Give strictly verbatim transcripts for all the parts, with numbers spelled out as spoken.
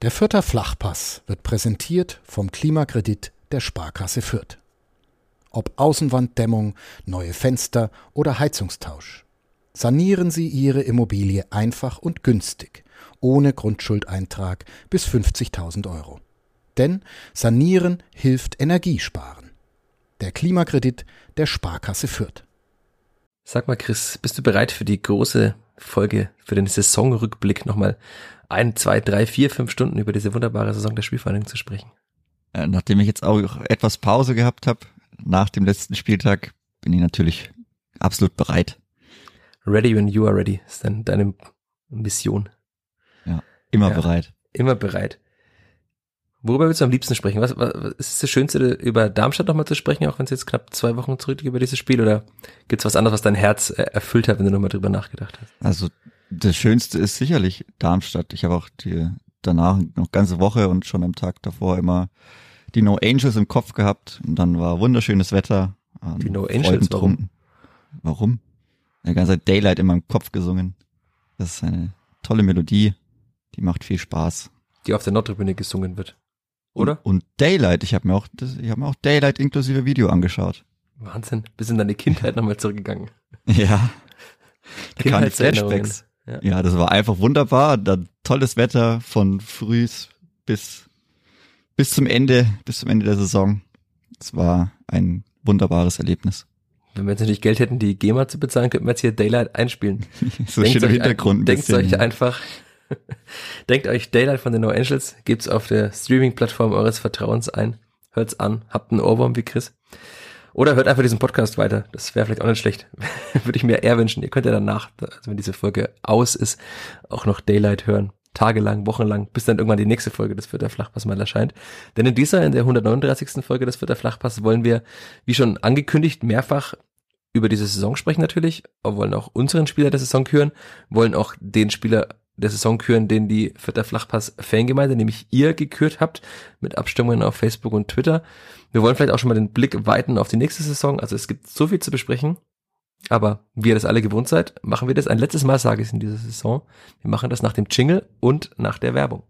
Der Fürther Flachpass wird präsentiert vom Klimakredit der Sparkasse Fürth. Ob Außenwanddämmung, neue Fenster oder Heizungstausch. Sanieren Sie Ihre Immobilie einfach und günstig, ohne Grundschuldeintrag bis fünfzigtausend Euro. Denn Sanieren hilft Energiesparen. Der Klimakredit der Sparkasse Fürth. Sag mal, Chris, bist du bereit für die große Folge, für den Saisonrückblick nochmal ein, zwei, drei, vier, fünf Stunden über diese wunderbare Saison der Spielvereinigung zu sprechen? Äh, nachdem ich jetzt auch etwas Pause gehabt habe, nach dem letzten Spieltag, bin ich natürlich absolut bereit. Ready when you are ready, ist dann deine Mission. Ja, immer ja, bereit. Immer bereit. Worüber willst du am liebsten sprechen? Was, was ist das Schönste, über Darmstadt nochmal zu sprechen, auch wenn es jetzt knapp zwei Wochen zurückliegt über dieses Spiel? Oder gibt es was anderes, was dein Herz erfüllt hat, wenn du nochmal drüber nachgedacht hast? Also das Schönste ist sicherlich Darmstadt. Ich habe auch die danach noch ganze Woche und schon am Tag davor immer die No Angels im Kopf gehabt. Und dann war wunderschönes Wetter. Die No Angels, warum? Warum? Die ganze Zeit Daylight in meinem Kopf gesungen. Das ist eine tolle Melodie. Die macht viel Spaß. Die auf der Nordtribüne gesungen wird. Oder? Und, und Daylight, ich habe mir auch das, ich habe mir auch Daylight inklusive Video angeschaut. Wahnsinn, bis in deine Kindheit nochmal zurückgegangen. Ja. Da kamen die Flashbacks. Ja. ja, das war einfach wunderbar. Dann tolles Wetter von frühs bis bis zum Ende, bis zum Ende der Saison. Es war ein wunderbares Erlebnis. Wenn wir jetzt natürlich Geld hätten, die GEMA zu bezahlen, könnten wir jetzt hier Daylight einspielen. So schön im Hintergrund ein Denkt bisschen. euch einfach, denkt euch Daylight von den No Angels, gebt's auf der Streaming-Plattform eures Vertrauens ein, hört's an, habt einen Ohrwurm wie Chris. Oder hört einfach diesen Podcast weiter, das wäre vielleicht auch nicht schlecht. Würde ich mir eher wünschen. Ihr könnt ja danach, also wenn diese Folge aus ist, auch noch Daylight hören. Tagelang, wochenlang, bis dann irgendwann die nächste Folge des Fürther Flachpass mal erscheint. Denn in dieser, in der hundertneununddreißigsten Folge des Fürther Flachpass wollen wir, wie schon angekündigt, mehrfach über diese Saison sprechen natürlich, aber wollen auch unseren Spieler der Saison küren, wollen auch den Spieler der Saison küren, den die Fürther Flachpass-Fangemeinde, nämlich ihr, gekürt habt, mit Abstimmungen auf Facebook und Twitter. Wir wollen vielleicht auch schon mal den Blick weiten auf die nächste Saison, also es gibt so viel zu besprechen. Aber wie ihr das alle gewohnt seid, machen wir das ein letztes Mal, sage ich es in dieser Saison. Wir machen das nach dem Jingle und nach der Werbung.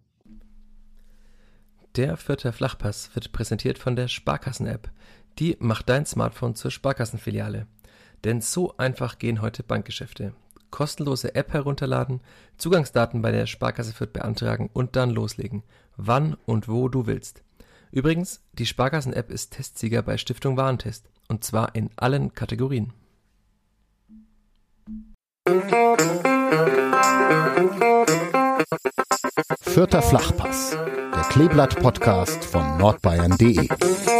Der Fürther Flachpass wird präsentiert von der Sparkassen-App. Die macht dein Smartphone zur Sparkassenfiliale. Denn so einfach gehen heute Bankgeschäfte. Kostenlose App herunterladen, Zugangsdaten bei der Sparkasse Fürth beantragen und dann loslegen. Wann und wo du willst. Übrigens, die Sparkassen-App ist Testsieger bei Stiftung Warentest. Und zwar in allen Kategorien. Fürther Flachpass, der Kleeblatt-Podcast von nordbayern punkt de.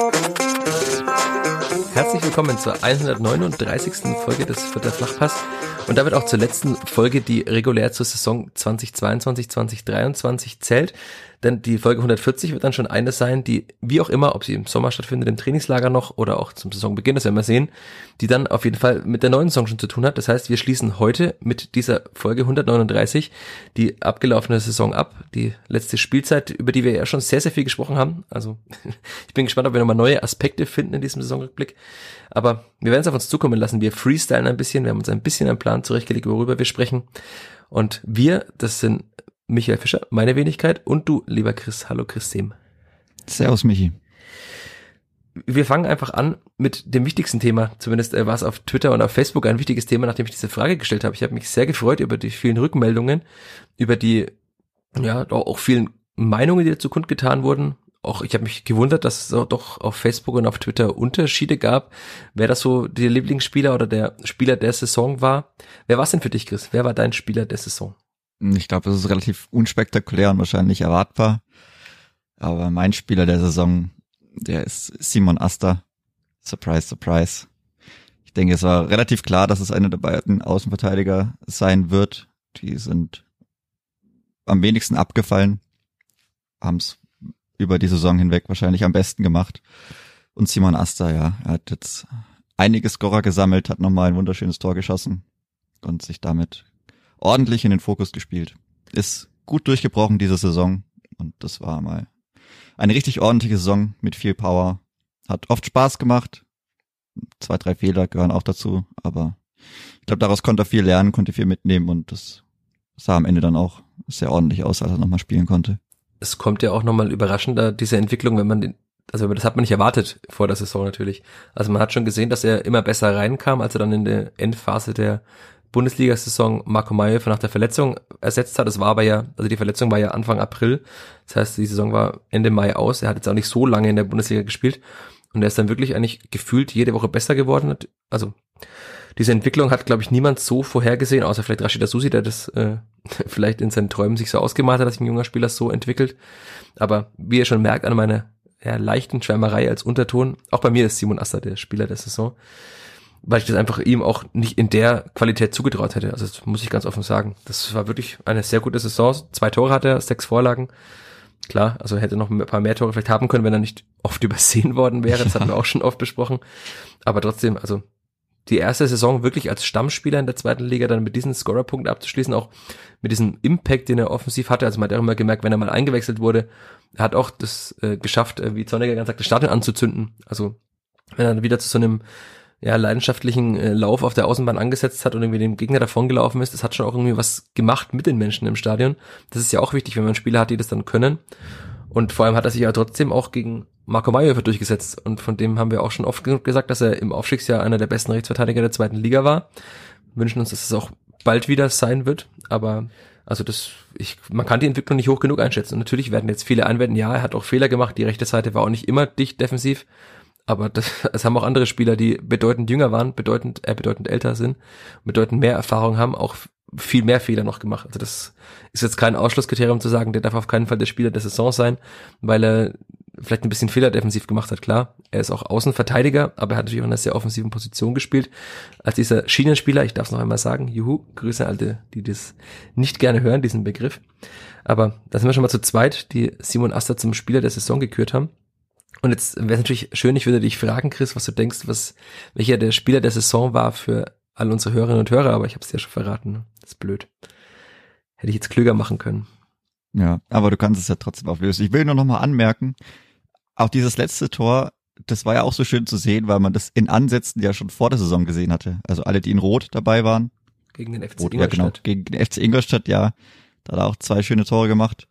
Herzlich willkommen zur hundertneununddreißigsten Folge des Fürther Flachpass und damit auch zur letzten Folge, die regulär zur Saison zweitausendzweiundzwanzig zweitausenddreiundzwanzig zählt. Denn die Folge hundertvierzig wird dann schon eine sein, die, wie auch immer, ob sie im Sommer stattfindet, im Trainingslager noch oder auch zum Saisonbeginn, das werden wir sehen, die dann auf jeden Fall mit der neuen Saison schon zu tun hat. Das heißt, wir schließen heute mit dieser Folge hundertneununddreißig die abgelaufene Saison ab, die letzte Spielzeit, über die wir ja schon sehr, sehr viel gesprochen haben. Also ich bin gespannt, ob wir nochmal neue Aspekte finden in diesem Saisonrückblick. Aber wir werden es auf uns zukommen lassen. Wir freestylen ein bisschen, wir haben uns ein bisschen einen Plan zurechtgelegt, worüber wir sprechen. Und wir, das sind Michael Fischer, meine Wenigkeit, und du, lieber Chris. Hallo Chris Sehm. Servus Michi. Wir fangen einfach an mit dem wichtigsten Thema. Zumindest äh, war es auf Twitter und auf Facebook ein wichtiges Thema, nachdem ich diese Frage gestellt habe. Ich habe mich sehr gefreut über die vielen Rückmeldungen, über die ja auch vielen Meinungen, die dazu kundgetan wurden. Auch ich habe mich gewundert, dass es auch doch auf Facebook und auf Twitter Unterschiede gab, wer das so der Lieblingsspieler oder der Spieler der Saison war. Wer war es denn für dich, Chris? Wer war dein Spieler der Saison? Ich glaube, das ist relativ unspektakulär und wahrscheinlich erwartbar. Aber mein Spieler der Saison, der ist Simon Asta. Surprise, surprise. Ich denke, es war relativ klar, dass es einer der beiden Außenverteidiger sein wird. Die sind am wenigsten abgefallen, haben es über die Saison hinweg wahrscheinlich am besten gemacht. Und Simon Asta, ja, er hat jetzt einige Scorer gesammelt, hat nochmal ein wunderschönes Tor geschossen und sich damit ordentlich in den Fokus gespielt. Ist gut durchgebrochen diese Saison und das war mal eine richtig ordentliche Saison mit viel Power. Hat oft Spaß gemacht. Zwei, drei Fehler gehören auch dazu, aber ich glaube, daraus konnte er viel lernen, konnte viel mitnehmen und das sah am Ende dann auch sehr ordentlich aus, als er nochmal spielen konnte. es kommt ja auch nochmal überraschender, diese Entwicklung, wenn man den, also das hat man nicht erwartet vor der Saison natürlich. Also man hat schon gesehen, dass er immer besser reinkam, als er dann in der Endphase der Bundesliga-Saison Marco Mayhofer nach der Verletzung ersetzt hat. Das war aber ja, also die Verletzung war ja Anfang April. Das heißt, die Saison war Ende Mai aus. Er hat jetzt auch nicht so lange in der Bundesliga gespielt. Und er ist dann wirklich eigentlich gefühlt jede Woche besser geworden. Also diese Entwicklung hat, glaube ich, niemand so vorhergesehen, außer vielleicht Rashida Susi, der das äh, vielleicht in seinen Träumen sich so ausgemalt hat, dass sich ein junger Spieler so entwickelt. Aber wie ihr schon merkt an meiner ja, leichten Schwärmerei als Unterton, auch bei mir ist Simon Asta der Spieler der Saison, weil ich das einfach ihm auch nicht in der Qualität zugetraut hätte. Also das muss ich ganz offen sagen. Das war wirklich eine sehr gute Saison. Zwei Tore hat er, sechs Vorlagen. Klar, also hätte noch ein paar mehr Tore vielleicht haben können, wenn er nicht oft übersehen worden wäre. Das hatten wir auch schon oft besprochen. Aber trotzdem, also die erste Saison wirklich als Stammspieler in der zweiten Liga dann mit diesen Scorerpunkten abzuschließen, auch mit diesem Impact, den er offensiv hatte. Also man hat auch immer gemerkt, wenn er mal eingewechselt wurde, er hat auch das äh, geschafft, äh, wie Zorniger ganz sagt, das Stadion anzuzünden. Also wenn er wieder zu so einem ja, leidenschaftlichen äh, Lauf auf der Außenbahn angesetzt hat und irgendwie dem Gegner davongelaufen ist, das hat schon auch irgendwie was gemacht mit den Menschen im Stadion. Das ist ja auch wichtig, wenn man Spieler hat, die das dann können. Und vor allem hat er sich ja trotzdem auch gegen Marco Mayhofer durchgesetzt. Und von dem haben wir auch schon oft genug gesagt, dass er im Aufstiegsjahr einer der besten Rechtsverteidiger der zweiten Liga war. Wir wünschen uns, dass es auch bald wieder sein wird. Aber also das, ich, man kann die Entwicklung nicht hoch genug einschätzen. Und natürlich werden jetzt viele einwenden, ja, er hat auch Fehler gemacht. Die rechte Seite war auch nicht immer dicht defensiv. Aber das, es haben auch andere Spieler, die bedeutend jünger waren, bedeutend, äh, bedeutend älter sind, bedeutend mehr Erfahrung haben, auch viel mehr Fehler noch gemacht. Also das ist jetzt kein Ausschlusskriterium zu sagen, der darf auf keinen Fall der Spieler der Saison sein, weil er vielleicht ein bisschen Fehler defensiv gemacht hat, klar. Er ist auch Außenverteidiger, aber er hat natürlich auch in einer sehr offensiven Position gespielt. Als dieser Schienenspieler, ich darf es noch einmal sagen, juhu, Grüße an alle, die das nicht gerne hören, diesen Begriff. Aber da sind wir schon mal zu zweit, die Simon Asta zum Spieler der Saison gekürt haben. Und jetzt wäre es natürlich schön, ich würde dich fragen, Chris, was du denkst, was welcher der Spieler der Saison war für all unsere Hörerinnen und Hörer, aber ich habe es dir schon verraten. Das ist blöd. Hätte ich jetzt klüger machen können. Ja, aber du kannst es ja trotzdem auflösen. Ich will nur noch mal anmerken, auch dieses letzte Tor, das war ja auch so schön zu sehen, weil man das in Ansätzen ja schon vor der Saison gesehen hatte. Also alle, die in Rot dabei waren. Gegen den F C Rot, Ingolstadt. Ja, genau, gegen den F C Ingolstadt, ja. Da hat er auch zwei schöne Tore gemacht.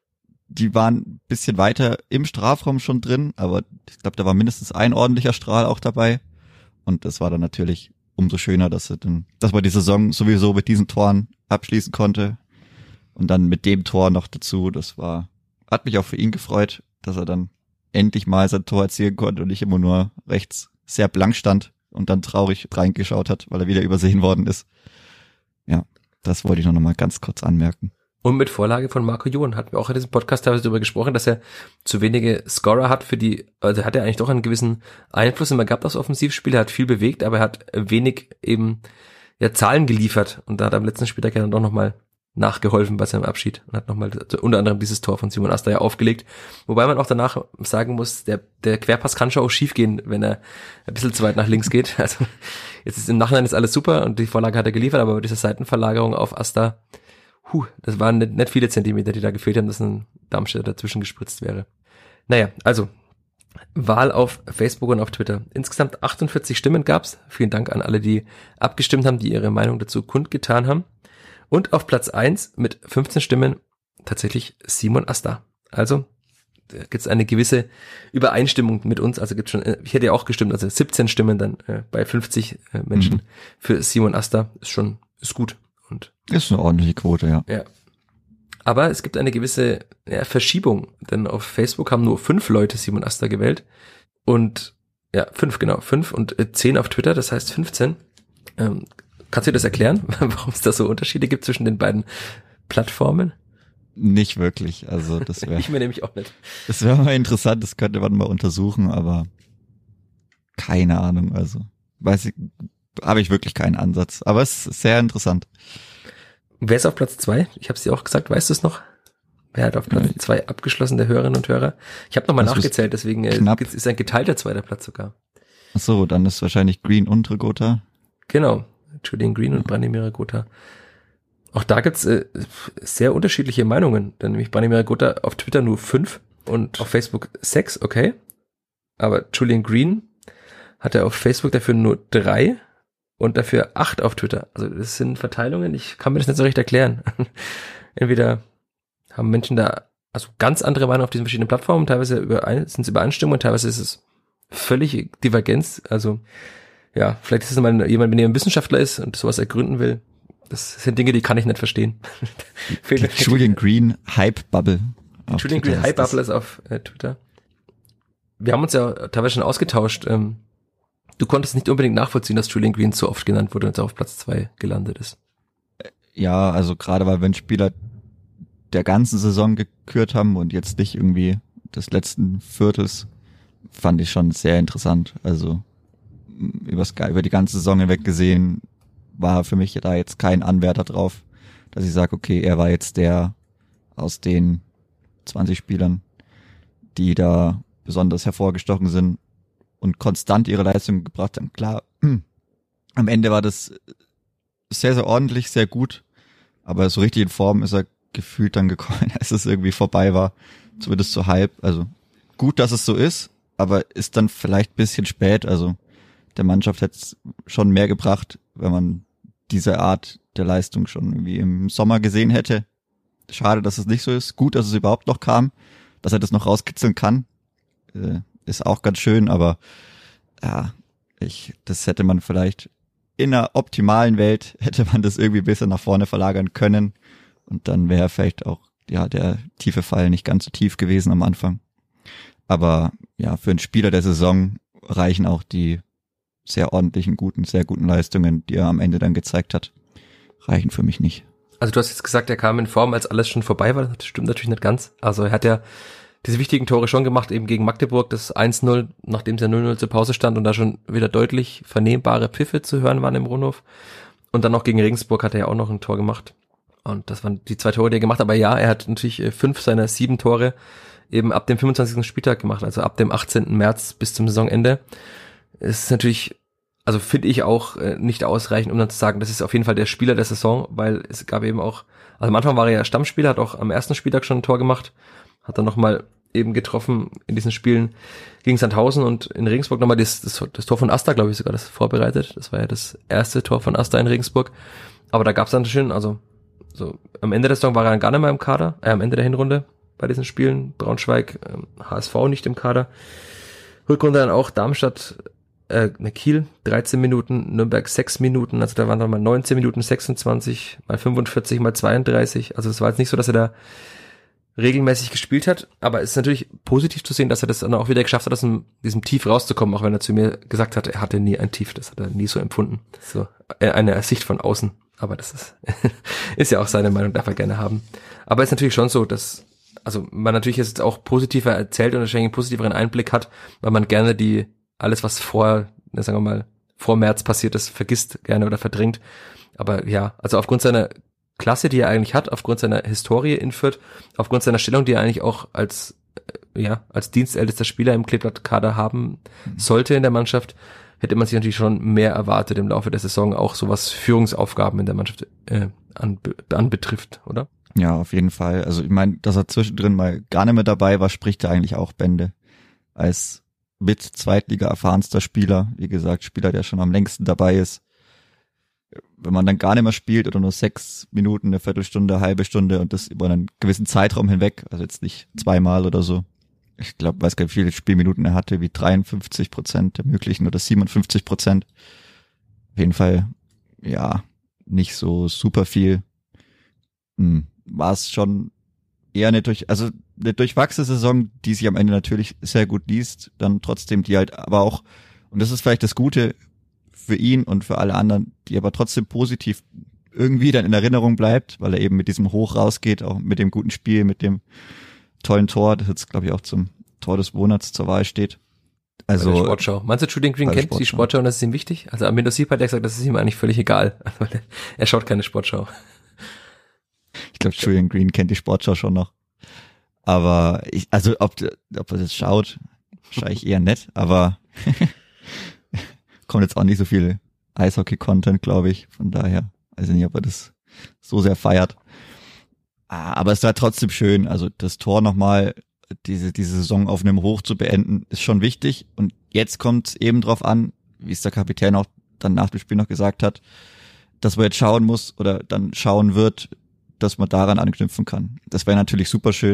Die waren ein bisschen weiter im Strafraum schon drin, aber ich glaube, da war mindestens ein ordentlicher Strahl auch dabei. Und das war dann natürlich umso schöner, dass er dann, dass man die Saison sowieso mit diesen Toren abschließen konnte. Und dann mit dem Tor noch dazu, das war, hat mich auch für ihn gefreut, dass er dann endlich mal sein Tor erzielen konnte und nicht immer nur rechts sehr blank stand und dann traurig reingeschaut hat, weil er wieder übersehen worden ist. Ja, das wollte ich noch mal ganz kurz anmerken. Und mit Vorlage von Marco Jon hatten wir auch in diesem Podcast teilweise darüber gesprochen, dass er zu wenige Scorer hat für die, also hat er eigentlich doch einen gewissen Einfluss immer gehabt aufs Offensivspiel, er hat viel bewegt, aber er hat wenig eben ja Zahlen geliefert und da hat er am letzten Spieltag ja dann doch nochmal nachgeholfen bei seinem Abschied und hat nochmal unter anderem dieses Tor von Simon Asta ja aufgelegt, wobei man auch danach sagen muss, der der Querpass kann schon auch schief gehen, wenn er ein bisschen zu weit nach links geht, also jetzt ist im Nachhinein ist alles super und die Vorlage hat er geliefert, aber bei dieser Seitenverlagerung auf Asta, Huh, das waren nicht, nicht viele Zentimeter, die da gefehlt haben, dass ein Darmstädter dazwischen gespritzt wäre. Naja, also Wahl auf Facebook und auf Twitter. Insgesamt achtundvierzig Stimmen gab's. Vielen Dank an alle, die abgestimmt haben, die ihre Meinung dazu kundgetan haben. Und auf Platz eins mit fünfzehn Stimmen tatsächlich Simon Asta. Also da gibt's eine gewisse Übereinstimmung mit uns. Also gibt's schon, ich hätte ja auch gestimmt, also siebzehn Stimmen dann äh, bei fünfzig äh, Menschen mhm. für Simon Asta. Ist schon, ist gut. Und ist eine ordentliche Quote, ja. Ja. Aber es gibt eine gewisse ja, Verschiebung, denn auf Facebook haben nur fünf Leute Simon Asta gewählt und ja, fünf, genau, fünf und äh, zehn auf Twitter, das heißt fünfzehn. Ähm, kannst du dir das erklären, warum es da so Unterschiede gibt zwischen den beiden Plattformen? Nicht wirklich, also das wäre... ich mir nämlich auch nicht. Das wäre mal interessant, das könnte man mal untersuchen, aber keine Ahnung, also weiß ich... Habe ich wirklich keinen Ansatz. Aber es ist sehr interessant. Wer ist auf Platz zwei? Ich habe es dir auch gesagt, weißt du es noch? Wer hat auf Platz ja. zwei abgeschlossen, der Hörerinnen und Hörer? Ich habe nochmal nachgezählt, deswegen knapp. Ist ein geteilter zweiter Platz sogar. Ach so, dann ist wahrscheinlich Green und Regota. Genau, Julian Green und Branimir Regota. Auch da gibt's äh, sehr unterschiedliche Meinungen. Denn nämlich Branimir Regota auf Twitter nur fünf und auf Facebook sechs, okay. Aber Julian Green hat er auf Facebook dafür nur drei. Und dafür acht auf Twitter. Also das sind Verteilungen, ich kann mir das nicht so recht erklären. Entweder haben Menschen da also ganz andere Meinungen auf diesen verschiedenen Plattformen. Teilweise überein, sind es Übereinstimmungen, teilweise ist es völlig Divergenz. Also ja, vielleicht ist es mal jemand, wenn er ein Wissenschaftler ist und sowas ergründen will. Das sind Dinge, die kann ich nicht verstehen. Die Julian Green Hype Bubble. Julian Green Hype Bubble ist auf äh, Twitter. Wir haben uns ja teilweise schon ausgetauscht. Ähm, du konntest nicht unbedingt nachvollziehen, dass Julian Green so oft genannt wurde und jetzt auf Platz zwei gelandet ist. Ja, also gerade weil wir einen Spieler der ganzen Saison gekürt haben und jetzt nicht irgendwie des letzten Viertels, fand ich schon sehr interessant. Also über, über die ganze Saison hinweg gesehen war für mich da jetzt kein Anwärter drauf, dass ich sage, okay, er war jetzt der aus den zwanzig Spielern, die da besonders hervorgestochen sind und konstant ihre Leistung gebracht haben. Klar, am Ende war das sehr, sehr ordentlich, sehr gut, aber so richtig in Form ist er gefühlt dann gekommen, als es irgendwie vorbei war, zumindest so halb. Also gut, dass es so ist, aber ist dann vielleicht ein bisschen spät. Also der Mannschaft hätte es schon mehr gebracht, wenn man diese Art der Leistung schon irgendwie im Sommer gesehen hätte. Schade, dass es nicht so ist. Gut, dass es überhaupt noch kam, dass er das noch rauskitzeln kann. Äh, ist auch ganz schön, aber ja, ich, das hätte man vielleicht in einer optimalen Welt hätte man das irgendwie ein bisschen nach vorne verlagern können und dann wäre vielleicht auch ja der tiefe Fall nicht ganz so tief gewesen am Anfang. Aber ja, für einen Spieler der Saison reichen auch die sehr ordentlichen, guten, sehr guten Leistungen, die er am Ende dann gezeigt hat, reichen für mich nicht. Also du hast jetzt gesagt, er kam in Form, als alles schon vorbei war. Das stimmt natürlich nicht ganz. Also er hat ja diese wichtigen Tore schon gemacht, eben gegen Magdeburg, das eins null, nachdem es ja null null zur Pause stand und da schon wieder deutlich vernehmbare Pfiffe zu hören waren im Rundhof. Und dann noch gegen Regensburg hat er ja auch noch ein Tor gemacht. Und das waren die zwei Tore, die er gemacht hat. Aber ja, er hat natürlich fünf seiner sieben Tore eben ab dem fünfundzwanzigsten Spieltag gemacht, also ab dem achtzehnten März bis zum Saisonende. Es ist natürlich, also finde ich auch äh, nicht ausreichend, um dann zu sagen, das ist auf jeden Fall der Spieler der Saison, weil es gab eben auch, also am Anfang war er ja Stammspieler, hat auch am ersten Spieltag schon ein Tor gemacht, hat dann nochmal eben getroffen in diesen Spielen gegen Sandhausen und in Regensburg nochmal das, das, das Tor von Asta, glaube ich sogar, das vorbereitet. Das war ja das erste Tor von Asta in Regensburg. Aber da gab es dann schön, also so am Ende der Saison war er dann gar nicht mehr im Kader, äh, am Ende der Hinrunde bei diesen Spielen. Braunschweig, ähm, H S V nicht im Kader. Rückrunde dann auch Darmstadt, äh, Kiel, dreizehn Minuten, Nürnberg sechs Minuten, also da waren dann mal neunzehn Minuten, sechsundzwanzig, mal fünfundvierzig, mal zweiunddreißig. Also es war jetzt nicht so, dass er da regelmäßig gespielt hat, aber es ist natürlich positiv zu sehen, dass er das dann auch wieder geschafft hat, aus diesem, diesem Tief rauszukommen, auch wenn er zu mir gesagt hat, er hatte nie ein Tief, das hat er nie so empfunden. So eine Sicht von außen, aber das ist ist ja auch seine Meinung, darf er gerne haben. Aber es ist natürlich schon so, dass also man natürlich jetzt auch positiver erzählt und wahrscheinlich einen positiveren Einblick hat, weil man gerne die alles, was vor, sagen wir mal, vor März passiert ist, vergisst gerne oder verdrängt. Aber ja, also aufgrund seiner Klasse, die er eigentlich hat, aufgrund seiner Historie in Fürth, aufgrund seiner Stellung, die er eigentlich auch als äh, ja als dienstältester Spieler im Kleeblatt-Kader haben sollte in der Mannschaft, hätte man sich natürlich schon mehr erwartet im Laufe der Saison, auch so was Führungsaufgaben in der Mannschaft äh, an, anbetrifft, oder? Ja, auf jeden Fall. Also ich meine, dass er zwischendrin mal gar nicht mehr dabei war, spricht ja eigentlich auch Bände. Als mit Zweitliga erfahrenster Spieler, wie gesagt, Spieler, der schon am längsten dabei ist. Wenn man dann gar nicht mehr spielt oder nur sechs Minuten, eine Viertelstunde, eine halbe Stunde und das über einen gewissen Zeitraum hinweg, also jetzt nicht zweimal oder so. Ich glaube, weiß gar nicht, wie viele Spielminuten er hatte, wie dreiundfünfzig Prozent der möglichen oder siebenundfünfzig Prozent. Auf jeden Fall, ja, nicht so super viel. Hm, war es schon eher eine durch, also eine durchwachsene Saison, die sich am Ende natürlich sehr gut liest, dann trotzdem die halt, aber auch, und das ist vielleicht das Gute für ihn und für alle anderen, die aber trotzdem positiv irgendwie dann in Erinnerung bleibt, weil er eben mit diesem Hoch rausgeht, auch mit dem guten Spiel, mit dem tollen Tor, das jetzt glaube ich auch zum Tor des Monats zur Wahl steht. Also bei der Sportschau. Meinst du, Julian Green kennt Sportschau. Die Sportschau und das ist ihm wichtig? Also Armindo Sieb hat ja gesagt, das ist ihm eigentlich völlig egal. Er schaut keine Sportschau. Ich glaube, Julian Green kennt die Sportschau schon noch. Aber ich, also ob, ob er das schaut, wahrscheinlich eher nett, aber kommt jetzt auch nicht so viel Eishockey-Content, glaube ich. Von daher weiß ich nicht, ob er das so sehr feiert. Aber es war trotzdem schön. Also das Tor nochmal, diese, diese Saison auf einem Hoch zu beenden, ist schon wichtig. Und jetzt kommt es eben drauf an, wie es der Kapitän auch dann nach dem Spiel noch gesagt hat, dass man jetzt schauen muss oder dann schauen wird, dass man daran anknüpfen kann. Das wäre natürlich super schön,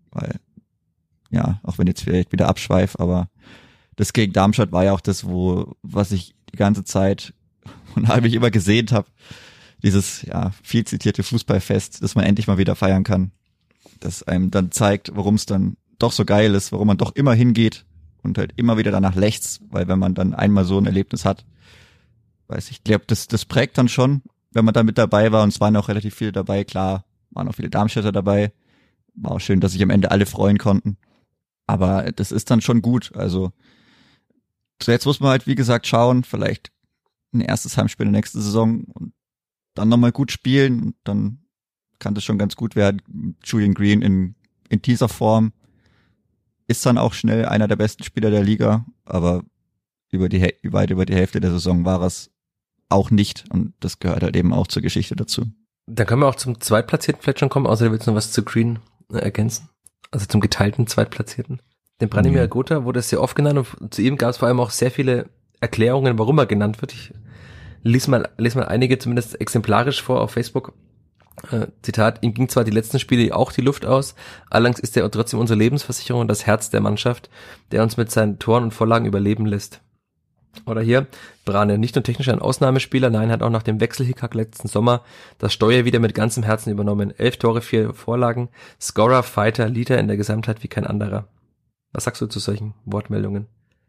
weil, ja, auch wenn jetzt vielleicht wieder abschweif, aber das gegen Darmstadt war ja auch das, wo, was ich die ganze Zeit und habe ich immer gesehnt habe, dieses, ja, viel zitierte Fußballfest, das man endlich mal wieder feiern kann, das einem dann zeigt, warum es dann doch so geil ist, warum man doch immer hingeht und halt immer wieder danach lechzt, weil wenn man dann einmal so ein Erlebnis hat, weiß ich, glaube, das, das prägt dann schon, wenn man da mit dabei war, und es waren auch relativ viele dabei, klar, waren auch viele Darmstädter dabei, war auch schön, dass sich am Ende alle freuen konnten, aber das ist dann schon gut, also jetzt muss man halt, wie gesagt, schauen, vielleicht ein erstes Heimspiel in der nächsten Saison und dann nochmal gut spielen und dann kann das schon ganz gut werden. Julian Green in, in dieser Form ist dann auch schnell einer der besten Spieler der Liga, aber über die, weit über die Hälfte der Saison war es auch nicht und das gehört halt eben auch zur Geschichte dazu. Dann können wir auch zum Zweitplatzierten vielleicht schon kommen, außer willst du noch was zu Green äh, ergänzen? Also zum geteilten Zweitplatzierten. Den Branimir Mhm. Gota wurde sehr oft genannt und zu ihm gab es vor allem auch sehr viele Erklärungen, warum er genannt wird. Ich lese mal, lese mal einige zumindest exemplarisch vor auf Facebook. Äh, Zitat, ihm ging zwar die letzten Spiele auch die Luft aus, allerdings ist er trotzdem unsere Lebensversicherung und das Herz der Mannschaft, der uns mit seinen Toren und Vorlagen überleben lässt. Oder hier, Brane, nicht nur technisch ein Ausnahmespieler, nein, hat auch nach dem Wechselhickhack letzten Sommer das Steuer wieder mit ganzem Herzen übernommen. Elf Tore, vier Vorlagen, Scorer, Fighter, Leader in der Gesamtheit wie kein anderer. Was sagst du zu solchen Wortmeldungen?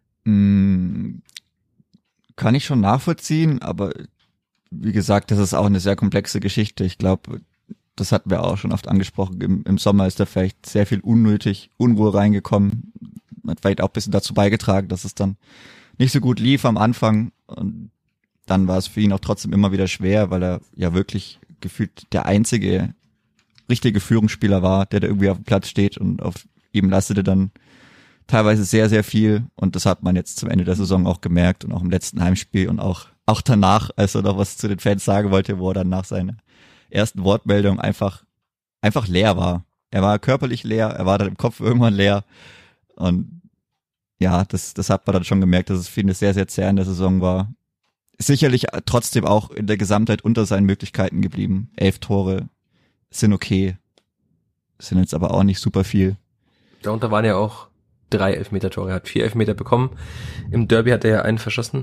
Mm, kann ich schon nachvollziehen, aber wie gesagt, das ist auch eine sehr komplexe Geschichte. Ich glaube, das hatten wir auch schon oft angesprochen. Im, im Sommer ist da vielleicht sehr viel unnötig Unruhe reingekommen. Hat vielleicht auch ein bisschen dazu beigetragen, dass es dann nicht so gut lief am Anfang. Und dann war es für ihn auch trotzdem immer wieder schwer, weil er ja wirklich gefühlt der einzige richtige Führungsspieler war, der da irgendwie auf dem Platz steht, und auf ihm lastete dann teilweise sehr, sehr viel, und das hat man jetzt zum Ende der Saison auch gemerkt und auch im letzten Heimspiel und auch auch danach, als er noch was zu den Fans sagen wollte, wo er dann nach seiner ersten Wortmeldung einfach einfach leer war. Er war körperlich leer, er war dann im Kopf irgendwann leer, und ja, das das hat man dann schon gemerkt, dass es für ihn eine sehr, sehr zäh in der Saison war. Sicherlich trotzdem auch in der Gesamtheit unter seinen Möglichkeiten geblieben. Elf Tore sind okay, sind jetzt aber auch nicht super viel. Darunter waren ja auch drei Elfmeter-Tore. Er hat vier Elfmeter bekommen. Im Derby hat er ja einen verschossen.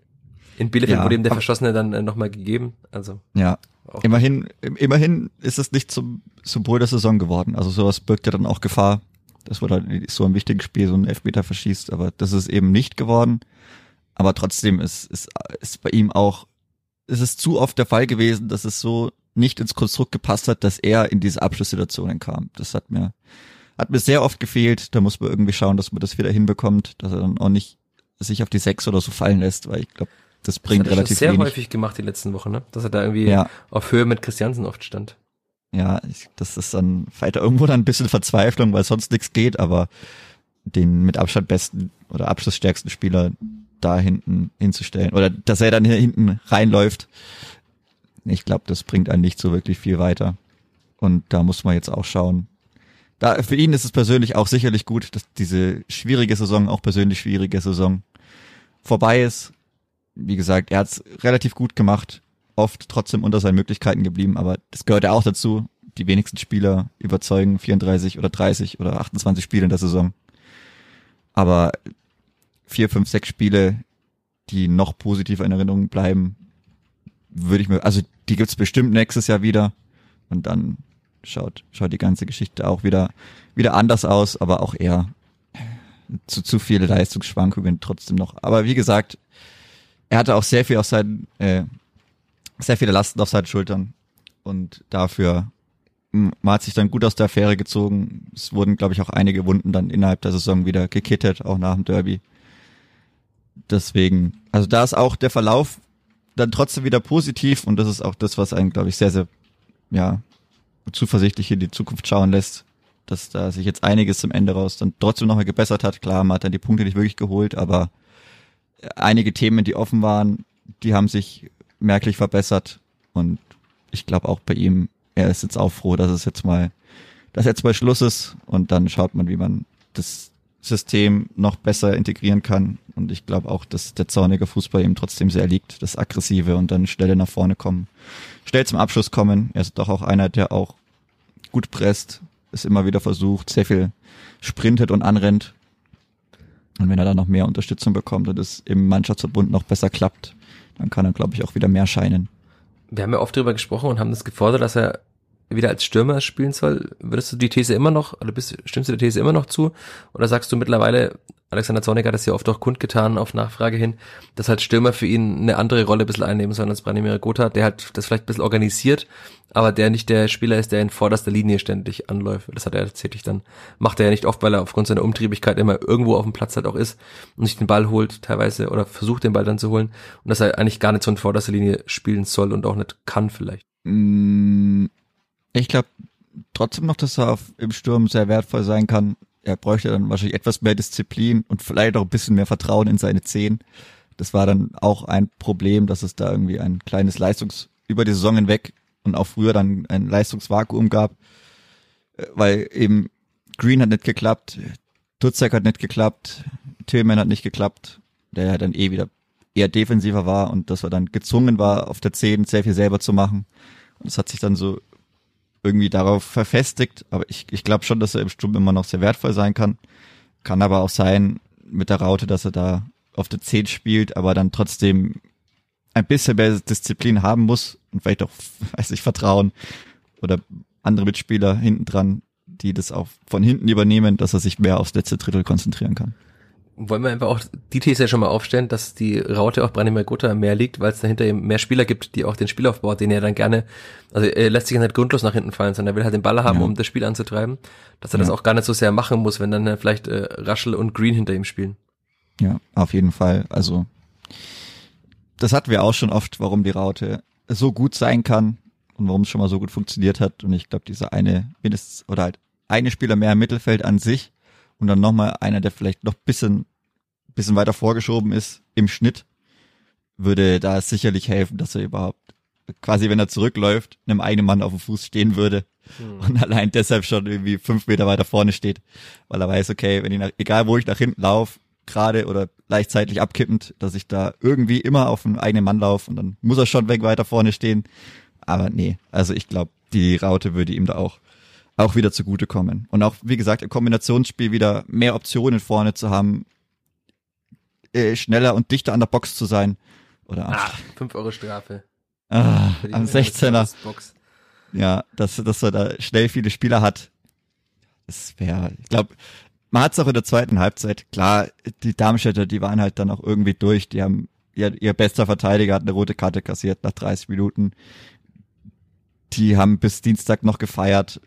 In Bielefeld Ja, wurde ihm der aber- Verschossene dann äh, nochmal gegeben. Also Ja, auch immerhin, immerhin ist es nicht zum Symbol der Saison geworden. Also sowas birgt ja dann auch Gefahr, dass man dann so ein wichtiges Spiel so einen Elfmeter verschießt, aber das ist eben nicht geworden. Aber trotzdem ist, ist, ist bei ihm auch, ist es zu oft der Fall gewesen, dass es so nicht ins Konstrukt gepasst hat, dass er in diese Abschlusssituationen kam. Das hat mir, hat mir sehr oft gefehlt. Da muss man irgendwie schauen, dass man das wieder hinbekommt, dass er dann auch nicht sich auf die Sechs oder so fallen lässt, weil ich glaube, das bringt das hat er relativ schon sehr wenig. häufig gemacht die letzten Wochen, ne? Dass er da irgendwie Ja. auf Höhe mit Christiansen oft stand. Ja, ich, das ist dann weiter irgendwo dann ein bisschen Verzweiflung, weil sonst nichts geht, aber den mit Abstand besten oder abschlussstärksten Spieler da hinten hinzustellen oder dass er dann hier hinten reinläuft, ich glaube, das bringt einen nicht so wirklich viel weiter. Und da muss man jetzt auch schauen. Da, für ihn ist es persönlich auch sicherlich gut, dass diese schwierige Saison, auch persönlich schwierige Saison, vorbei ist. Wie gesagt, er hat es relativ gut gemacht, oft trotzdem unter seinen Möglichkeiten geblieben, aber das gehört ja auch dazu. Die wenigsten Spieler überzeugen vierunddreißig oder dreißig oder achtundzwanzig Spiele in der Saison. Aber vier, fünf, sechs Spiele, die noch positiv in Erinnerung bleiben, würde ich mir, also die gibt's bestimmt nächstes Jahr wieder, und dann schaut schaut die ganze Geschichte auch wieder wieder anders aus, aber auch eher zu zu viele Leistungsschwankungen trotzdem noch. Aber wie gesagt, er hatte auch sehr viel auf seinen äh, sehr viele Lasten auf seinen Schultern, und dafür m, man hat sich dann gut aus der Affäre gezogen. Es wurden, glaube ich, auch einige Wunden dann innerhalb der Saison wieder gekittet, auch nach dem Derby. Deswegen, also da ist auch der Verlauf dann trotzdem wieder positiv, und das ist auch das, was einen, glaube ich, sehr, sehr, ja, zuversichtlich in die Zukunft schauen lässt, dass da sich jetzt einiges zum Ende raus dann trotzdem nochmal gebessert hat. Klar, man hat dann die Punkte nicht wirklich geholt, aber einige Themen, die offen waren, die haben sich merklich verbessert, und ich glaube auch bei ihm, er ist jetzt auch froh, dass es jetzt mal, dass jetzt mal Schluss ist, und dann schaut man, wie man das System noch besser integrieren kann, und ich glaube auch, dass der zornige Fußball ihm trotzdem sehr liegt, das Aggressive und dann schnell nach vorne kommen, schnell zum Abschluss kommen. Er ist doch auch einer, der auch gut presst, es immer wieder versucht, sehr viel sprintet und anrennt. Und wenn er dann noch mehr Unterstützung bekommt und es im Mannschaftsverbund noch besser klappt, dann kann er, glaube ich, auch wieder mehr scheinen. Wir haben ja oft darüber gesprochen und haben das gefordert, dass er wieder als Stürmer spielen soll. Würdest du die These immer noch, oder bist, stimmst du der These immer noch zu? Oder sagst du mittlerweile, Alexander Zornig hat das ja oft auch kundgetan auf Nachfrage hin, dass halt Stürmer für ihn eine andere Rolle ein bisschen einnehmen sollen als Branimir Gotha, der halt das vielleicht ein bisschen organisiert, aber der nicht der Spieler ist, der in vorderster Linie ständig anläuft. Das hat er tatsächlich dann, macht er ja nicht oft, weil er aufgrund seiner Umtriebigkeit immer irgendwo auf dem Platz halt auch ist und sich den Ball holt teilweise oder versucht den Ball dann zu holen und dass er eigentlich gar nicht so in vorderster Linie spielen soll und auch nicht kann vielleicht. Ich glaube trotzdem noch, dass er auf, im Sturm sehr wertvoll sein kann. Er bräuchte dann wahrscheinlich etwas mehr Disziplin und vielleicht auch ein bisschen mehr Vertrauen in seine Zehen. Das war dann auch ein Problem, dass es da irgendwie ein kleines Leistungs- über die Saison hinweg und auch früher dann ein Leistungsvakuum gab, weil eben Green hat nicht geklappt, Tutzek hat nicht geklappt, Tillman hat nicht geklappt, der ja dann eh wieder eher defensiver war und dass er dann gezwungen war, auf der Zehn sehr viel selber zu machen. Und es hat sich dann so irgendwie darauf verfestigt, aber ich, ich glaube schon, dass er im Sturm immer noch sehr wertvoll sein kann. Kann aber auch sein mit der Raute, dass er da auf der Zehn spielt, aber dann trotzdem ein bisschen mehr Disziplin haben muss und vielleicht auch, weiß ich, Vertrauen oder andere Mitspieler hinten dran, die das auch von hinten übernehmen, dass er sich mehr aufs letzte Drittel konzentrieren kann. Wollen wir einfach auch die These schon mal aufstellen, dass die Raute auch Branimir Gotha mehr liegt, weil es dahinter eben mehr Spieler gibt, die auch den Spielaufbau, den er dann gerne, also er lässt sich ja nicht grundlos nach hinten fallen, sondern er will halt den Ball haben, ja, um das Spiel anzutreiben, dass er ja. das auch gar nicht so sehr machen muss, wenn dann vielleicht äh, Raschel und Green hinter ihm spielen. Ja, auf jeden Fall. Also das hatten wir auch schon oft, warum die Raute so gut sein kann und warum es schon mal so gut funktioniert hat. Und ich glaube, dieser eine mindestens oder halt eine Spieler mehr im Mittelfeld an sich und dann nochmal einer, der vielleicht noch bisschen bisschen weiter vorgeschoben ist im Schnitt, würde da sicherlich helfen, dass er überhaupt quasi, wenn er zurückläuft, einem eigenen Mann auf dem Fuß stehen würde hm. und allein deshalb schon irgendwie fünf Meter weiter vorne steht, weil er weiß, okay, wenn ich nach, egal wo ich nach hinten laufe, gerade oder gleichzeitig abkippend, dass ich da irgendwie immer auf einen eigenen Mann laufe und dann muss er schon weg weiter vorne stehen. Aber nee, also ich glaube, die Raute würde ihm da auch auch wieder zugutekommen. Und auch, wie gesagt, im Kombinationsspiel wieder mehr Optionen vorne zu haben, äh, schneller und dichter an der Box zu sein. Oder ah, fünf Euro Strafe. Ah, am sechzehner. Ja, dass, dass er da schnell viele Spieler hat. Das wäre, ich glaube, man hat es auch in der zweiten Halbzeit. Klar, die Darmstädter, die waren halt dann auch irgendwie durch. Die haben, ihr, ihr bester Verteidiger hat eine rote Karte kassiert nach dreißig Minuten. Die haben bis Dienstag noch gefeiert.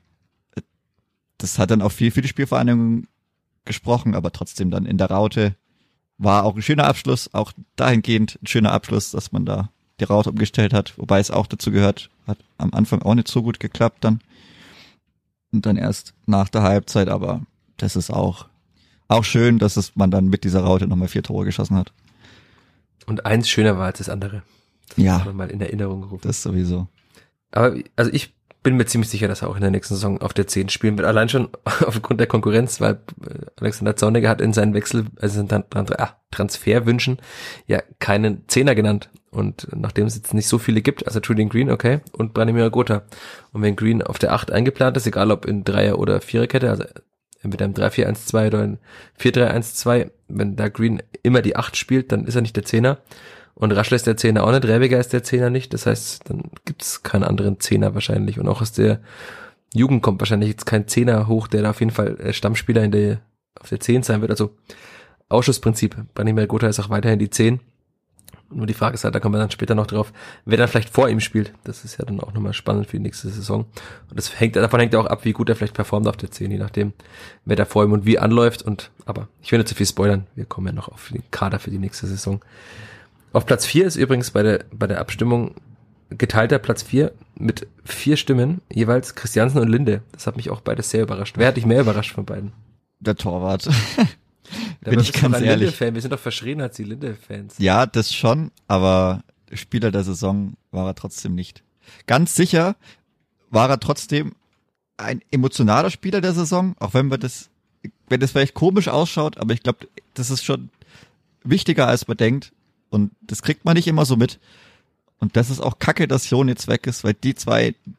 Das hat dann auch viel für die Spielvereinigung gesprochen, aber trotzdem dann in der Raute war auch ein schöner Abschluss, auch dahingehend ein schöner Abschluss, dass man da die Raute umgestellt hat, wobei es auch dazu gehört, hat am Anfang auch nicht so gut geklappt dann und dann erst nach der Halbzeit, aber das ist auch auch schön, dass es man dann mit dieser Raute nochmal vier Tore geschossen hat. Und eins schöner war als das andere. Das ja, muss man mal in Erinnerung rufen. Das sowieso. Aber also ich bin mir ziemlich sicher, dass er auch in der nächsten Saison auf der zehn spielen wird. Allein schon aufgrund der Konkurrenz, weil Alexander Zorniger hat in seinen Wechsel, also in seinen Transferwünschen ja keinen Zehner genannt. Und nachdem es jetzt nicht so viele gibt, also Julian Green, okay, und Branimir Gotha. Und wenn Green auf der acht eingeplant ist, egal ob in Dreier- oder Viererkette, also entweder im drei vier eins zwei oder in vier drei eins zwei, wenn da Green immer die acht spielt, dann ist er nicht der Zehner. Und Raschel ist der Zehner auch nicht, Rebiger ist der Zehner nicht. Das heißt, dann gibt's keinen anderen Zehner wahrscheinlich. Und auch aus der Jugend kommt wahrscheinlich jetzt kein Zehner hoch, der da auf jeden Fall Stammspieler in der auf der zehn sein wird. Also Ausschussprinzip. Branimir Gotha ist auch weiterhin die zehn. Nur die Frage ist halt, da kommen wir dann später noch drauf, wer dann vielleicht vor ihm spielt. Das ist ja dann auch nochmal spannend für die nächste Saison. Und das hängt, davon hängt ja auch ab, wie gut er vielleicht performt auf der zehn, je nachdem, wer da vor ihm und wie anläuft. Und aber ich will nicht zu viel spoilern. Wir kommen ja noch auf den Kader für die nächste Saison. Auf Platz vier ist übrigens bei der bei der Abstimmung geteilter Platz vier mit vier Stimmen, jeweils Christiansen und Linde. Das hat mich auch beides sehr überrascht. Wer hat dich mehr überrascht von beiden? Der Torwart. Bin ich ganz ehrlich. Linde-Fan. Wir sind doch verschrien als die Linde-Fans. Ja, das schon, aber Spieler der Saison war er trotzdem nicht. Ganz sicher war er trotzdem ein emotionaler Spieler der Saison, auch wenn wir das, wenn das vielleicht komisch ausschaut, aber ich glaube, das ist schon wichtiger, als man denkt. Und das kriegt man nicht immer so mit. Und das ist auch kacke, dass Jon jetzt weg ist, weil die zwei,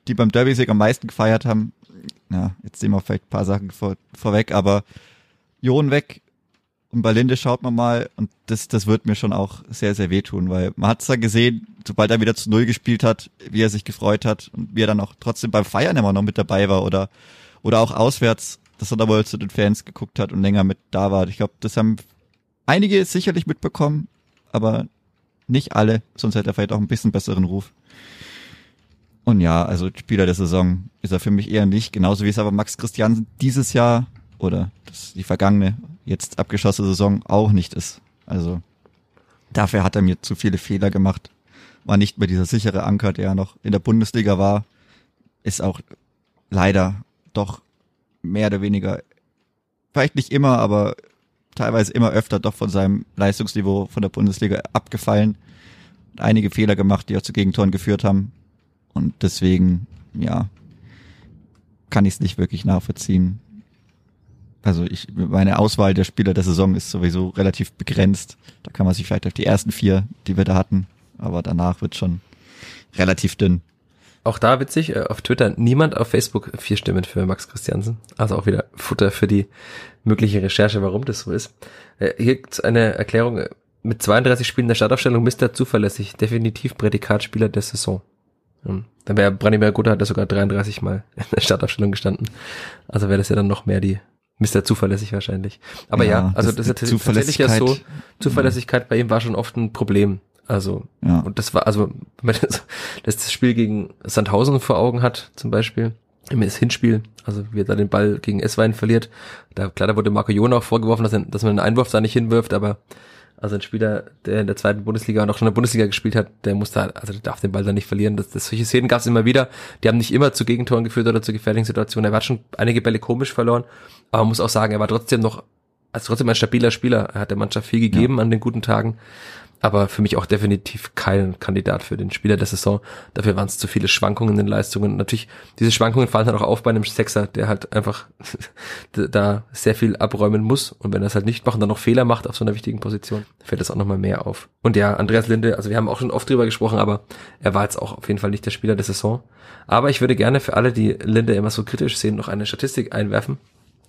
die beim Derby-Sieg am meisten gefeiert haben, ja, jetzt sehen wir vielleicht ein paar Sachen vor, vorweg, aber Jon weg und bei Linde schaut man mal und das, das wird mir schon auch sehr, sehr wehtun, weil man hat es dann gesehen, sobald er wieder zu Null gespielt hat, wie er sich gefreut hat und wie er dann auch trotzdem beim Feiern immer noch mit dabei war oder, oder auch auswärts, dass er da wohl zu den Fans geguckt hat und länger mit da war. Ich glaube, das haben einige sicherlich mitbekommen, aber nicht alle, sonst hätte er vielleicht auch ein bisschen besseren Ruf. Und ja, also Spieler der Saison ist er für mich eher nicht, genauso wie es aber Max Christiansen dieses Jahr oder das, die vergangene, jetzt abgeschossene Saison auch nicht ist. Also dafür hat er mir zu viele Fehler gemacht, war nicht mehr dieser sichere Anker, der noch in der Bundesliga war, ist auch leider doch mehr oder weniger, vielleicht nicht immer, aber teilweise immer öfter doch von seinem Leistungsniveau von der Bundesliga abgefallen, einige Fehler gemacht, die auch zu Gegentoren geführt haben. Und deswegen, ja, kann ich es nicht wirklich nachvollziehen. Also ich, meine Auswahl der Spieler der Saison ist sowieso relativ begrenzt. Da kann man sich vielleicht auf die ersten vier, die wir da hatten, aber danach wird schon relativ dünn. Auch da witzig, auf Twitter niemand, auf Facebook vier Stimmen für Max Christiansen. Also auch wieder Futter für die mögliche Recherche, warum das so ist. Hier gibt's eine Erklärung, mit zweiunddreißig Spielen der Startaufstellung Mister Zuverlässig, definitiv Prädikatspieler der Saison. Dann wäre Branimir Gotha, hat er sogar dreiunddreißig Mal in der Startaufstellung gestanden. Also wäre das ja dann noch mehr die Mister Zuverlässig wahrscheinlich. Aber ja, ja also das, das ist tatsächlich ja so, Zuverlässigkeit ja. bei ihm war schon oft ein Problem. Also, ja. und das war, also, wenn man das, das Spiel gegen Sandhausen vor Augen hat, zum Beispiel, im Hinspiel, also wie er da den Ball gegen Esswein verliert, da, klar, da wurde Marco Jon auch vorgeworfen, dass, er, dass man einen Einwurf da nicht hinwirft, aber also ein Spieler, der in der zweiten Bundesliga und auch schon in der Bundesliga gespielt hat, der muss da, also der darf den Ball da nicht verlieren. Das, das, solche Szenen gab es immer wieder. Die haben nicht immer zu Gegentoren geführt oder zu gefährlichen Situationen. Er hat schon einige Bälle komisch verloren, aber man muss auch sagen, er war trotzdem noch, also trotzdem ein stabiler Spieler. Er hat der Mannschaft viel gegeben ja. an den guten Tagen, aber für mich auch definitiv kein Kandidat für den Spieler der Saison. Dafür waren es zu viele Schwankungen in den Leistungen. Natürlich, diese Schwankungen fallen halt auch auf bei einem Sechser, der halt einfach da sehr viel abräumen muss. Und wenn er es halt nicht macht und dann noch Fehler macht auf so einer wichtigen Position, fällt das auch nochmal mehr auf. Und ja, Andreas Linde, also wir haben auch schon oft drüber gesprochen, aber er war jetzt auch auf jeden Fall nicht der Spieler der Saison. Aber ich würde gerne für alle, die Linde immer so kritisch sehen, noch eine Statistik einwerfen.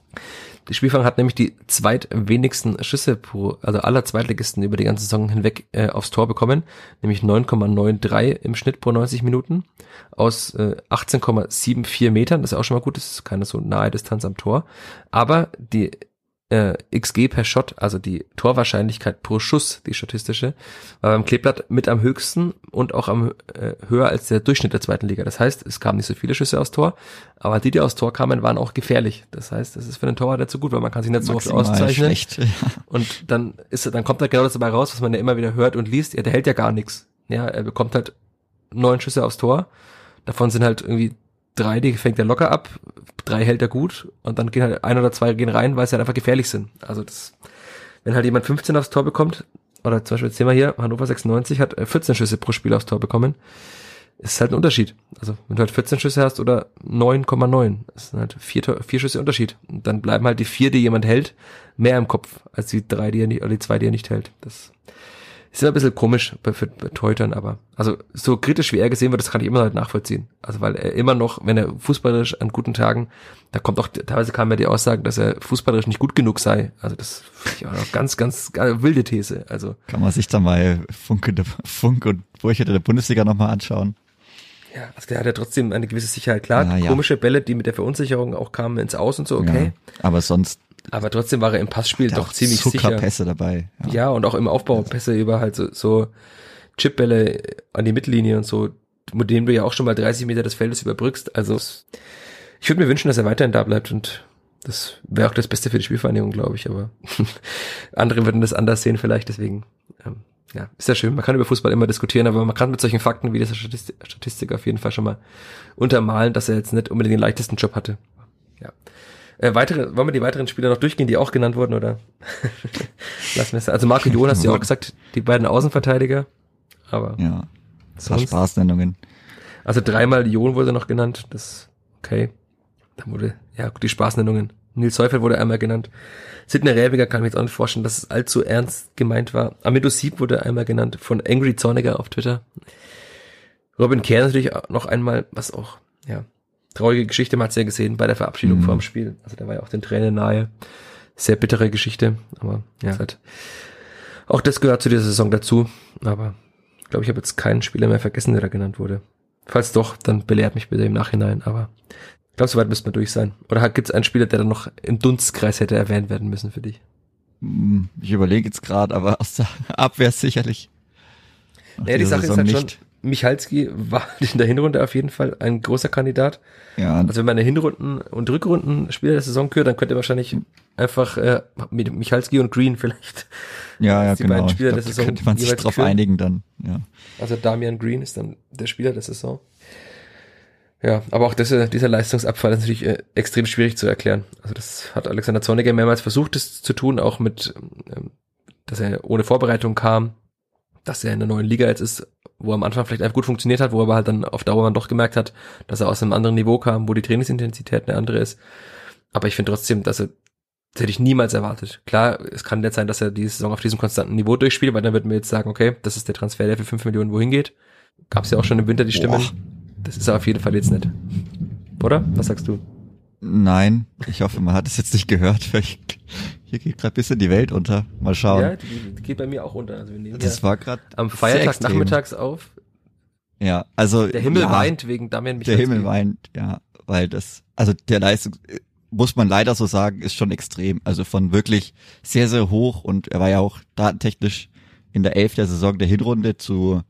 Die Spielfang hat nämlich die zweitwenigsten Schüsse pro, also aller Zweitligisten über die ganze Saison hinweg äh, aufs Tor bekommen, nämlich neun Komma neununddreißig im Schnitt pro neunzig Minuten aus äh, achtzehn Komma vierundsiebzig Metern, das ist auch schon mal gut, das ist keine so nahe Distanz am Tor, aber die äh, X G per Shot, also die Torwahrscheinlichkeit pro Schuss, die statistische, war beim Kleeblatt mit am höchsten und auch am äh, höher als der Durchschnitt der zweiten Liga. Das heißt, es kamen nicht so viele Schüsse aus Tor, aber die, die aus Tor kamen, waren auch gefährlich. Das heißt, das ist für den Torwart nicht so gut, weil man kann sich nicht so oft auszeichnen. Schlecht, ja. Und dann ist, dann kommt da genau das dabei raus, was man ja immer wieder hört und liest. Ja, der hält ja gar nichts. Ja, er bekommt halt neun Schüsse aufs Tor. Davon sind halt irgendwie drei, die fängt er locker ab, drei hält er gut und dann gehen halt ein oder zwei gehen rein, weil sie halt einfach gefährlich sind. Also das, wenn halt jemand fünfzehn aufs Tor bekommt, oder zum Beispiel jetzt sehen wir hier, Hannover sechsundneunzig hat vierzehn Schüsse pro Spiel aufs Tor bekommen, ist halt ein Unterschied. Also wenn du halt vierzehn Schüsse hast oder neun Komma neun, das sind halt vier, vier Schüsse Unterschied. Und dann bleiben halt die vier, die jemand hält, mehr im Kopf als die drei, die er nicht, oder die zwei, die er nicht hält. Das ist immer ein bisschen komisch bei, für, bei Torhütern, aber also so kritisch wie er gesehen wird, das kann ich immer halt nachvollziehen. Also weil er immer noch, wenn er fußballerisch an guten Tagen, da kommt auch, teilweise kamen ja die Aussagen, dass er fußballerisch nicht gut genug sei. Also das finde ich auch noch ganz, ganz, ganz wilde These. Also kann man sich da mal Funke, Funk und Burchard der Bundesliga nochmal anschauen. Ja, also der hat ja trotzdem eine gewisse Sicherheit. Klar, ja, ja. komische Bälle, die mit der Verunsicherung auch kamen ins Aus und so, okay. Ja, aber sonst Aber trotzdem war er im Passspiel doch ziemlich sicher. Zuckerpässe dabei. Ja. ja, und auch im Aufbau Pässe über halt so, so Chipbälle an die Mittellinie und so, mit denen du ja auch schon mal dreißig Meter des Feldes überbrückst. Also ich würde mir wünschen, dass er weiterhin da bleibt und das wäre auch das Beste für die Spielvereinigung, glaube ich. Aber andere würden das anders sehen vielleicht, deswegen ähm, ja, ist ja schön. Man kann über Fußball immer diskutieren, aber man kann mit solchen Fakten wie dieser Statistik, Statistik auf jeden Fall schon mal untermalen, dass er jetzt nicht unbedingt den leichtesten Job hatte. Ja. Äh, weitere, wollen wir die weiteren Spieler noch durchgehen, die auch genannt wurden, oder? Lassen wir es. Also Marco Jon hast du ja auch gesagt, die beiden Außenverteidiger, aber ja, das war Spaßnennungen. Also dreimal Jon wurde noch genannt, das okay. Dann wurde, ja, die Spaßnennungen. Nils Seufert wurde einmal genannt. Sidney Rebiger kann ich mir jetzt auch nicht vorstellen, dass es allzu ernst gemeint war. Amido Sieb wurde einmal genannt von Angry Zorniger auf Twitter. Robin Kehr natürlich noch einmal, was auch ja, traurige Geschichte, man hat es ja gesehen bei der Verabschiedung Mhm. vor dem Spiel. Also der war ja auch den Tränen nahe. Sehr bittere Geschichte, aber ja, halt, auch das gehört zu dieser Saison dazu. Aber ich glaube, ich habe jetzt keinen Spieler mehr vergessen, der da genannt wurde. Falls doch, dann belehrt mich bitte im Nachhinein, aber ich glaube, soweit müssten wir durch sein. Oder gibt es einen Spieler, der dann noch im Dunstkreis hätte erwähnt werden müssen für dich? Ich überlege jetzt gerade, aber aus der Abwehr sicherlich. Nach Ja, die dieser Sache ist Saison halt nicht. schon, Michalski war in der Hinrunde auf jeden Fall ein großer Kandidat. Ja, Also wenn man eine Hinrunden- und Rückrunden-Spieler der Saison kürt, dann könnte wahrscheinlich einfach äh, mit Michalski und Green vielleicht. ja, ja, die genau. beiden Spieler Ich der glaub, da Saison könnte man sich jeweils drauf küren. einigen dann. Ja. Also Damian Green ist dann der Spieler der Saison. Ja, aber auch das, dieser Leistungsabfall ist natürlich äh, extrem schwierig zu erklären. Also das hat Alexander Zorniger mehrmals versucht, das zu tun, auch mit, ähm, dass er ohne Vorbereitung kam, dass er in der neuen Liga jetzt ist, wo er am Anfang vielleicht einfach gut funktioniert hat, wo er aber halt dann auf Dauer dann doch gemerkt hat, dass er aus einem anderen Niveau kam, wo die Trainingsintensität eine andere ist. Aber ich finde trotzdem, dass er, das hätte ich niemals erwartet. Klar, es kann jetzt sein, dass er die Saison auf diesem konstanten Niveau durchspielt, weil dann würden wir jetzt sagen, okay, das ist der Transfer, der für fünf Millionen wohin geht. Gab es ja auch schon im Winter die Stimmen. Boah. Das ist er auf jeden Fall jetzt nicht. Oder? Was sagst du? Nein, ich hoffe, man hat es jetzt nicht gehört, weil ich, hier geht gerade ein bisschen die Welt unter. Mal schauen. Ja, die, die geht bei mir auch unter. Also wir nehmen das ja war gerade am Feiertag nachmittags auf. Ja, also Der Himmel ja, weint wegen Damian Der Michalski. Himmel weint, ja, weil das, also der Leistung, muss man leider so sagen, ist schon extrem. Also von wirklich sehr, sehr hoch und er war ja auch datentechnisch in der Elf der Saison der Hinrunde zu,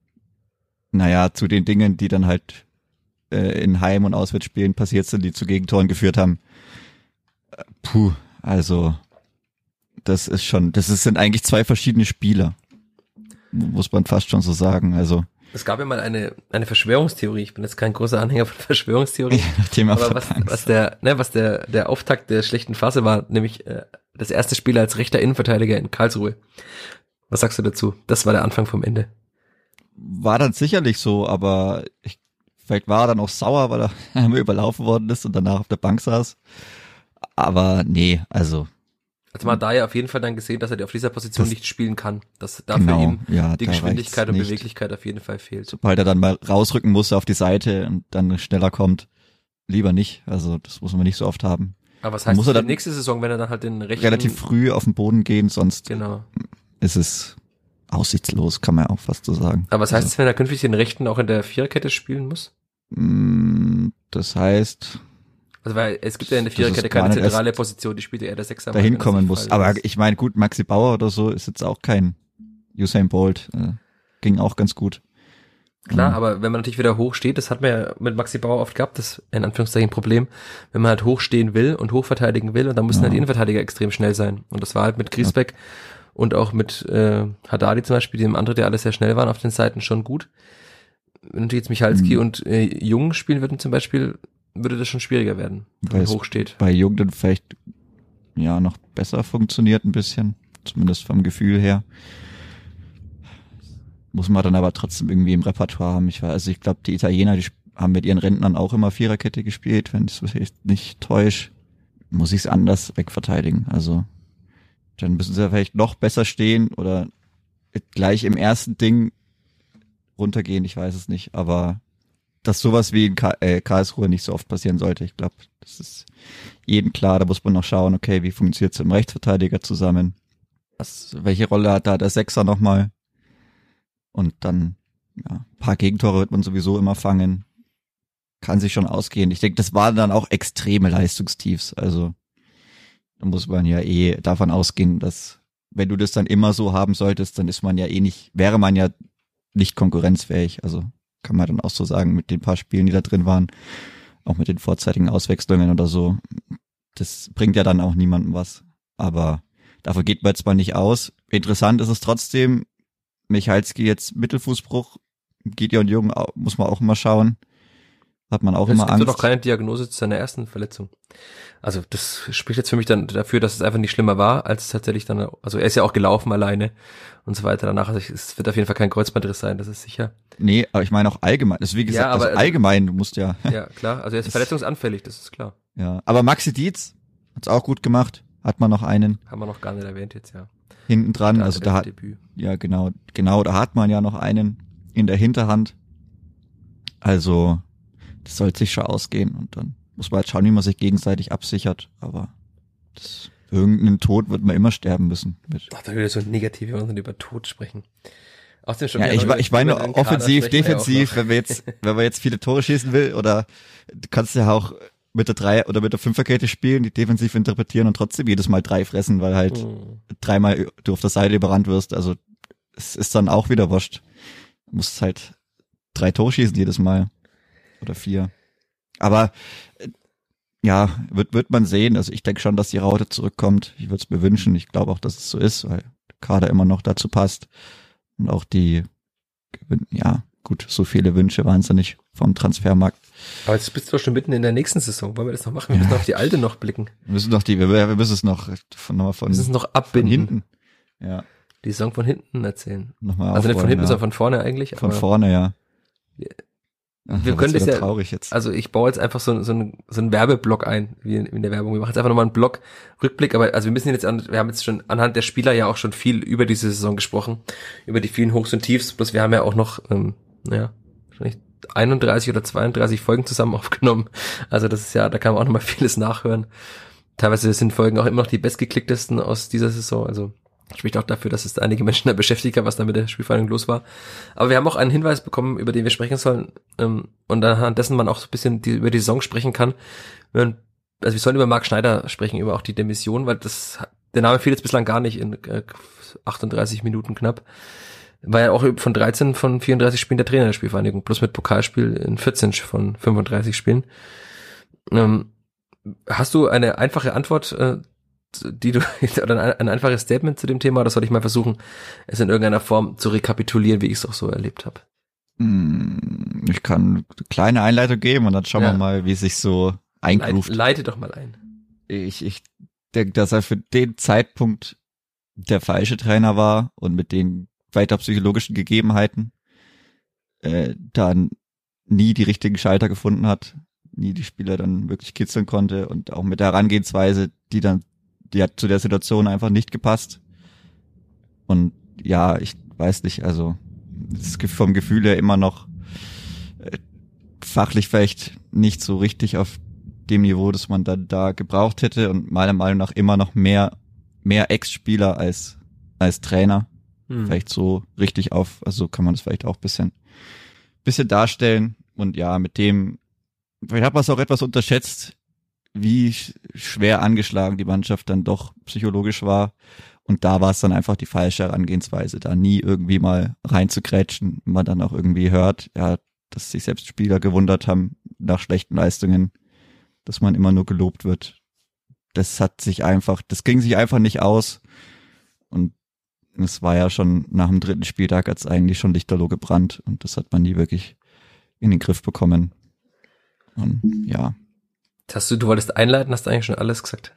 naja, zu den Dingen, die dann halt äh, in Heim- und Auswärtsspielen passiert sind, die zu Gegentoren geführt haben. Äh, Puh, also das ist schon, das ist, sind eigentlich zwei verschiedene Spieler, muss man fast schon so sagen. Also Es gab ja mal eine eine Verschwörungstheorie. Ich bin jetzt kein großer Anhänger von Verschwörungstheorien. Thema Aber was, was der, ne, was der, der Auftakt der schlechten Phase war, nämlich äh, das erste Spiel als rechter Innenverteidiger in Karlsruhe. Was sagst du dazu? Das war der Anfang vom Ende. war dann sicherlich so, aber ich, vielleicht war er dann auch sauer, weil er einmal überlaufen worden ist und danach auf der Bank saß. Aber nee, also Also man hat da ja auf jeden Fall dann gesehen, dass er auf dieser Position Das- nicht spielen kann. Dass dafür genau, ihm ja, die da Geschwindigkeit reicht's und nicht. Beweglichkeit auf jeden Fall fehlt. Sobald er dann mal rausrücken muss auf die Seite und dann schneller kommt, lieber nicht. Also das muss man nicht so oft haben. Aber was Dann heißt muss das er für dann die nächste Saison, wenn er dann halt den rechten... Relativ früh auf den Boden gehen, sonst Genau. ist es aussichtslos, kann man auch fast so sagen. Aber was heißt Also, es, wenn er künftig den rechten auch in der Viererkette spielen muss? mh, das heißt, Also weil es gibt ja in der Das Viererkette ist keine gar nicht zentrale Position, die spielt ja eher der Sechser. dahin wenn das kommen der muss. Fall Aber ist. ich meine, gut, Maxi Bauer oder so ist jetzt auch kein Usain Bolt. Äh, ging auch ganz gut. Klar, Mhm. aber wenn man natürlich wieder hoch steht, das hat man ja mit Maxi Bauer oft gehabt, das in Anführungszeichen Problem, wenn man halt hoch stehen will und hoch verteidigen will und dann müssen Ja. halt die Innenverteidiger extrem schnell sein. Und das war halt mit Griesbeck und auch mit äh, Haddadi zum Beispiel, dem anderen, der alle sehr schnell waren auf den Seiten, schon gut. Wenn natürlich jetzt Michalski Mhm. und äh, Jung spielen würden zum Beispiel, würde das schon schwieriger werden, wenn man Weiß- hoch steht. Bei Jung dann vielleicht ja noch besser funktioniert ein bisschen, zumindest vom Gefühl her. Muss man dann aber trotzdem irgendwie im Repertoire haben. Ich weiß, also ich glaube, die Italiener, die sp- haben mit ihren Rentnern auch immer Viererkette gespielt, wenn ich es nicht täusche. Muss ich es anders wegverteidigen. Also dann müssen sie ja vielleicht noch besser stehen oder gleich im ersten Ding runtergehen, ich weiß es nicht, aber dass sowas wie in Ka- äh, Karlsruhe nicht so oft passieren sollte. Ich glaube, das ist jedem klar. Da muss man noch schauen, okay, wie funktioniert es im Rechtsverteidiger zusammen? Was, welche Rolle hat da der Sechser nochmal? Und dann, ja, ein paar Gegentore wird man sowieso immer fangen. Kann sich schon ausgehen. Ich denke, das waren dann auch extreme Leistungstiefs. Also da muss man ja eh davon ausgehen, dass wenn du das dann immer so haben solltest, dann ist man ja eh nicht, wäre man ja nicht konkurrenzfähig. Also kann man dann auch so sagen, mit den paar Spielen, die da drin waren, auch mit den vorzeitigen Auswechslungen oder so. Das bringt ja dann auch niemandem was. Aber dafür geht man jetzt mal nicht aus. Interessant ist es trotzdem, Michalski jetzt Mittelfußbruch, Gideon Jung au- muss man auch immer schauen. Hat man auch Es immer gibt Angst. doch keine Diagnose zu seiner ersten Verletzung. Also das spricht jetzt für mich dann dafür, dass es einfach nicht schlimmer war, als es tatsächlich dann, also er ist ja auch gelaufen alleine und so weiter danach. Also es wird auf jeden Fall kein Kreuzbandriss sein, das ist sicher. Nee, aber ich meine auch allgemein. Das ist wie gesagt, Ja, aber- also allgemein, du musst ja, Ja, klar. Also er ist Das- verletzungsanfällig, das ist klar. ja. Aber Maxi Dietz hat's auch gut gemacht. Hat man noch einen Haben wir noch gar nicht erwähnt jetzt, ja. hinten dran. Also da hat, Debüt. ja genau, genau, da hat man ja noch einen in der Hinterhand. Also das sollte sich schon ausgehen und dann muss man halt schauen, wie man sich gegenseitig absichert, aber das, irgendeinen Tod wird man immer sterben müssen. Mit. Ach, da will ich so negativ, wenn wir dann über Tod sprechen. Außerdem schon ja, ich, ich meine offensiv, defensiv, wenn wir jetzt, wenn wir jetzt viele Tore schießen will, oder du kannst ja auch mit der drei oder mit der Fünferkette spielen, die defensiv interpretieren und trotzdem jedes Mal drei fressen, weil halt hm. dreimal du auf der Seite überrannt wirst. Also es ist dann auch wieder wurscht. Du musst halt drei Tore schießen jedes Mal oder vier. Aber ja, wird wird man sehen. Also ich denke schon, dass die Raute zurückkommt. Ich würde es mir wünschen. Ich glaube auch, dass es so ist, weil der Kader immer noch dazu passt. Und auch die, ja, gut, so viele Wünsche waren es ja nicht vom Transfermarkt. Aber jetzt bist du doch schon mitten in der nächsten Saison. Wollen wir das noch machen? Wir müssen ja. auf die alte noch blicken. Wir müssen noch die, wir, wir müssen es noch von, von, wir müssen es noch abbinden. Von hinten. Ja. Die Saison von hinten erzählen. Nochmal also nicht von hinten, ja. sondern von vorne eigentlich. Von vorne, ja. Wir, Ach, wir können das ja, traurig jetzt. Also ich baue jetzt einfach so, so, einen, so einen Werbeblock ein, wie in, in der Werbung. Wir machen jetzt einfach nochmal einen Block Rückblick, aber also wir müssen jetzt, an, wir haben jetzt schon anhand der Spieler ja auch schon viel über diese Saison gesprochen, über die vielen Hochs und Tiefs, bloß wir haben ja auch noch, ähm, naja, wahrscheinlich einunddreißig oder zweiunddreißig Folgen zusammen aufgenommen. Also das ist ja, da kann man auch nochmal vieles nachhören. Teilweise sind Folgen auch immer noch die bestgeklicktesten aus dieser Saison, also spricht auch dafür, dass es einige Menschen da beschäftigt haben, was da mit der Spielvereinigung los war. Aber wir haben auch einen Hinweis bekommen, über den wir sprechen sollen, ähm, und anhand dessen man auch so ein bisschen die, über die Saison sprechen kann. Wir, also wir sollen über Marc Schneider sprechen, über auch die Demission, weil das, der Name fiel jetzt bislang gar nicht in äh, achtunddreißig Minuten knapp. War ja auch von dreizehn von vierunddreißig Spielen der Trainer der Spielvereinigung, plus mit Pokalspiel in vierzehn von fünfunddreißig Spielen. Ähm, hast du eine einfache Antwort, äh, die du, oder ein, ein einfaches Statement zu dem Thema, oder soll ich mal versuchen, es in irgendeiner Form zu rekapitulieren, wie ich es auch so erlebt habe? Ich kann eine kleine Einleitung geben und dann schauen ja. wir mal, wie es sich so eingruft. Leite, leite doch mal ein. Ich, ich denke, dass er für den Zeitpunkt der falsche Trainer war und mit den weiter psychologischen Gegebenheiten äh, dann nie die richtigen Schalter gefunden hat, nie die Spieler dann wirklich kitzeln konnte und auch mit der Herangehensweise, die dann die hat zu der Situation einfach nicht gepasst. Und ja, ich weiß nicht, also es ist vom Gefühl her immer noch äh, fachlich vielleicht nicht so richtig auf dem Niveau, das man dann da gebraucht hätte und meiner Meinung nach immer noch mehr mehr Ex-Spieler als als Trainer. Hm. Vielleicht so richtig auf, also kann man das vielleicht auch bisschen bisschen darstellen. Und ja, mit dem, vielleicht hat man es auch etwas unterschätzt, wie schwer angeschlagen die Mannschaft dann doch psychologisch war. Und da war es dann einfach die falsche Herangehensweise, da nie irgendwie mal reinzugrätschen. Man dann auch irgendwie hört, ja, dass sich selbst Spieler gewundert haben nach schlechten Leistungen, dass man immer nur gelobt wird. Das hat sich einfach, das ging sich einfach nicht aus. Und es war ja schon nach dem dritten Spieltag hat's eigentlich schon lichterloh gebrannt. Und das hat man nie wirklich in den Griff bekommen. Und ja. Hast du, du wolltest einleiten, hast du eigentlich schon alles gesagt.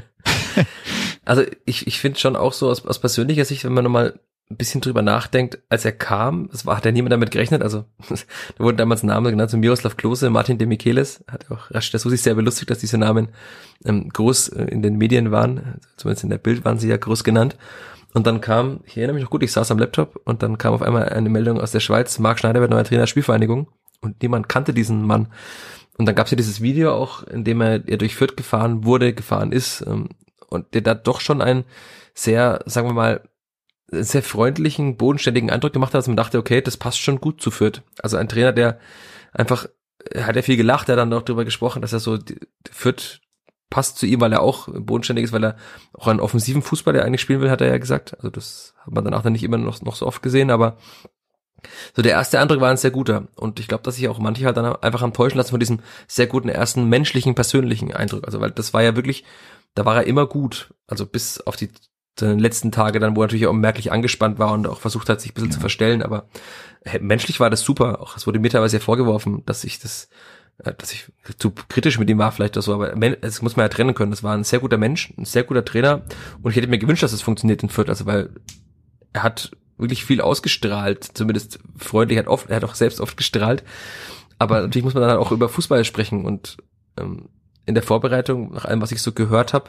Also ich, ich finde schon auch so aus, aus persönlicher Sicht, wenn man nochmal ein bisschen drüber nachdenkt, als er kam, es war, hat ja niemand damit gerechnet, also da wurden damals Namen genannt, so Miroslav Klose, Martin de Michelis, hat auch rasch der Susi sehr belustigt, dass diese Namen ähm, groß äh, in den Medien waren, zumindest in der Bild waren sie ja groß genannt. Und dann kam, ich erinnere mich noch gut, ich saß am Laptop und dann kam auf einmal eine Meldung aus der Schweiz, Marc Schneider wird neuer Trainer der Spielvereinigung und niemand kannte diesen Mann. Und dann gab es ja dieses Video auch, in dem er, er durch Fürth gefahren wurde, gefahren ist, ähm, und der da doch schon einen sehr, sagen wir mal, sehr freundlichen, bodenständigen Eindruck gemacht hat, dass man dachte, okay, das passt schon gut zu Fürth. Also ein Trainer, der einfach, er hat ja viel gelacht, er hat dann auch darüber gesprochen, dass er so, die, Fürth passt zu ihm, weil er auch bodenständig ist, weil er auch einen offensiven Fußball, der eigentlich spielen will, hat er ja gesagt. Also das hat man danach dann nicht immer noch, noch so oft gesehen, aber so der erste Eindruck war ein sehr guter. Und ich glaube, dass sich auch manche halt dann einfach enttäuschen lassen von diesem sehr guten ersten menschlichen, persönlichen Eindruck. Also weil das war ja wirklich, da war er immer gut. Also bis auf die letzten Tage dann, wo er natürlich auch merklich angespannt war und auch versucht hat, sich ein bisschen ja. zu verstellen. Aber hey, menschlich war das super. Auch es wurde mir teilweise ja vorgeworfen, dass ich das, dass ich zu kritisch mit ihm war vielleicht oder so. Aber es muss man ja trennen können. Das war ein sehr guter Mensch, ein sehr guter Trainer. Und ich hätte mir gewünscht, dass es funktioniert in Fürth. Also weil er hat wirklich viel ausgestrahlt, zumindest freundlich, hat oft, er hat auch selbst oft gestrahlt, aber natürlich muss man dann auch über Fußball sprechen und ähm, in der Vorbereitung, nach allem, was ich so gehört habe,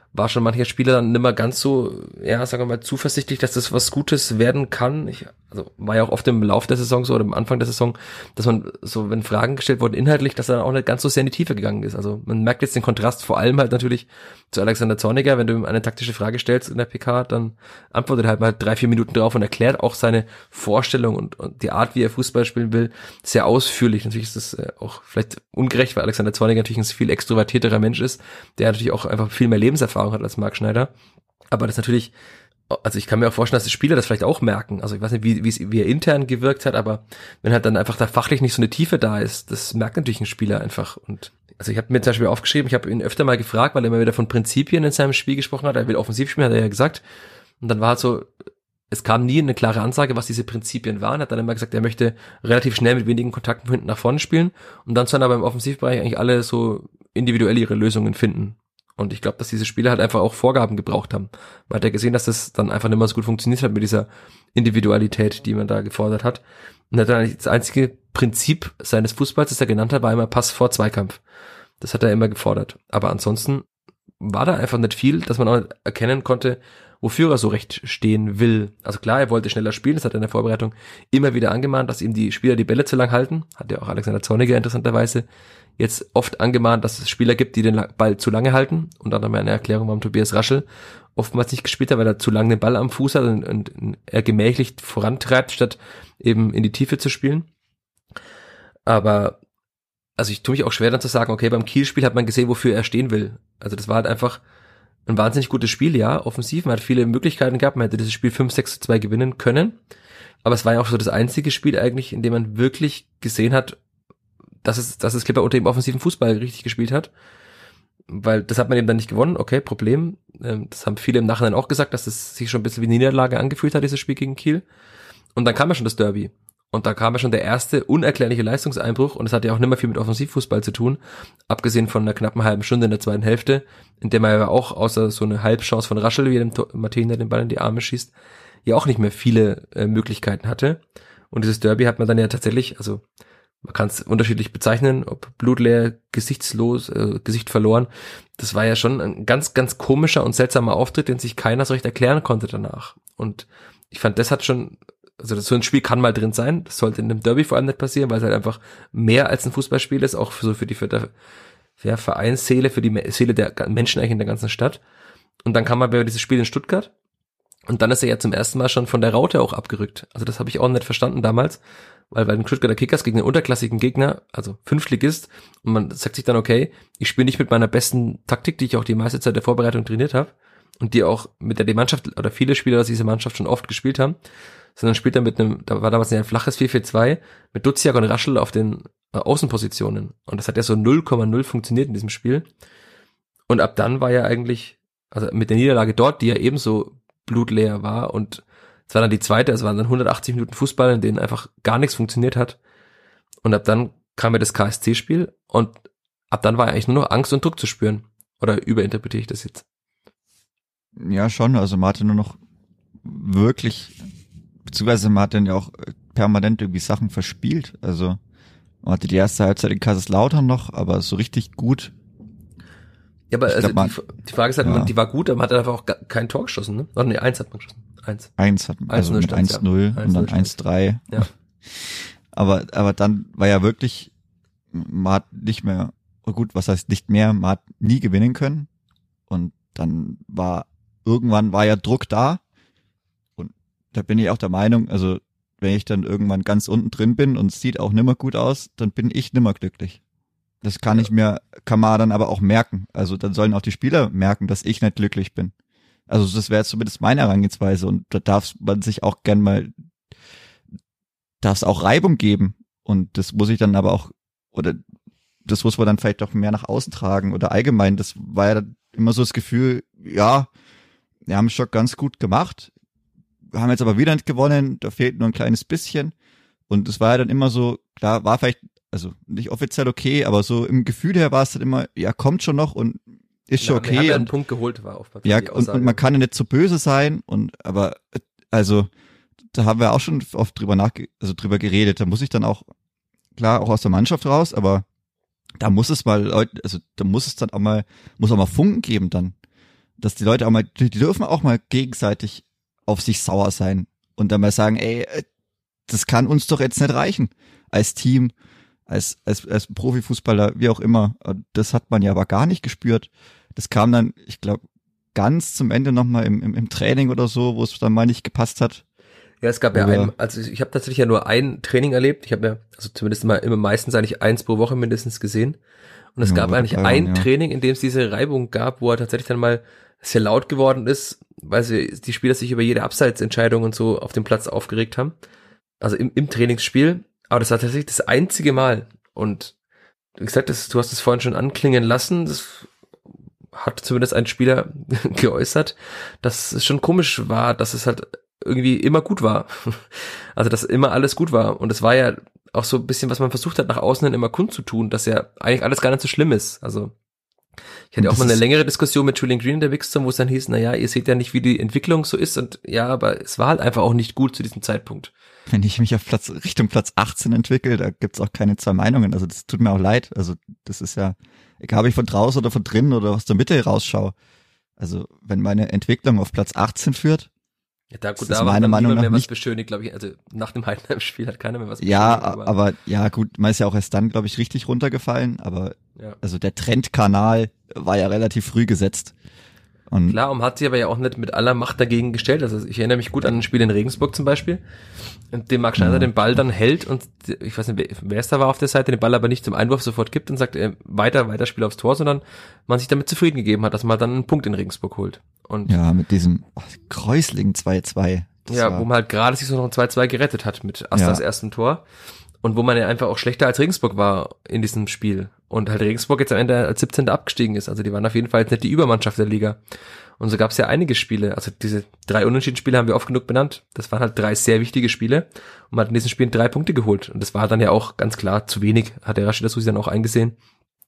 war schon mancher Spieler dann nicht mehr ganz so, ja, sagen wir mal, zuversichtlich, dass das was Gutes werden kann. Ich, also war ja auch oft im Lauf der Saison so oder am Anfang der Saison, dass man so, wenn Fragen gestellt wurden inhaltlich, dass er dann auch nicht ganz so sehr in die Tiefe gegangen ist. Also man merkt jetzt den Kontrast vor allem halt natürlich zu Alexander Zorniger. Wenn du ihm eine taktische Frage stellst in der P K, dann antwortet er halt mal drei, vier Minuten drauf und erklärt auch seine Vorstellung und, und die Art, wie er Fußball spielen will, sehr ausführlich. Natürlich ist das äh, auch vielleicht ungerecht, weil Alexander Zorniger natürlich ein viel extrovertierterer Mensch ist, der natürlich auch einfach viel mehr Lebenserfahrung hat als Marc Schneider. Aber das natürlich, also ich kann mir auch vorstellen, dass die Spieler das vielleicht auch merken. Also ich weiß nicht, wie, wie, es, wie er intern gewirkt hat, aber wenn halt dann einfach da fachlich nicht so eine Tiefe da ist, das merkt natürlich ein Spieler einfach. Und also ich habe mir zum Beispiel aufgeschrieben, ich habe ihn öfter mal gefragt, weil er immer wieder von Prinzipien in seinem Spiel gesprochen hat. Er will offensiv spielen, hat er ja gesagt. Und dann war halt so, es kam nie eine klare Ansage, was diese Prinzipien waren. Er hat dann immer gesagt, er möchte relativ schnell mit wenigen Kontakten von hinten nach vorne spielen. Und dann sollen aber im Offensivbereich eigentlich alle so individuell ihre Lösungen finden. Und ich glaube, dass diese Spieler halt einfach auch Vorgaben gebraucht haben. Man hat ja gesehen, dass das dann einfach nicht mehr so gut funktioniert hat mit dieser Individualität, die man da gefordert hat. Und hat dann eigentlich das einzige Prinzip seines Fußballs, das er genannt hat, war immer Pass vor Zweikampf. Das hat er immer gefordert. Aber ansonsten war da einfach nicht viel, dass man auch nicht erkennen konnte, wofür er so recht stehen will. Also klar, er wollte schneller spielen, das hat er in der Vorbereitung immer wieder angemahnt, dass ihm die Spieler die Bälle zu lang halten. Hat ja auch Alexander Zorniger interessanterweise jetzt oft angemahnt, dass es Spieler gibt, die den Ball zu lange halten. Und dann haben wir eine Erklärung, warum Tobias Raschel oftmals nicht gespielt hat, weil er zu lange den Ball am Fuß hat und, und er gemächlich vorantreibt, statt eben in die Tiefe zu spielen. Aber also ich tue mich auch schwer dann zu sagen, okay, beim Kiel-Spiel hat man gesehen, wofür er stehen will. Also das war halt einfach ein wahnsinnig gutes Spiel, ja, offensiv. Man hat viele Möglichkeiten gehabt, man hätte dieses Spiel fünf sechs zu zwei gewinnen können. Aber es war ja auch so das einzige Spiel eigentlich, in dem man wirklich gesehen hat, dass es, dass es Clipper unter dem offensiven Fußball richtig gespielt hat. Weil das hat man eben dann nicht gewonnen, okay, Problem. Das haben viele im Nachhinein auch gesagt, dass es sich schon ein bisschen wie eine Niederlage angefühlt hat, dieses Spiel gegen Kiel. Und dann kam ja schon das Derby. Und da kam ja schon der erste unerklärliche Leistungseinbruch und es hat ja auch nicht mehr viel mit Offensivfußball zu tun, abgesehen von einer knappen halben Stunde in der zweiten Hälfte, in der man ja auch außer so eine Halbchance von Raschel, wie dem Martin den Ball in die Arme schießt, ja auch nicht mehr viele äh, Möglichkeiten hatte. Und dieses Derby hat man dann ja tatsächlich, also man kann es unterschiedlich bezeichnen, ob blutleer, gesichtslos, äh, Gesicht verloren. Das war ja schon ein ganz, ganz komischer und seltsamer Auftritt, den sich keiner so recht erklären konnte danach. Und ich fand, das hat schon, also das, so ein Spiel kann mal drin sein, das sollte in einem Derby vor allem nicht passieren, weil es halt einfach mehr als ein Fußballspiel ist, auch für, so für die für der, ja, Vereinsseele, für die Seele der Menschen eigentlich in der ganzen Stadt. Und dann kam man bei dieses Spiel in Stuttgart und dann ist er ja zum ersten Mal schon von der Raute auch abgerückt. Also das habe ich auch nicht verstanden damals, weil bei den Stuttgarter Kickers gegen einen unterklassigen Gegner, also Fünftligist, und man sagt sich dann, okay, ich spiele nicht mit meiner besten Taktik, die ich auch die meiste Zeit der Vorbereitung trainiert habe und die auch mit der die Mannschaft oder viele Spieler aus dieser Mannschaft schon oft gespielt haben, sondern spielt er mit einem, da war damals ein flaches vier vier zwei mit Duziak und Raschel auf den äh, Außenpositionen und das hat ja so null Komma null funktioniert in diesem Spiel und ab dann war ja eigentlich, also mit der Niederlage dort, die ja ebenso blutleer war und es war dann die zweite, es waren dann hundertachtzig Minuten Fußball, in denen einfach gar nichts funktioniert hat. Und ab dann kam ja das K S C-Spiel und ab dann war eigentlich nur noch Angst und Druck zu spüren. Oder überinterpretiere ich das jetzt? Ja, schon. Also man hatte nur noch wirklich, beziehungsweise man hat dann ja auch permanent irgendwie Sachen verspielt. Also man hatte die erste Halbzeit in Kaiserslautern noch, aber so richtig gut. Ja, aber ich also glaub, man, die, die Frage ist halt, ja. die war gut, aber man hat einfach auch kein Tor geschossen, ne? Oder nee, eins hat man geschossen. Eins. Eins hat man, also mit eins null ja. und dann eins drei. Ja. Aber, aber dann war ja wirklich, man hat nicht mehr, oh gut, was heißt nicht mehr, man hat nie gewinnen können. Und dann war, irgendwann war ja Druck da. Und da bin ich auch der Meinung, also wenn ich dann irgendwann ganz unten drin bin und es sieht auch nimmer gut aus, dann bin ich nimmer glücklich. Das kann ja. ich mir, kann man dann aber auch merken. Also dann sollen auch die Spieler merken, dass ich nicht glücklich bin. Also das wäre zumindest meine Herangehensweise und da darf man sich auch gern mal, darf es auch Reibung geben und das muss ich dann aber auch, oder das muss man dann vielleicht auch mehr nach außen tragen oder allgemein, das war ja immer so das Gefühl, ja, wir haben es schon ganz gut gemacht, wir haben jetzt aber wieder nicht gewonnen, da fehlt nur ein kleines bisschen und es war ja dann immer so, klar, war vielleicht, also nicht offiziell okay, aber so im Gefühl her war es dann immer, ja, kommt schon noch und ist schon okay. Wir haben ja und, einen Punkt geholt, war auf Ja, und, und man kann ja nicht so böse sein und, aber, also, da haben wir auch schon oft drüber nachge, also drüber geredet. Da muss ich dann auch, klar, auch aus der Mannschaft raus, aber da muss es mal Leute, also da muss es dann auch mal, muss auch mal Funken geben dann. dass die Leute auch mal, die dürfen auch mal gegenseitig auf sich sauer sein und dann mal sagen, ey, das kann uns doch jetzt nicht reichen als Team, als als als Profifußballer, wie auch immer. Das hat man ja aber gar nicht gespürt. Das kam dann, ich glaube, ganz zum Ende nochmal im, im im Training oder so, wo es dann mal nicht gepasst hat. Ja, es gab ja ein, also ich habe tatsächlich ja nur ein Training erlebt. Ich habe ja, also zumindest mal immer meistens eigentlich eins pro Woche mindestens gesehen. Und es ja, gab eigentlich ein ja. Training, in dem es diese Reibung gab, wo er tatsächlich dann mal sehr laut geworden ist, weil sie, die Spieler sich über jede Abseitsentscheidung und so auf dem Platz aufgeregt haben. Also im, im Trainingsspiel. Aber das war tatsächlich das einzige Mal. Und wie gesagt, das, du hast es vorhin schon anklingen lassen. Das hat zumindest ein Spieler geäußert, dass es schon komisch war, dass es halt irgendwie immer gut war. Also, dass immer alles gut war. Und es war ja auch so ein bisschen, was man versucht hat, nach außen hin immer kundzutun, dass ja eigentlich alles gar nicht so schlimm ist. Also, ich hatte auch mal eine längere Diskussion mit Julian Green in der Mixzone, wo es dann hieß, naja, ihr seht ja nicht, wie die Entwicklung so ist. Und ja, aber es war halt einfach auch nicht gut zu diesem Zeitpunkt. Wenn ich mich auf Platz, Richtung Platz achtzehn entwickle, da gibt's auch keine zwei Meinungen. Also, das tut mir auch leid. Also, das ist ja, egal ob ich von draußen oder von drinnen oder aus der Mitte rausschaue. Also, wenn meine Entwicklung auf Platz achtzehn führt, ja, da, gut, das da ist meine Meinung nach mehr was nicht beschönigt, glaube ich. Also nach dem Heidenheim-Spiel hat keiner mehr was beschönigt. Ja, aber, aber ja gut, man ist ja auch erst dann, glaube ich, richtig runtergefallen. Aber ja. Also der Trendkanal war ja relativ früh gesetzt. Und klar, und hat sich aber ja auch nicht mit aller Macht dagegen gestellt. Also ich erinnere mich gut an ein Spiel in Regensburg zum Beispiel, in dem Marc Schneider ja. den Ball dann hält und ich weiß nicht, wer es da war auf der Seite, den Ball aber nicht zum Einwurf sofort gibt und sagt, äh, weiter, weiter Spiel aufs Tor, sondern man sich damit zufrieden gegeben hat, dass man dann einen Punkt in Regensburg holt. Und ja, mit diesem oh, gräusligen zwei zwei. Ja, war, wo man halt gerade sich so noch ein zwei zwei gerettet hat mit Astras ja. erstem Tor. Und wo man ja einfach auch schlechter als Regensburg war in diesem Spiel. Und halt Regensburg jetzt am Ende als siebzehnter abgestiegen ist. Also die waren auf jeden Fall jetzt nicht die Übermannschaft der Liga. Und so gab es ja einige Spiele. Also diese drei Unentschieden-Spiele haben wir oft genug benannt. Das waren halt drei sehr wichtige Spiele. Und man hat in diesen Spielen drei Punkte geholt. Und das war dann ja auch ganz klar zu wenig. Hat der Rashida Susi dann auch eingesehen.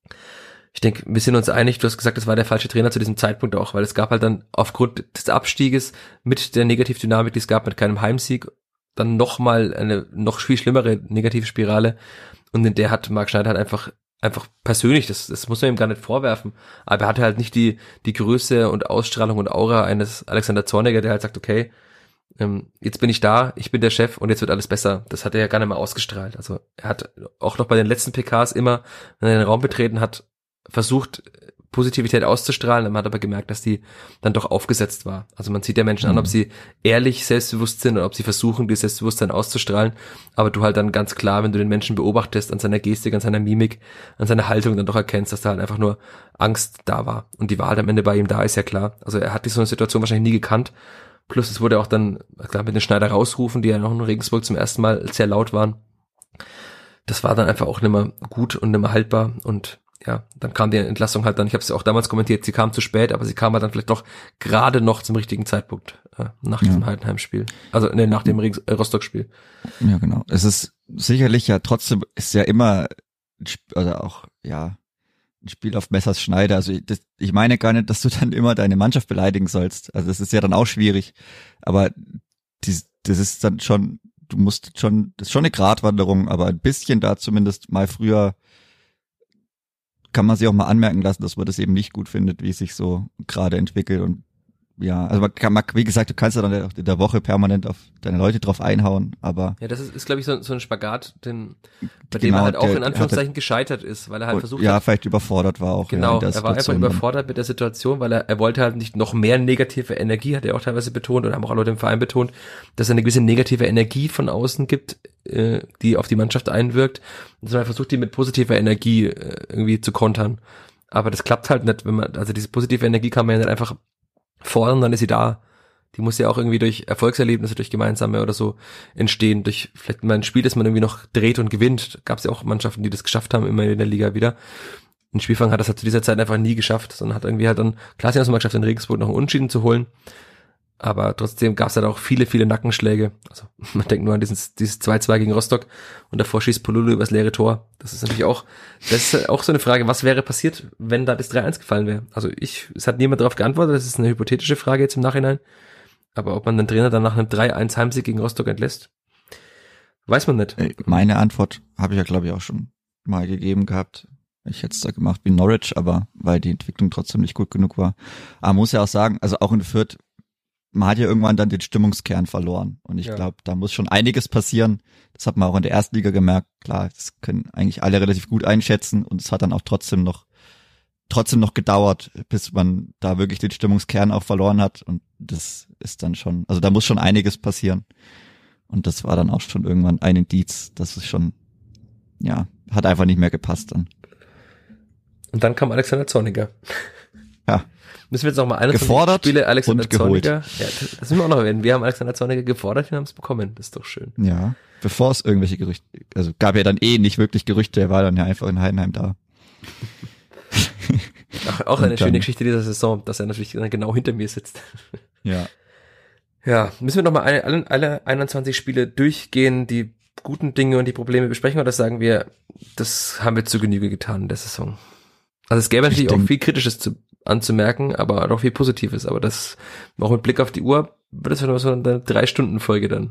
Ich denke, wir sind uns einig, du hast gesagt, das war der falsche Trainer zu diesem Zeitpunkt auch. Weil es gab halt dann aufgrund des Abstieges mit der Negativdynamik, die es gab, mit keinem Heimsieg, dann nochmal eine noch viel schlimmere negative Spirale. Und in der hat Marc Schneider halt einfach, einfach persönlich, das, das muss man ihm gar nicht vorwerfen, aber er hatte halt nicht die, die Größe und Ausstrahlung und Aura eines Alexander Zorniger, der halt sagt, okay, ähm, jetzt bin ich da, ich bin der Chef und jetzt wird alles besser. Das hat er ja gar nicht mehr ausgestrahlt. Also er hat auch noch bei den letzten P Ks immer, wenn er den Raum betreten hat, versucht, Positivität auszustrahlen, man hat aber gemerkt, dass die dann doch aufgesetzt war. Also man sieht ja Menschen mhm. an, ob sie ehrlich selbstbewusst sind oder ob sie versuchen, dieses Selbstbewusstsein auszustrahlen, aber du halt dann ganz klar, wenn du den Menschen beobachtest, an seiner Gestik, an seiner Mimik, an seiner Haltung dann doch erkennst, dass da halt einfach nur Angst da war. Und die war halt am Ende bei ihm da, ist ja klar. Also er hat die so eine Situation wahrscheinlich nie gekannt. Plus es wurde auch dann, klar, mit den Schneider rausrufen, die ja noch in Regensburg zum ersten Mal sehr laut waren. Das war dann einfach auch nicht mehr gut und nicht mehr haltbar und ja, dann kam die Entlassung halt dann, ich habe es ja auch damals kommentiert, sie kam zu spät, aber sie kam halt dann vielleicht doch gerade noch zum richtigen Zeitpunkt äh, nach diesem ja. Heidenheim-Spiel. Also nee, nach dem äh, Rostock-Spiel. Ja, genau. Es ist sicherlich ja trotzdem, ist ja immer, also auch, ja, ein Spiel auf Messers Schneide. Also ich, das, ich meine gar nicht, dass du dann immer deine Mannschaft beleidigen sollst. Also das ist ja dann auch schwierig. Aber die, das ist dann schon, du musst schon, das ist schon eine Gratwanderung, aber ein bisschen da zumindest mal früher kann man sich auch mal anmerken lassen, dass man das eben nicht gut findet, wie es sich so gerade entwickelt. Und ja, also man kann, man, wie gesagt, du kannst ja dann in der Woche permanent auf deine Leute drauf einhauen, aber ja, das ist, ist glaube ich, so, so ein Spagat, den, bei genau, dem er halt auch der, in Anführungszeichen halt, gescheitert ist, weil er halt und, versucht ja, hat. Ja, vielleicht überfordert war auch. Genau, ja, er war einfach überfordert mit der Situation, weil er, er wollte halt nicht noch mehr negative Energie, hat er auch teilweise betont, oder haben auch Leute im Verein betont, dass er eine gewisse negative Energie von außen gibt, äh, die auf die Mannschaft einwirkt. Und er versucht, die mit positiver Energie äh, irgendwie zu kontern. Aber das klappt halt nicht, wenn man, also diese positive Energie kann man ja nicht einfach fordern, dann ist sie da. Die muss ja auch irgendwie durch Erfolgserlebnisse, durch gemeinsame oder so entstehen, durch vielleicht mal ein Spiel, das man irgendwie noch dreht und gewinnt. Gab es ja auch Mannschaften, die das geschafft haben, immer in der Liga wieder. Ein Spielfang hat das halt zu dieser Zeit einfach nie geschafft, sondern hat irgendwie halt dann, klar, sie haben es mal geschafft, in Regensburg noch einen Unentschieden zu holen. Aber trotzdem gab es halt auch viele, viele Nackenschläge. Also man denkt nur an dieses, dieses zwei zwei gegen Rostock und davor schießt Polulu übers leere Tor. Das ist natürlich auch, das ist auch so eine Frage, was wäre passiert, wenn da das drei eins gefallen wäre? Also ich, es hat niemand darauf geantwortet, das ist eine hypothetische Frage jetzt im Nachhinein. Aber ob man den Trainer dann nach einem drei eins Heimsieg gegen Rostock entlässt, weiß man nicht. Meine Antwort habe ich ja, glaube ich, auch schon mal gegeben gehabt. Ich hätte es da gemacht wie Norwich, aber weil die Entwicklung trotzdem nicht gut genug war. Aber man muss ja auch sagen, also auch in Fürth, man hat ja irgendwann dann den Stimmungskern verloren. Und ich ja. glaube, da muss schon einiges passieren. Das hat man auch in der ersten Liga gemerkt. Klar, das können eigentlich alle relativ gut einschätzen. Und es hat dann auch trotzdem noch, trotzdem noch gedauert, bis man da wirklich den Stimmungskern auch verloren hat. Und das ist dann schon, also da muss schon einiges passieren. Und das war dann auch schon irgendwann ein Indiz, dass es schon, ja, hat einfach nicht mehr gepasst dann. Und dann kam Alexander Zorniger. Ja. Müssen wir jetzt noch mal eine gefordert Spiele Alexander und geholt. Zorniger. Ja, das müssen wir auch noch erwähnen. Wir haben Alexander Zorniger gefordert, wir haben es bekommen. Das ist doch schön. Ja, bevor es irgendwelche Gerüchte, also gab ja dann eh nicht wirklich Gerüchte, er war dann ja einfach in Heidenheim da. Ach, auch eine schöne Geschichte dieser Saison, dass er natürlich genau hinter mir sitzt. Ja. Ja, müssen wir noch mal alle, alle, alle einundzwanzig Spiele durchgehen, die guten Dinge und die Probleme besprechen, oder sagen wir, das haben wir zu Genüge getan in der Saison? Also es gäbe natürlich ich auch denk, viel Kritisches zu, anzumerken, aber auch viel Positives. Aber das, auch mit Blick auf die Uhr, wird das wieder so eine Drei-Stunden-Folge dann.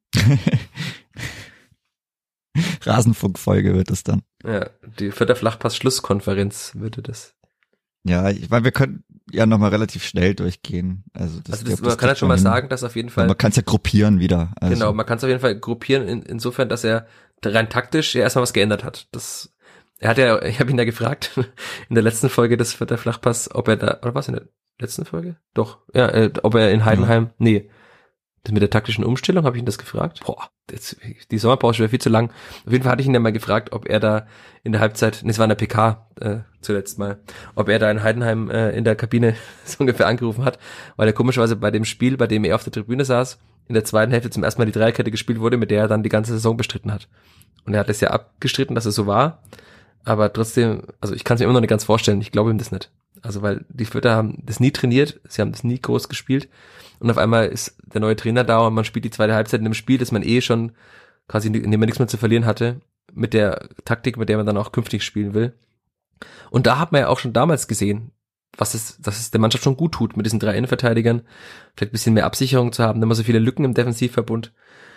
Rasenfunk-Folge wird es dann. Ja, die Vierter Flachpass-Schlusskonferenz würde das. Ja, ich meine, wir können ja nochmal relativ schnell durchgehen. Also, das, also das, glaub, man kann ja schon mal hin. sagen, dass auf jeden Fall. Man kann es ja gruppieren wieder. Also. Genau, man kann es auf jeden Fall gruppieren, in, insofern, dass er rein taktisch ja erstmal was geändert hat. Das, er hat ja, ich habe ihn ja gefragt, in der letzten Folge des Vierter Flachpass, ob er da, oder was in der letzten Folge? Doch, ja, äh, ob er in Heidenheim, ja. nee, das mit der taktischen Umstellung, habe ich ihn das gefragt? Boah, das, die Sommerpause wäre viel zu lang. Auf jeden Fall hatte ich ihn ja mal gefragt, ob er da in der Halbzeit, nee, es war in der P K äh, zuletzt mal, ob er da in Heidenheim äh, in der Kabine so ungefähr angerufen hat, weil er komischerweise bei dem Spiel, bei dem er auf der Tribüne saß, in der zweiten Hälfte zum ersten Mal die Dreierkette gespielt wurde, mit der er dann die ganze Saison bestritten hat. Und er hat es ja abgestritten, dass es so war, aber trotzdem, also ich kann es mir immer noch nicht ganz vorstellen, ich glaube ihm das nicht. Also weil die Fürther haben das nie trainiert, sie haben das nie groß gespielt und auf einmal ist der neue Trainer da und man spielt die zweite Halbzeit in einem Spiel, das man eh schon quasi, in dem man nichts mehr zu verlieren hatte, mit der Taktik, mit der man dann auch künftig spielen will. Und da hat man ja auch schon damals gesehen, was es, dass es der Mannschaft schon gut tut, mit diesen drei Innenverteidigern vielleicht ein bisschen mehr Absicherung zu haben, nicht mehr so viele Lücken im Defensivverbund.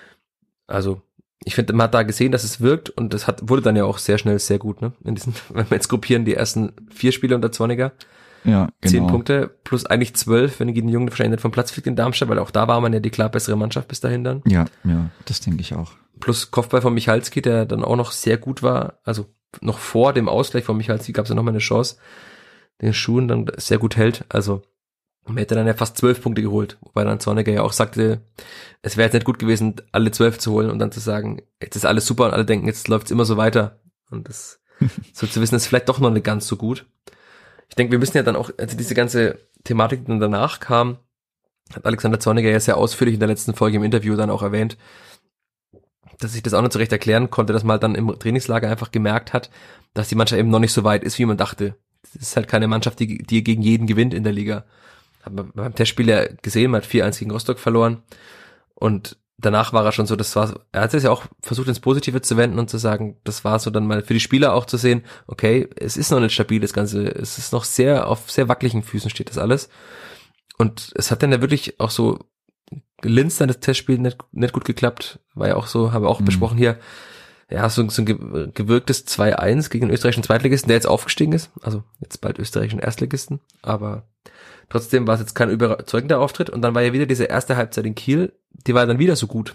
Also ich finde, man hat da gesehen, dass es wirkt und das hat wurde dann ja auch sehr schnell sehr gut, ne? In diesen, wenn wir jetzt gruppieren, die ersten vier Spiele unter Zorniger. Ja, genau. Zehn Punkte plus eigentlich zwölf, wenn den Jungen wahrscheinlich nicht vom Platz fliegt in Darmstadt, weil auch da war man ja die klar bessere Mannschaft bis dahin dann. Ja, ja, das denke ich auch. Plus Kopfball von Michalski, der dann auch noch sehr gut war, also noch vor dem Ausgleich von Michalski gab es ja noch mal eine Chance, den Schuhen dann sehr gut hält, also man hätte dann ja fast zwölf Punkte geholt, wobei dann Zorniger ja auch sagte, es wäre jetzt nicht gut gewesen, alle zwölf zu holen und dann zu sagen, jetzt ist alles super und alle denken, jetzt läuft's immer so weiter. Und das so zu wissen, ist vielleicht doch noch nicht ganz so gut. Ich denke, wir müssen ja dann auch, also diese ganze Thematik, die dann danach kam, hat Alexander Zorniger ja sehr ausführlich in der letzten Folge im Interview dann auch erwähnt, dass ich das auch nicht so recht erklären konnte, dass man halt dann im Trainingslager einfach gemerkt hat, dass die Mannschaft eben noch nicht so weit ist, wie man dachte. Es ist halt keine Mannschaft, die, die gegen jeden gewinnt in der Liga. Hat man beim Testspiel ja gesehen, man hat vier eins gegen Rostock verloren und danach war er schon so, das war, er hat es ja auch versucht ins Positive zu wenden und zu sagen, das war so dann mal für die Spieler auch zu sehen, okay, es ist noch nicht stabil, das Ganze, es ist noch sehr, auf sehr wackeligen Füßen steht das alles und es hat dann ja wirklich auch so, Linz dann das Testspiel nicht, nicht gut geklappt, war ja auch so, haben wir auch mhm. besprochen hier, ja, so, so ein gewirktes zwei eins gegen den österreichischen Zweitligisten, der jetzt aufgestiegen ist, also jetzt bald österreichischen Erstligisten, aber trotzdem war es jetzt kein überzeugender Auftritt und dann war ja wieder diese erste Halbzeit in Kiel, die war dann wieder so gut.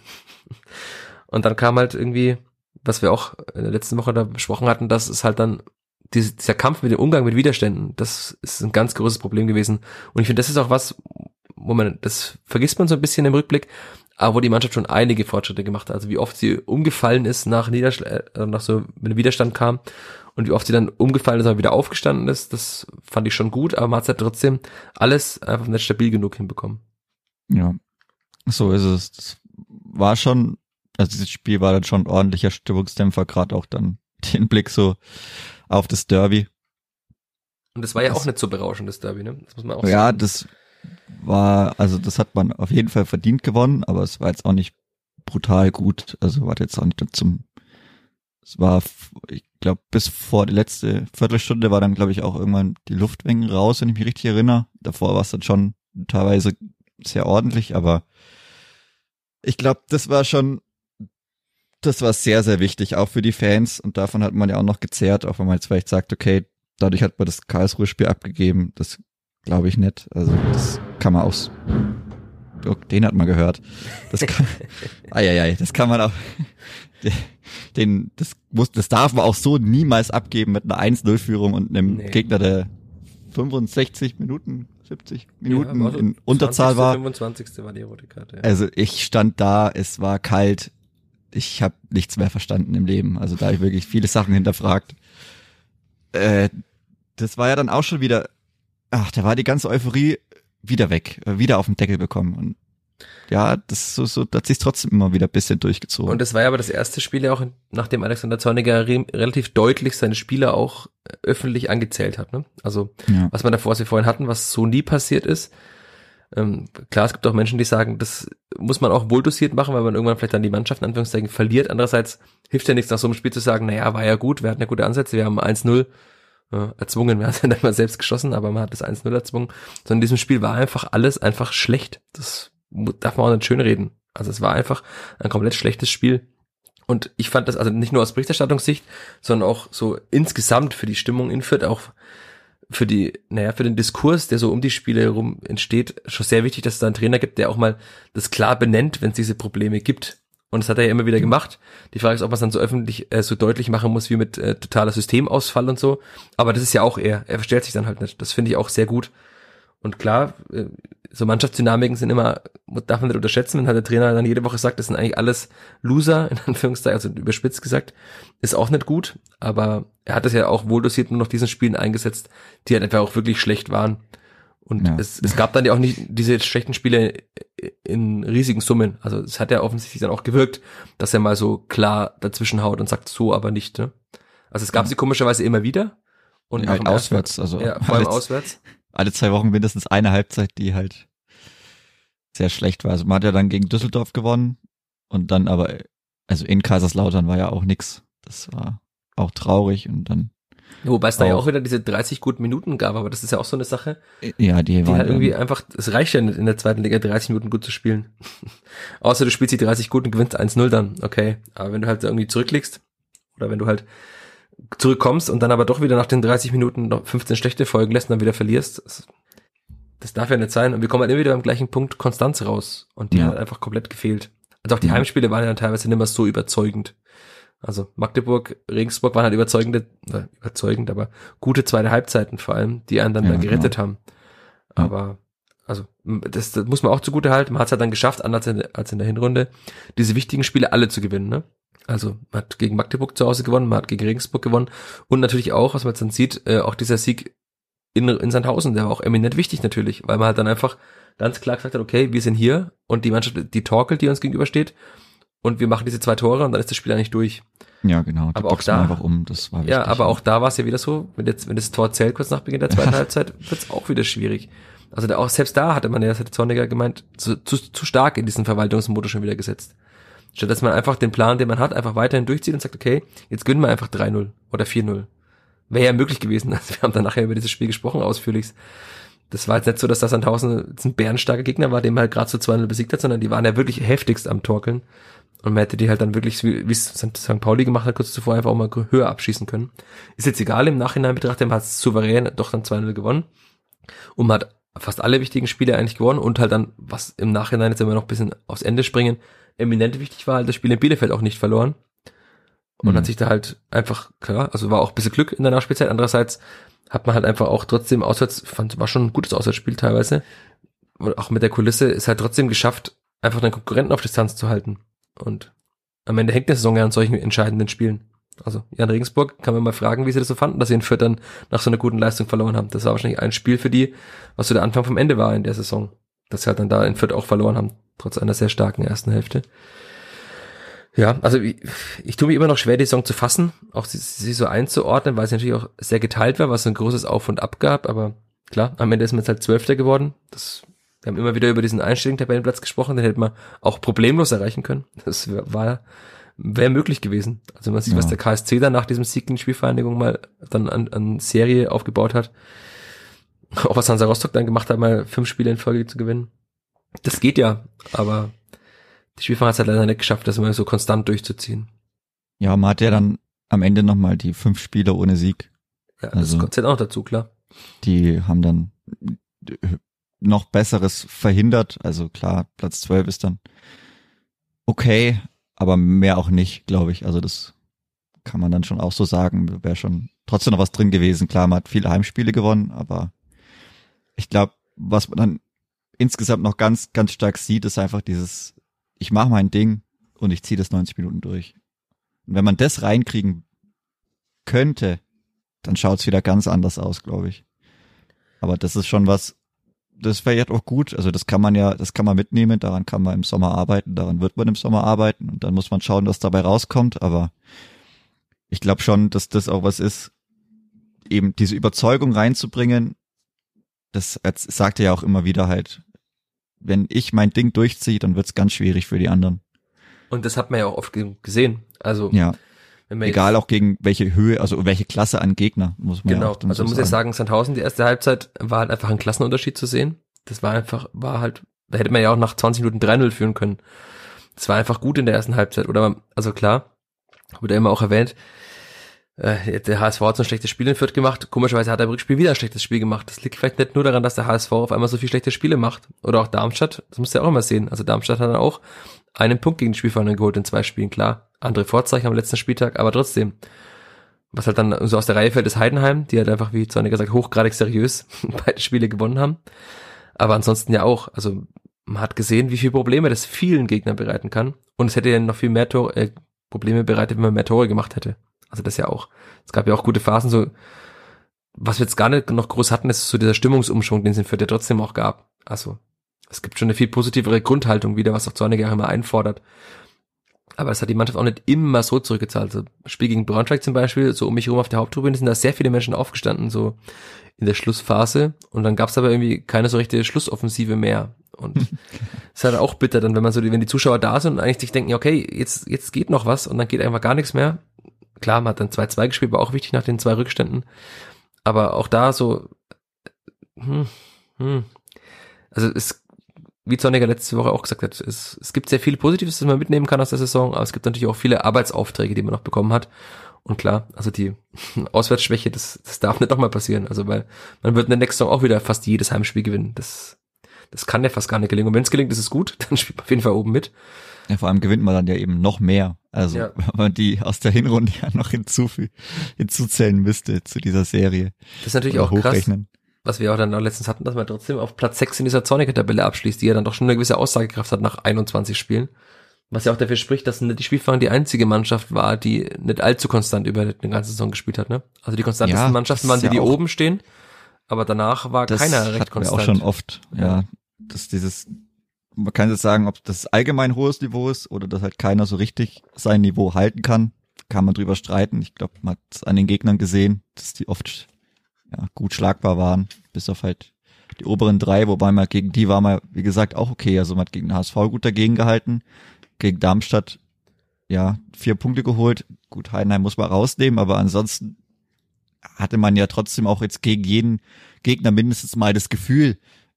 Und dann kam halt irgendwie, was wir auch in der letzten Woche da besprochen hatten, dass es halt dann diese, dieser Kampf mit dem Umgang mit Widerständen, das ist ein ganz großes Problem gewesen. Und ich finde, das ist auch was, wo man, das vergisst man so ein bisschen im Rückblick, aber wo die Mannschaft schon einige Fortschritte gemacht hat. Also wie oft sie umgefallen ist nach Niederschlag, äh, nach so, wenn ein Widerstand kam und wie oft sie dann umgefallen ist und wieder aufgestanden ist, das fand ich schon gut, aber man hat halt trotzdem alles einfach nicht stabil genug hinbekommen. Ja, so ist es. Das war schon, also dieses Spiel war dann schon ein ordentlicher Stimmungsdämpfer, gerade auch dann den Blick so auf das Derby. Und das war ja das, auch nicht so berauschend, das Derby, ne? Das muss man auch ja, sagen. das war, also das hat man auf jeden Fall verdient gewonnen, aber es war jetzt auch nicht brutal gut, also war jetzt auch nicht zum, es war, ich glaube, bis vor die letzte Viertelstunde war dann, glaube ich, auch irgendwann die Luftmengen raus, wenn ich mich richtig erinnere. Davor war es dann schon teilweise sehr ordentlich, aber ich glaube, das war schon das war sehr, sehr wichtig, auch für die Fans. Und davon hat man ja auch noch gezehrt, auch wenn man jetzt vielleicht sagt, okay, dadurch hat man das Karlsruhe-Spiel abgegeben. Das glaube ich nicht. Also das kann man auch, oh, den hat man gehört. Das kann, ai, das kann man auch, den, das muss, das darf man auch so niemals abgeben mit einer eins null Führung und einem nee. Gegner, der fünfundsechzig Minuten, siebzig Minuten ja, so in Unterzahl war. fünfundzwanzigste war die rote Karte. Ja. Also ich stand da, es war kalt, ich habe nichts mehr verstanden im Leben. Also da habe ich wirklich viele Sachen hinterfragt. Äh, das war ja dann auch schon wieder, ach, da war die ganze Euphorie wieder weg, wieder auf den Deckel bekommen. Und ja, das so, so, da hat sich trotzdem immer wieder ein bisschen durchgezogen. Und das war ja aber das erste Spiel ja auch, nachdem Alexander Zorniger re- relativ deutlich seine Spieler auch öffentlich angezählt hat, ne? Also, ja. was man davor, was wir vorhin hatten, was so nie passiert ist. Ähm, klar, es gibt auch Menschen, die sagen, das muss man auch wohl dosiert machen, weil man irgendwann vielleicht dann die Mannschaft in Anführungszeichen verliert. Andererseits hilft ja nichts, nach so einem Spiel zu sagen, naja, war ja gut, wir hatten ja gute Ansätze, wir haben eins null äh, erzwungen, wir haben es ja nicht mal selbst geschossen, aber man hat das eins null erzwungen. Sondern in diesem Spiel war einfach alles einfach schlecht. Das darf man auch nicht schön reden. Also es war einfach ein komplett schlechtes Spiel. Und ich fand das also nicht nur aus Berichterstattungssicht, sondern auch so insgesamt für die Stimmung in Fürth, auch für die, naja, für den Diskurs, der so um die Spiele herum entsteht, schon sehr wichtig, dass es da einen Trainer gibt, der auch mal das klar benennt, wenn es diese Probleme gibt. Und das hat er ja immer wieder gemacht. Die Frage ist, ob man es dann so öffentlich, äh, so deutlich machen muss, wie mit äh, totaler Systemausfall und so. Aber das ist ja auch er. Er verstellt sich dann halt nicht. Das finde ich auch sehr gut. Und klar, äh, so Mannschaftsdynamiken sind immer, darf man nicht unterschätzen, wenn halt der Trainer dann jede Woche sagt, das sind eigentlich alles Loser, in Anführungszeichen, also überspitzt gesagt, ist auch nicht gut, aber er hat das ja auch wohl dosiert nur noch diesen Spielen eingesetzt, die halt einfach auch wirklich schlecht waren. Und ja. es, es gab dann ja auch nicht diese schlechten Spiele in riesigen Summen. Also es hat ja offensichtlich dann auch gewirkt, dass er mal so klar dazwischen haut und sagt, so aber nicht. Ne? Also es gab ja. sie komischerweise immer wieder. Und ja, auswärts, ersten, also ja, vor allem auswärts. Alle zwei Wochen mindestens eine Halbzeit, die halt sehr schlecht war. Also man hat ja dann gegen Düsseldorf gewonnen und dann aber, also in Kaiserslautern war ja auch nix. Das war auch traurig und dann. Wobei es da ja auch wieder diese dreißig guten Minuten gab, aber das ist ja auch so eine Sache. Ja, die, die waren halt irgendwie einfach, es reicht ja nicht in der zweiten Liga dreißig Minuten gut zu spielen. Außer du spielst die dreißig gut und gewinnst eins null dann, okay. Aber wenn du halt irgendwie zurückliegst oder wenn du halt zurückkommst und dann aber doch wieder nach den dreißig Minuten noch fünfzehn schlechte Folgen lässt und dann wieder verlierst, das, das darf ja nicht sein. Und wir kommen halt immer wieder beim gleichen Punkt Konstanz raus. Und die ja. hat einfach komplett gefehlt. Also auch die ja. Heimspiele waren ja teilweise nicht mehr so überzeugend. Also Magdeburg, Regensburg waren halt überzeugende, äh, überzeugend, aber gute zweite Halbzeiten vor allem, die einen dann ja, da gerettet genau. haben. Aber also das, das muss man auch zugute halten. Man hat es halt dann geschafft, anders als in der Hinrunde, diese wichtigen Spiele alle zu gewinnen, ne? Also man hat gegen Magdeburg zu Hause gewonnen, man hat gegen Regensburg gewonnen und natürlich auch, was man jetzt dann sieht, äh, auch dieser Sieg in, in Sandhausen, der war auch eminent wichtig natürlich, weil man halt dann einfach ganz klar gesagt hat, okay, wir sind hier und die Mannschaft, die torkelt, die uns gegenübersteht und wir machen diese zwei Tore und dann ist das Spiel eigentlich durch. Ja, genau. Aber auch da, einfach um, das war wichtig, ja, aber auch da war es ja wieder so, wenn jetzt, wenn das Tor zählt kurz nach Beginn der zweiten Halbzeit, wird es auch wieder schwierig. Also da auch selbst da hatte man ja, das hatte Zorniger gemeint, zu, zu, zu stark in diesen Verwaltungsmodus schon wieder gesetzt. Statt dass man einfach den Plan, den man hat, einfach weiterhin durchzieht und sagt, okay, jetzt gönnen wir einfach drei null oder vier null. Wäre ja möglich gewesen. Also wir haben dann nachher über dieses Spiel gesprochen, ausführlich. Das war jetzt nicht so, dass das Sandhausen jetzt ein bärenstarker Gegner war, den man halt gerade so zwei null besiegt hat, sondern die waren ja wirklich heftigst am Torkeln. Und man hätte die halt dann wirklich, wie es Sankt Pauli gemacht hat, kurz zuvor einfach auch mal höher abschießen können. Ist jetzt egal, im Nachhinein betrachtet, man hat es souverän doch dann zwei null gewonnen. Und man hat fast alle wichtigen Spiele eigentlich gewonnen und halt dann, was im Nachhinein jetzt immer noch ein bisschen aufs Ende springen, eminent wichtig war, halt das Spiel in Bielefeld auch nicht verloren. Und mhm. hat sich da halt einfach, klar, also war auch ein bisschen Glück in der Nachspielzeit. Andererseits hat man halt einfach auch trotzdem auswärts, fand, war schon ein gutes Auswärtsspiel teilweise. Und auch mit der Kulisse ist halt trotzdem geschafft, einfach den Konkurrenten auf Distanz zu halten. Und am Ende hängt die Saison ja an solchen entscheidenden Spielen. Also Jan Regensburg, kann man mal fragen, wie sie das so fanden, dass sie in Fürth dann nach so einer guten Leistung verloren haben. Das war wahrscheinlich ein Spiel für die, was so der Anfang vom Ende war in der Saison. Dass sie halt dann da in Fürth auch verloren haben, trotz einer sehr starken ersten Hälfte. Ja, also ich, ich tue mir immer noch schwer, die Saison zu fassen, auch sie, sie so einzuordnen, weil sie natürlich auch sehr geteilt war, was so ein großes Auf und Ab gab, aber klar, am Ende ist man jetzt halt Zwölfter geworden. Das, wir haben immer wieder über diesen einstelligen Tabellenplatz gesprochen, den hätte man auch problemlos erreichen können. Das war, wäre möglich gewesen. Also man sieht, ja. was der K S C dann nach diesem Sieg in die Spielvereinigung mal dann an, an Serie aufgebaut hat. Auch was Hansa Rostock dann gemacht hat, mal fünf Spiele in Folge zu gewinnen. Das geht ja, aber die Spielfang hat es halt leider nicht geschafft, das immer so konstant durchzuziehen. Ja, man hat ja dann am Ende nochmal die fünf Spiele ohne Sieg. Ja, das Also, zählt auch dazu, klar. Die haben dann noch Besseres verhindert. Also klar, Platz zwölf ist dann okay, aber mehr auch nicht, glaube ich. Also das kann man dann schon auch so sagen. Wäre schon trotzdem noch was drin gewesen. Klar, man hat viele Heimspiele gewonnen, aber ich glaube, was man dann insgesamt noch ganz, ganz stark sieht, ist einfach dieses, ich mache mein Ding und ich ziehe das neunzig Minuten durch. Und wenn man das reinkriegen könnte, dann schaut's wieder ganz anders aus, glaube ich. Aber das ist schon was, das wäre jetzt auch gut. Also das kann man ja, das kann man mitnehmen, daran kann man im Sommer arbeiten, daran wird man im Sommer arbeiten und dann muss man schauen, was dabei rauskommt. Aber ich glaube schon, dass das auch was ist, eben diese Überzeugung reinzubringen. Das sagt er ja auch immer wieder halt, wenn ich mein Ding durchziehe, dann wird's ganz schwierig für die anderen. Und das hat man ja auch oft gesehen. Also ja. Wenn man Egal jetzt, auch gegen welche Höhe, also welche Klasse an Gegner, muss man genau, ja auch also so muss sagen. ich sagen, Sandhausen, die erste Halbzeit war halt einfach ein Klassenunterschied zu sehen. Das war einfach, war halt, da hätte man ja auch nach zwanzig Minuten drei null führen können. Das war einfach gut in der ersten Halbzeit. Oder, also klar, wurde immer auch erwähnt, äh, der H S V hat so ein schlechtes Spiel in Fürth gemacht. Komischerweise hat er im Rückspiel wieder ein schlechtes Spiel gemacht. Das liegt vielleicht nicht nur daran, dass der H S V auf einmal so viele schlechte Spiele macht. Oder auch Darmstadt, das musst du ja auch immer sehen. Also Darmstadt hat dann auch einen Punkt gegen die Spielvereinigung geholt in zwei Spielen, klar. Andere Vorzeichen am letzten Spieltag, aber trotzdem. Was halt dann so aus der Reihe fällt, ist Heidenheim, die halt einfach, wie Zorniger sagt, hochgradig seriös beide Spiele gewonnen haben. Aber ansonsten ja auch, also man hat gesehen, wie viele Probleme das vielen Gegnern bereiten kann. Und es hätte ja noch viel mehr Tor, äh, Probleme bereitet, wenn man mehr Tore gemacht hätte. Also das ja auch. Es gab ja auch gute Phasen, so, was wir jetzt gar nicht noch groß hatten, ist so dieser Stimmungsumschwung, den es in Fürth ja trotzdem auch gab. Also es gibt schon eine viel positivere Grundhaltung wieder, was auch Zorniger auch immer einfordert. Aber das hat die Mannschaft auch nicht immer so zurückgezahlt. Also Spiel gegen Braunschweig zum Beispiel, so um mich herum auf der Haupttribüne sind da sehr viele Menschen aufgestanden, so in der Schlussphase. Und dann gab es aber irgendwie keine so richtige Schlussoffensive mehr. Und es ist halt auch bitter dann, wenn man so, wenn die Zuschauer da sind und eigentlich sich denken, okay, jetzt jetzt geht noch was und dann geht einfach gar nichts mehr. Klar, man hat dann zwei zwei gespielt, war auch wichtig nach den zwei Rückständen. Aber auch da so, hm, hm. Also es, wie Zorniger letzte Woche auch gesagt hat, es, es gibt sehr viel Positives, das man mitnehmen kann aus der Saison, aber es gibt natürlich auch viele Arbeitsaufträge, die man noch bekommen hat. Und klar, also die Auswärtsschwäche, das, das darf nicht nochmal passieren. Also weil man wird in der nächsten Saison auch wieder fast jedes Heimspiel gewinnen. Das, das kann ja fast gar nicht gelingen. Und wenn es gelingt, ist es gut, dann spielt man auf jeden Fall oben mit. Ja, vor allem gewinnt man dann ja eben noch mehr. Also ja. wenn man die aus der Hinrunde ja noch hinzufü- hinzuzählen müsste zu dieser Serie. Das ist natürlich auch krass, was wir auch dann letztens hatten, dass man trotzdem auf Platz sechs in dieser Zorniger-Tabelle abschließt, die ja dann doch schon eine gewisse Aussagekraft hat nach einundzwanzig Spielen. Was ja auch dafür spricht, dass die Spielvereinigung die einzige Mannschaft war, die nicht allzu konstant über eine ganze Saison gespielt hat. Ne? Also die konstantesten ja, Mannschaften waren die, ja die auch, oben stehen, aber danach war das keiner recht hatten konstant. Wir auch schon oft, ja, ja, dass dieses, man kann jetzt sagen, ob das allgemein hohes Niveau ist oder dass halt keiner so richtig sein Niveau halten kann, kann man drüber streiten. Ich glaube, man hat es an den Gegnern gesehen, dass die oft ja, gut schlagbar waren, bis auf halt die oberen drei, wobei man gegen die war man, wie gesagt, auch okay. Also man hat gegen den H S V gut dagegen gehalten, gegen Darmstadt, ja, vier Punkte geholt. Gut, Heidenheim muss man rausnehmen, aber ansonsten hatte man ja trotzdem auch jetzt gegen jeden Gegner mindestens mal das Gefühl,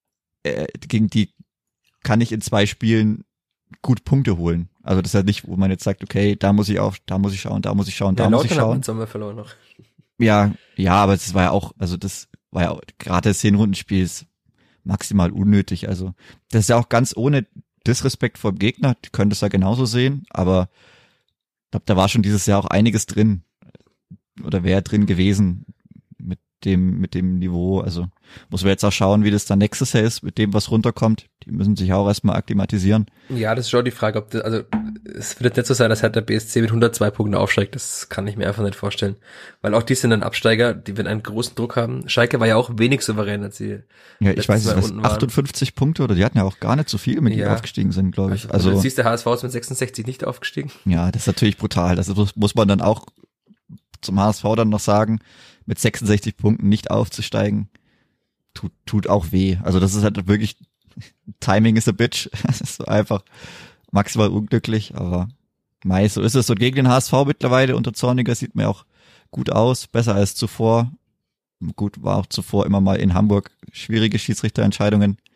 äh, gegen die kann ich in zwei Spielen gut Punkte holen. Also das ist ja nicht, wo man jetzt sagt, okay, da muss ich auf, da muss ich schauen, da muss ich schauen, da ja, muss ich schauen. Haben wir verloren noch. Ja, ja, aber das war ja auch, also das war ja auch, gerade das Hinrundenspiel ist maximal unnötig. Also das ist ja auch ganz ohne Disrespekt vor dem Gegner, die können das ja genauso sehen, aber ich glaube, da war schon dieses Jahr auch einiges drin oder wäre drin gewesen mit dem mit dem Niveau. Also muss man jetzt auch schauen, wie das dann nächstes Jahr ist mit dem, was runterkommt. Die müssen sich auch erstmal akklimatisieren. Ja, das ist schon die Frage, ob das, also es wird nicht so sein, dass halt der B S C mit hundertzwei Punkten aufsteigt. Das kann ich mir einfach nicht vorstellen. Weil auch die sind dann Absteiger, die werden einen großen Druck haben. Schalke war ja auch wenig souverän, als sie ja, ich weiß nicht, was, achtundfünfzig Punkte oder die hatten ja auch gar nicht so viel, mit ja. die aufgestiegen sind, glaube ich. Also, also du siehst, der H S V ist mit sechsundsechzig nicht aufgestiegen. Ja, das ist natürlich brutal. Das muss, muss man dann auch zum H S V dann noch sagen, mit sechsundsechzig Punkten nicht aufzusteigen, tut, tut auch weh. Also das ist halt wirklich, Timing is a bitch. Das ist so einfach maximal unglücklich, aber mei, so ist es. Und gegen den H S V mittlerweile unter Zorniger sieht man ja auch gut aus, besser als zuvor. Gut, war auch zuvor immer mal in Hamburg schwierige Schiedsrichterentscheidungen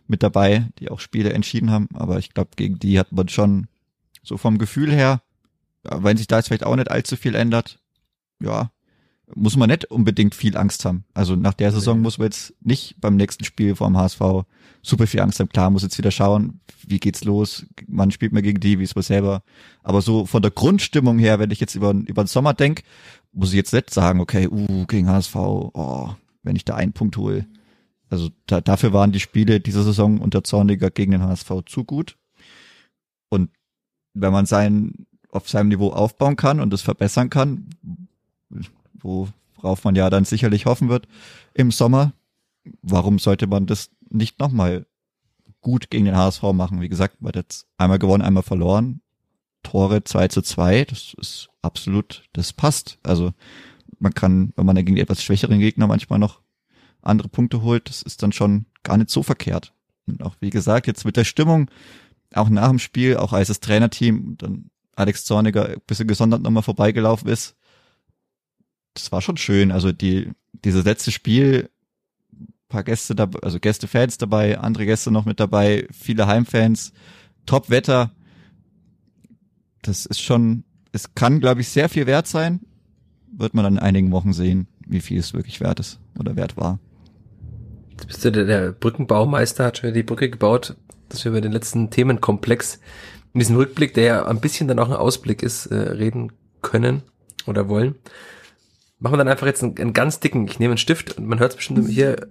mit dabei, die auch Spiele entschieden haben, aber ich glaube, gegen die hat man schon so vom Gefühl her, ja, wenn sich da jetzt vielleicht auch nicht allzu viel ändert, ja, muss man nicht unbedingt viel Angst haben. Also nach der Saison okay. muss man jetzt nicht beim nächsten Spiel vor dem H S V super viel Angst haben. Klar, muss jetzt wieder schauen, wie geht's los, wann spielt man gegen die, wie ist man selber. Aber so von der Grundstimmung her, wenn ich jetzt über, über den Sommer denke, muss ich jetzt nicht sagen, okay, uh, gegen H S V, oh, wenn ich da einen Punkt hole. Also da, dafür waren die Spiele dieser Saison unter Zorniger gegen den H S V zu gut. Und wenn man sein, auf seinem Niveau aufbauen kann und das verbessern kann, worauf man ja dann sicherlich hoffen wird im Sommer, warum sollte man das nicht nochmal gut gegen den H S V machen? Wie gesagt, man hat jetzt einmal gewonnen, einmal verloren. Tore zwei zu zwei, das ist absolut, das passt. Also man kann, wenn man gegen die etwas schwächeren Gegner manchmal noch andere Punkte holt, das ist dann schon gar nicht so verkehrt. Und auch wie gesagt, jetzt mit der Stimmung, auch nach dem Spiel, auch als das Trainerteam, dann Alex Zorniger ein bisschen gesondert nochmal vorbeigelaufen ist, das war schon schön. Also die dieses letzte Spiel, paar Gäste dabei, also Gästefans dabei, andere Gäste noch mit dabei, viele Heimfans, Top-Wetter. Das ist schon, es kann, glaube ich, sehr viel wert sein. Wird man dann in einigen Wochen sehen, wie viel es wirklich wert ist oder wert war. Jetzt bist du der, der Brückenbaumeister, hat schon wieder die Brücke gebaut, dass wir über den letzten Themenkomplex in diesem Rückblick, der ja ein bisschen dann auch ein Ausblick ist, äh, reden können oder wollen. Machen wir dann einfach jetzt einen, einen ganz dicken, ich nehme einen Stift und man hört es bestimmt hier,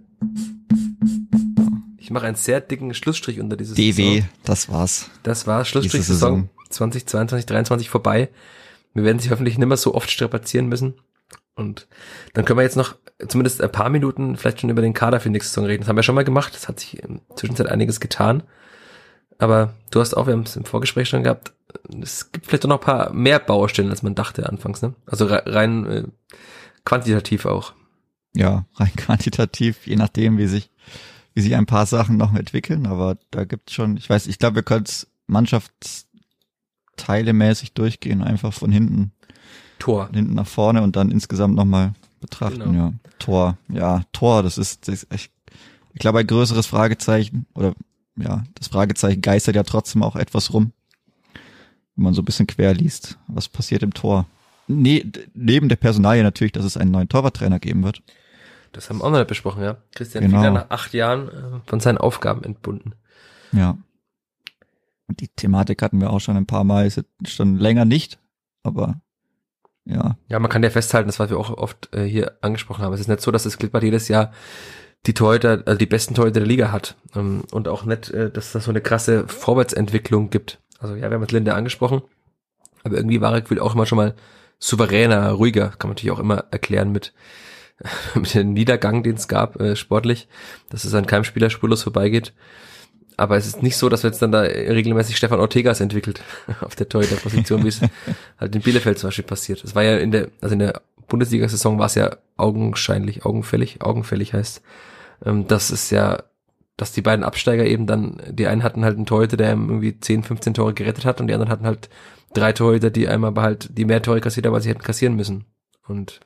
ich mache einen sehr dicken Schlussstrich unter dieses D W, Saison. Das war's. Das war's, Schlussstrich Saison zwanzig zweiundzwanzig, dreiundzwanzig vorbei. Wir werden sich hoffentlich nicht mehr so oft strapazieren müssen und dann können wir jetzt noch zumindest ein paar Minuten vielleicht schon über den Kader für die nächste Saison reden. Das haben wir schon mal gemacht, das hat sich in der Zwischenzeit einiges getan, aber du hast auch, wir haben es im Vorgespräch schon gehabt, es gibt vielleicht auch noch ein paar mehr Baustellen, als man dachte anfangs, ne? Also rein äh, quantitativ auch. Ja, rein quantitativ, je nachdem, wie sich wie sich ein paar Sachen noch entwickeln, aber da gibt's schon, ich weiß, ich glaube, wir können es mannschaftsteilemäßig durchgehen, einfach von hinten Tor. Von hinten nach vorne und dann insgesamt nochmal betrachten, genau. Ja. Tor, ja, Tor, das ist, das ist echt, ich glaube, ein größeres Fragezeichen, oder ja, das Fragezeichen geistert ja trotzdem auch etwas rum, wenn man so ein bisschen quer liest, was passiert im Tor. Nee, neben der Personalie natürlich, dass es einen neuen Torwarttrainer geben wird. Das haben wir auch noch nicht besprochen, ja. Christian genau. Fiedler nach acht Jahren äh, von seinen Aufgaben entbunden. Ja. Und die Thematik hatten wir auch schon ein paar Mal, ist jetzt schon länger nicht, aber ja. Ja, man kann ja festhalten, das was wir auch oft äh, hier angesprochen haben. Es ist nicht so, dass das Klippert jedes Jahr die Torhüter, also die besten Torhüter der Liga hat. Ähm, und auch nicht, äh, dass das so eine krasse Vorwärtsentwicklung gibt. Also ja, wir haben jetzt Linde angesprochen, aber irgendwie war er auch immer schon mal souveräner, ruhiger, kann man natürlich auch immer erklären mit, mit dem Niedergang, den es gab, äh, sportlich, dass es an keinem Spieler spurlos vorbeigeht. Aber es ist nicht so, dass wir jetzt dann da regelmäßig Stefan Ortegas entwickelt auf der Torhüterposition, wie es halt in Bielefeld zum Beispiel passiert. Es war ja in der, also in der Bundesliga-Saison war es ja augenscheinlich, augenfällig, augenfällig heißt, ähm, dass es ja, dass die beiden Absteiger eben dann, die einen hatten halt einen Torhüter, der irgendwie zehn, fünfzehn Tore gerettet hat und die anderen hatten halt drei Torhüter, die einmal halt, die mehr Tore kassiert haben, weil sie hätten kassieren müssen. Und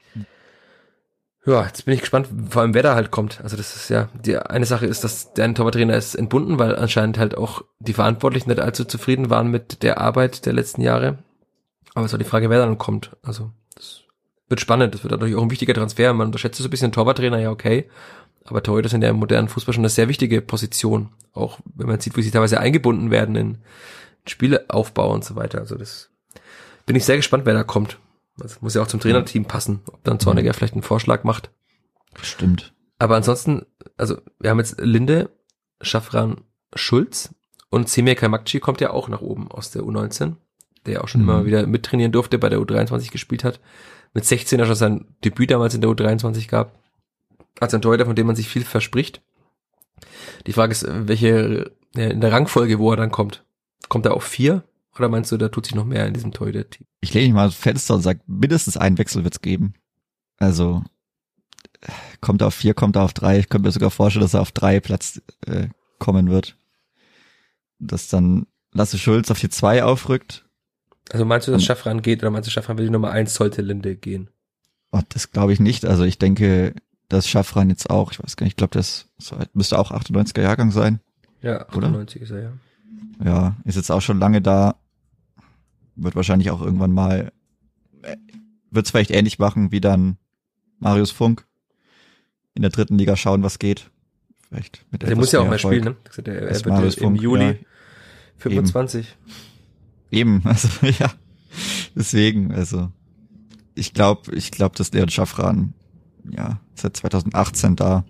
ja, jetzt bin ich gespannt, vor allem wer da halt kommt. Also das ist ja, die eine Sache ist, dass der Torwarttrainer ist entbunden, weil anscheinend halt auch die Verantwortlichen nicht allzu zufrieden waren mit der Arbeit der letzten Jahre. Aber es ist auch die Frage, wer dann kommt. Also das wird spannend, das wird natürlich auch ein wichtiger Transfer. Man unterschätzt so ein bisschen den Torwarttrainer, ja okay. Aber Torhüter sind ja im modernen Fußball schon eine sehr wichtige Position. Auch wenn man sieht, wie sie teilweise eingebunden werden in Spieleaufbau und so weiter. Also das bin ich sehr gespannt, wer da kommt. Das muss ja auch zum Trainerteam passen, ob dann Zorniger mhm. vielleicht einen Vorschlag macht. Stimmt. Aber ansonsten, also wir haben jetzt Linde, Shafran Schulz und Semir Kaymakci kommt ja auch nach oben aus der U neunzehn, der ja auch schon mhm. immer wieder mittrainieren durfte, bei der U dreiundzwanzig gespielt hat. Mit sechzehn ja schon sein Debüt damals in der U dreiundzwanzig gab. Als ein Torhüter, von dem man sich viel verspricht. Die Frage ist, welche, ja, in der Rangfolge, wo er dann kommt. Kommt er auf vier? Oder meinst du, da tut sich noch mehr in diesem Torhüter-Team? Ich lege mich mal aufs Fenster und sage, mindestens einen Wechsel wird's geben. Also kommt er auf vier, kommt er auf drei. Ich könnte mir sogar vorstellen, dass er auf drei Platz äh, kommen wird. Dass dann Lasse Schulz auf die zwei aufrückt. Also meinst du, dass Shafran geht oder meinst du, Shafran will die Nummer eins, sollte Linde gehen? Oh, das glaube ich nicht. Also ich denke, dass Shafran jetzt auch, ich weiß gar nicht, ich glaube, das müsste auch achtundneunziger Jahrgang sein. Ja, achtundneunzig ist er, ja. Ja, ist jetzt auch schon lange da. Wird wahrscheinlich auch irgendwann mal, wird es vielleicht ähnlich machen wie dann Marius Funk. In der dritten Liga schauen, was geht. Vielleicht mit der muss ja auch mal spielen, ne? Er, er wird Marius im Funk, Juli ja. fünfundzwanzig. Eben. Eben, also ja. Deswegen, also ich glaube, ich glaube, dass Leon Schaffran ja seit zwanzig achtzehn da.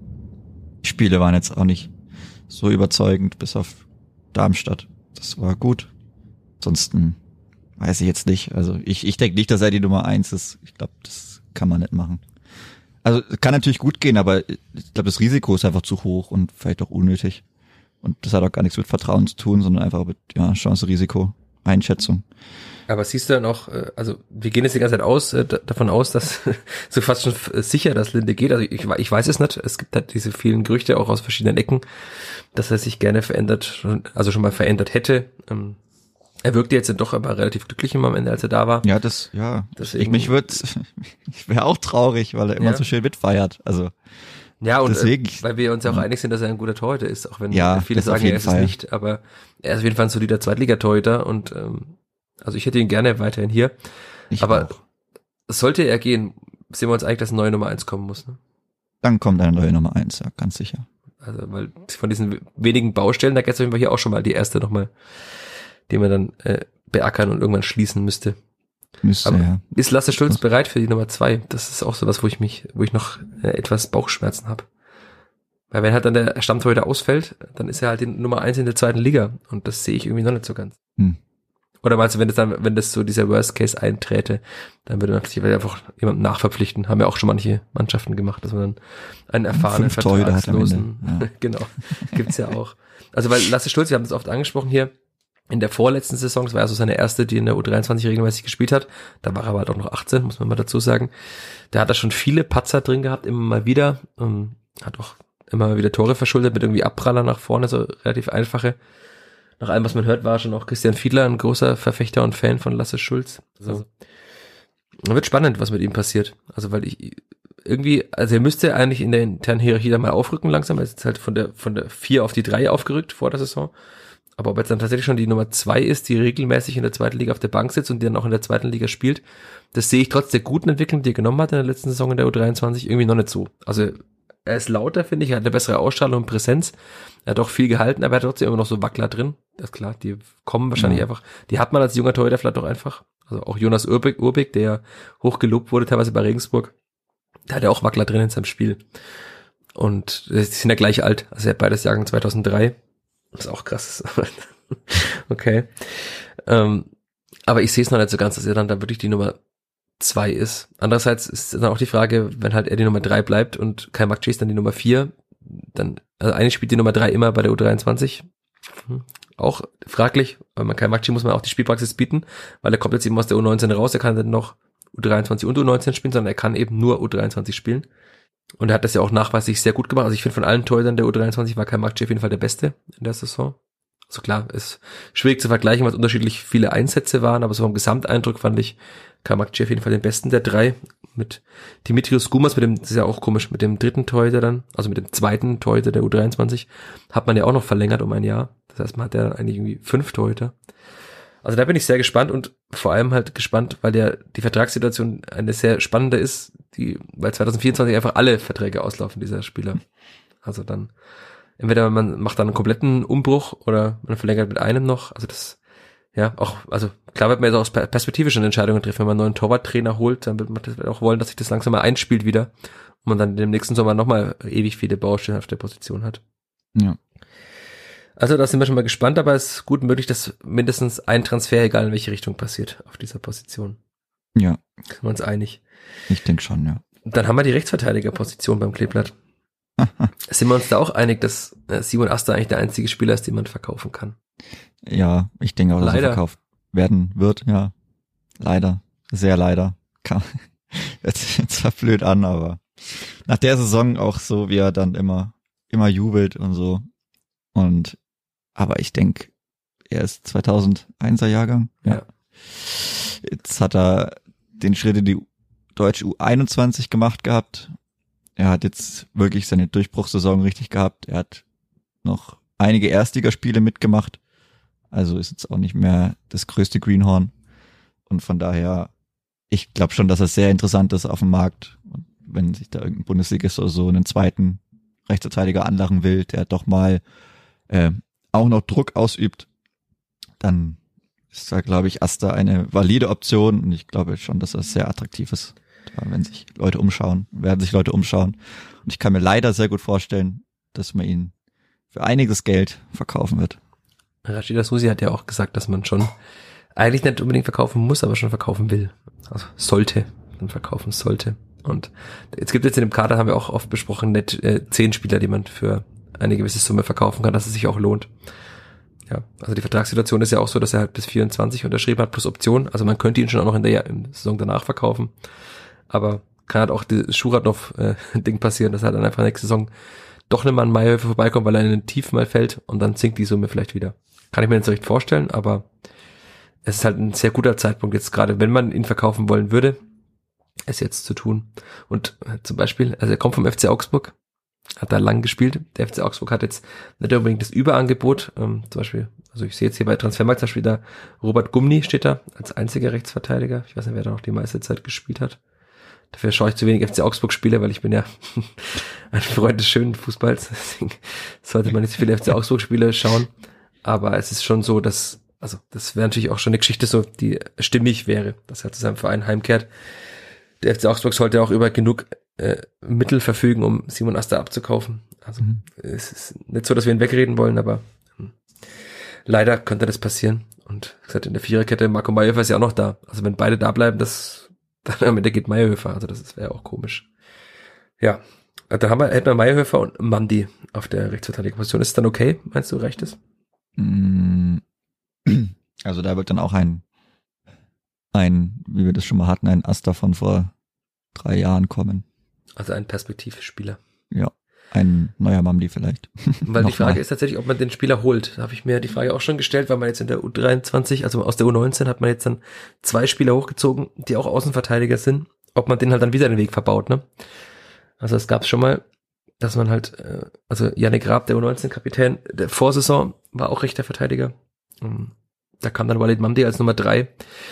Die Spiele waren jetzt auch nicht so überzeugend, bis auf Darmstadt. Das war gut. Ansonsten weiß ich jetzt nicht. Also ich, ich denke nicht, dass er die Nummer eins ist. Ich glaube, das kann man nicht machen. Also kann natürlich gut gehen, aber ich glaube, das Risiko ist einfach zu hoch und vielleicht auch unnötig. Und das hat auch gar nichts mit Vertrauen zu tun, sondern einfach mit ja, Chance-Risiko, Einschätzung. Aber siehst du dann auch, also wir gehen jetzt die ganze Zeit aus, äh, davon aus, dass so fast schon sicher, dass Linde geht. Also ich, ich weiß es nicht. Es gibt halt diese vielen Gerüchte auch aus verschiedenen Ecken, dass er sich gerne verändert, also schon mal verändert hätte. Ähm, er wirkte jetzt doch aber relativ glücklich am Ende, als er da war. Ja, das, ja. Deswegen, ich mich würde, ich wäre auch traurig, weil er immer ja. so schön mitfeiert. Also ja, und deswegen, äh, weil wir uns ja auch einig sind, dass er ein guter Torhüter ist, auch wenn ja, viele sagen, er ist Fall. es nicht, aber er ist auf jeden Fall ein solider Zweitligatorhüter und ähm, also ich hätte ihn gerne weiterhin hier. Ich aber auch. Sollte er gehen, sehen wir uns eigentlich, dass eine neue Nummer eins kommen muss. Ne? Dann kommt eine neue Nummer eins, ja, ganz sicher. Also weil von diesen wenigen Baustellen, da gibt's auf jeden Fall hier auch schon mal die erste nochmal, die man dann äh, beackern und irgendwann schließen müsste. Müsste, aber ja. Ist Lasse Schulz bereit für die Nummer zwei? Das ist auch sowas, wo ich mich, wo ich noch äh, etwas Bauchschmerzen habe. Weil wenn halt dann der Stammtorhüter ausfällt, dann ist er halt die Nummer eins in der zweiten Liga und das sehe ich irgendwie noch nicht so ganz. Hm. Oder meinst du, wenn das dann, wenn das so dieser Worst Case einträte, dann würde man natürlich einfach jemanden nachverpflichten. Haben ja auch schon manche Mannschaften gemacht, dass man dann einen erfahrenen Vertragslosen, ja. Genau, gibt's ja auch. Also weil Lasse Schulz, wir haben das oft angesprochen hier, in der vorletzten Saison, das war ja so seine erste, die in der U dreiundzwanzig regelmäßig gespielt hat, da war er aber halt auch noch achtzehn, muss man mal dazu sagen. Da hat er schon viele Patzer drin gehabt, immer mal wieder, um, hat auch immer mal wieder Tore verschuldet mit irgendwie Abpraller nach vorne, so relativ einfache. Nach allem, was man hört, war schon auch Christian Fiedler ein großer Verfechter und Fan von Lasse Schulz. Also, wird spannend, was mit ihm passiert. Also, weil ich irgendwie, also er müsste eigentlich in der internen Hierarchie da mal aufrücken langsam. Er ist jetzt halt von der, von der vier auf die drei aufgerückt vor der Saison. Aber ob jetzt dann tatsächlich schon die Nummer zwei ist, die regelmäßig in der zweiten Liga auf der Bank sitzt und die dann auch in der zweiten Liga spielt, das sehe ich trotz der guten Entwicklung, die er genommen hat in der letzten Saison in der U dreiundzwanzig, irgendwie noch nicht so. Also, er ist lauter, finde ich, er hat eine bessere Ausstrahlung und Präsenz. Er hat auch viel gehalten, aber er hat trotzdem immer noch so Wackler drin. Das ist klar, die kommen wahrscheinlich ja. einfach, die hat man als junger Torhüter vielleicht doch einfach. Also auch Jonas Urbig, Urbig, der hoch gelobt wurde, teilweise bei Regensburg, der hat ja auch Wackler drin in seinem Spiel. Und die sind ja gleich alt. Also er hat beides Jahrgang zweitausenddrei. Was auch krass ist. Okay. Ähm, aber ich sehe es noch nicht so ganz, dass er dann da wirklich die Nummer zwei ist. Andererseits ist dann auch die Frage, wenn halt er die Nummer drei bleibt und Kai Makci ist dann die Nummer vier, dann, also eigentlich spielt die Nummer drei immer bei der U dreiundzwanzig. Hm. Auch fraglich, weil man Kai Makci muss man auch die Spielpraxis bieten, weil er kommt jetzt eben aus der U neunzehn raus, er kann dann noch U dreiundzwanzig und U neunzehn spielen, sondern er kann eben nur U dreiundzwanzig spielen. Und er hat das ja auch nachweislich sehr gut gemacht. Also ich finde, von allen Torhütern der U dreiundzwanzig war Kai Makci auf jeden Fall der Beste in der Saison. Also klar, ist schwierig zu vergleichen, weil es unterschiedlich viele Einsätze waren, aber so vom Gesamteindruck fand ich Kai Makci auf jeden Fall den besten der drei. Mit Dimitrios Gumas, mit dem, das ist ja auch komisch, mit dem dritten Torhüter dann, also mit dem zweiten Torhüter der U dreiundzwanzig, hat man ja auch noch verlängert um ein Jahr. Das heißt, man hat ja dann eigentlich irgendwie fünf Torhüter. Also da bin ich sehr gespannt und vor allem halt gespannt, weil der die Vertragssituation eine sehr spannende ist, die, weil zwanzig vierundzwanzig einfach alle Verträge auslaufen dieser Spieler. Also dann, entweder man macht dann einen kompletten Umbruch oder man verlängert mit einem noch. Also das, ja, auch, also klar wird man jetzt auch aus perspektivischen Entscheidungen treffen. Wenn man einen neuen Torwarttrainer holt, dann wird man das auch wollen, dass sich das langsam mal einspielt wieder und man dann im nächsten Sommer nochmal ewig viele Baustellen auf der Position hat. Ja. Also da sind wir schon mal gespannt, aber es ist gut möglich, dass mindestens ein Transfer, egal in welche Richtung, passiert auf dieser Position. Ja. Sind wir uns einig? Ich denke schon, ja. Dann haben wir die Rechtsverteidigerposition beim Kleeblatt. Sind wir uns da auch einig, dass Simon Asta eigentlich der einzige Spieler ist, den man verkaufen kann? Ja, ich denke auch, dass leider. er verkauft werden wird, ja. Leider. Sehr leider. Kann, jetzt, jetzt zwar blöd an, aber nach der Saison auch so, wie er dann immer, immer jubelt und so. Und, aber ich denke, er ist zweitausendeiner Jahrgang. Ja. ja. Jetzt hat er den Schritt in die deutsche U einundzwanzig gemacht gehabt. Er hat jetzt wirklich seine Durchbruchssaison richtig gehabt. Er hat noch einige Erstligaspiele mitgemacht. Also ist jetzt auch nicht mehr das größte Greenhorn. Und von daher, ich glaube schon, dass es sehr interessant ist auf dem Markt. Und wenn sich da irgendein Bundesligist oder so einen zweiten Rechtsverteidiger anlachen will, der doch mal äh, auch noch Druck ausübt, dann ist da, glaube ich, Asta eine valide Option. Und ich glaube schon, dass das sehr attraktiv ist, wenn sich Leute umschauen, werden sich Leute umschauen. Und ich kann mir leider sehr gut vorstellen, dass man ihn für einiges Geld verkaufen wird. Rashida Susi hat ja auch gesagt, dass man schon eigentlich nicht unbedingt verkaufen muss, aber schon verkaufen will. Also sollte, dann verkaufen sollte. Und jetzt gibt es jetzt in dem Kader, haben wir auch oft besprochen, nicht äh, zehn Spieler, die man für eine gewisse Summe verkaufen kann, dass es sich auch lohnt. Ja, also die Vertragssituation ist ja auch so, dass er halt bis vierundzwanzig unterschrieben hat, plus Option. Also man könnte ihn schon auch noch in der in der Saison danach verkaufen. Aber kann halt auch das Schuradov-Ding äh, passieren, dass er dann einfach nächste Saison doch nicht mal an Mayhöfer vorbeikommt, weil er in den Tief mal fällt und dann sinkt die Summe vielleicht wieder. Kann ich mir nicht so recht vorstellen, aber es ist halt ein sehr guter Zeitpunkt jetzt gerade, wenn man ihn verkaufen wollen würde, es jetzt zu tun. Und äh, zum Beispiel, also er kommt vom F C Augsburg, hat da lang gespielt. Der F C Augsburg hat jetzt nicht unbedingt das Überangebot, ähm, zum Beispiel, also ich sehe jetzt hier bei Transfermarkt zum Beispiel da, Robert Gumni steht da als einziger Rechtsverteidiger. Ich weiß nicht, wer da noch die meiste Zeit gespielt hat. Dafür schaue ich zu wenig F C Augsburg-Spiele, weil ich bin ja ein Freund des schönen Fußballs. Deswegen sollte man nicht so viele F C Augsburg-Spiele schauen. Aber es ist schon so, dass, also das wäre natürlich auch schon eine Geschichte so, die stimmig wäre, dass er zu seinem Verein heimkehrt. Der F C Augsburg sollte auch über genug äh, Mittel verfügen, um Simon Asta abzukaufen. Also mhm. es ist nicht so, dass wir ihn wegreden wollen, aber hm, leider könnte das passieren. Und wie gesagt, in der Viererkette, Marco Mayhöfer ist ja auch noch da. Also wenn beide da bleiben, das dann am Ende geht Mayhöfer. Also das wäre auch komisch. Ja, da haben wir, hätten wir Mayhöfer und Mandi auf der Rechtsverteidigerposition. Ist es dann okay? Meinst du, reicht es? Also da wird dann auch ein, ein, wie wir das schon mal hatten, ein Asta von vor drei Jahren kommen. Also ein Perspektivspieler. Ja, ein neuer Mamdi vielleicht. Weil die Frage ist tatsächlich, ob man den Spieler holt. Da habe ich mir die Frage auch schon gestellt, weil man jetzt in der U dreiundzwanzig, also aus der U neunzehn hat man jetzt dann zwei Spieler hochgezogen, die auch Außenverteidiger sind, ob man den halt dann wieder den Weg verbaut, ne? Also es gab schon mal, dass man halt, äh, also Yannick Raab, der U neunzehn-Kapitän, der Vorsaison war auch rechter Verteidiger. Da kam dann Walid Mamdi als Nummer drei.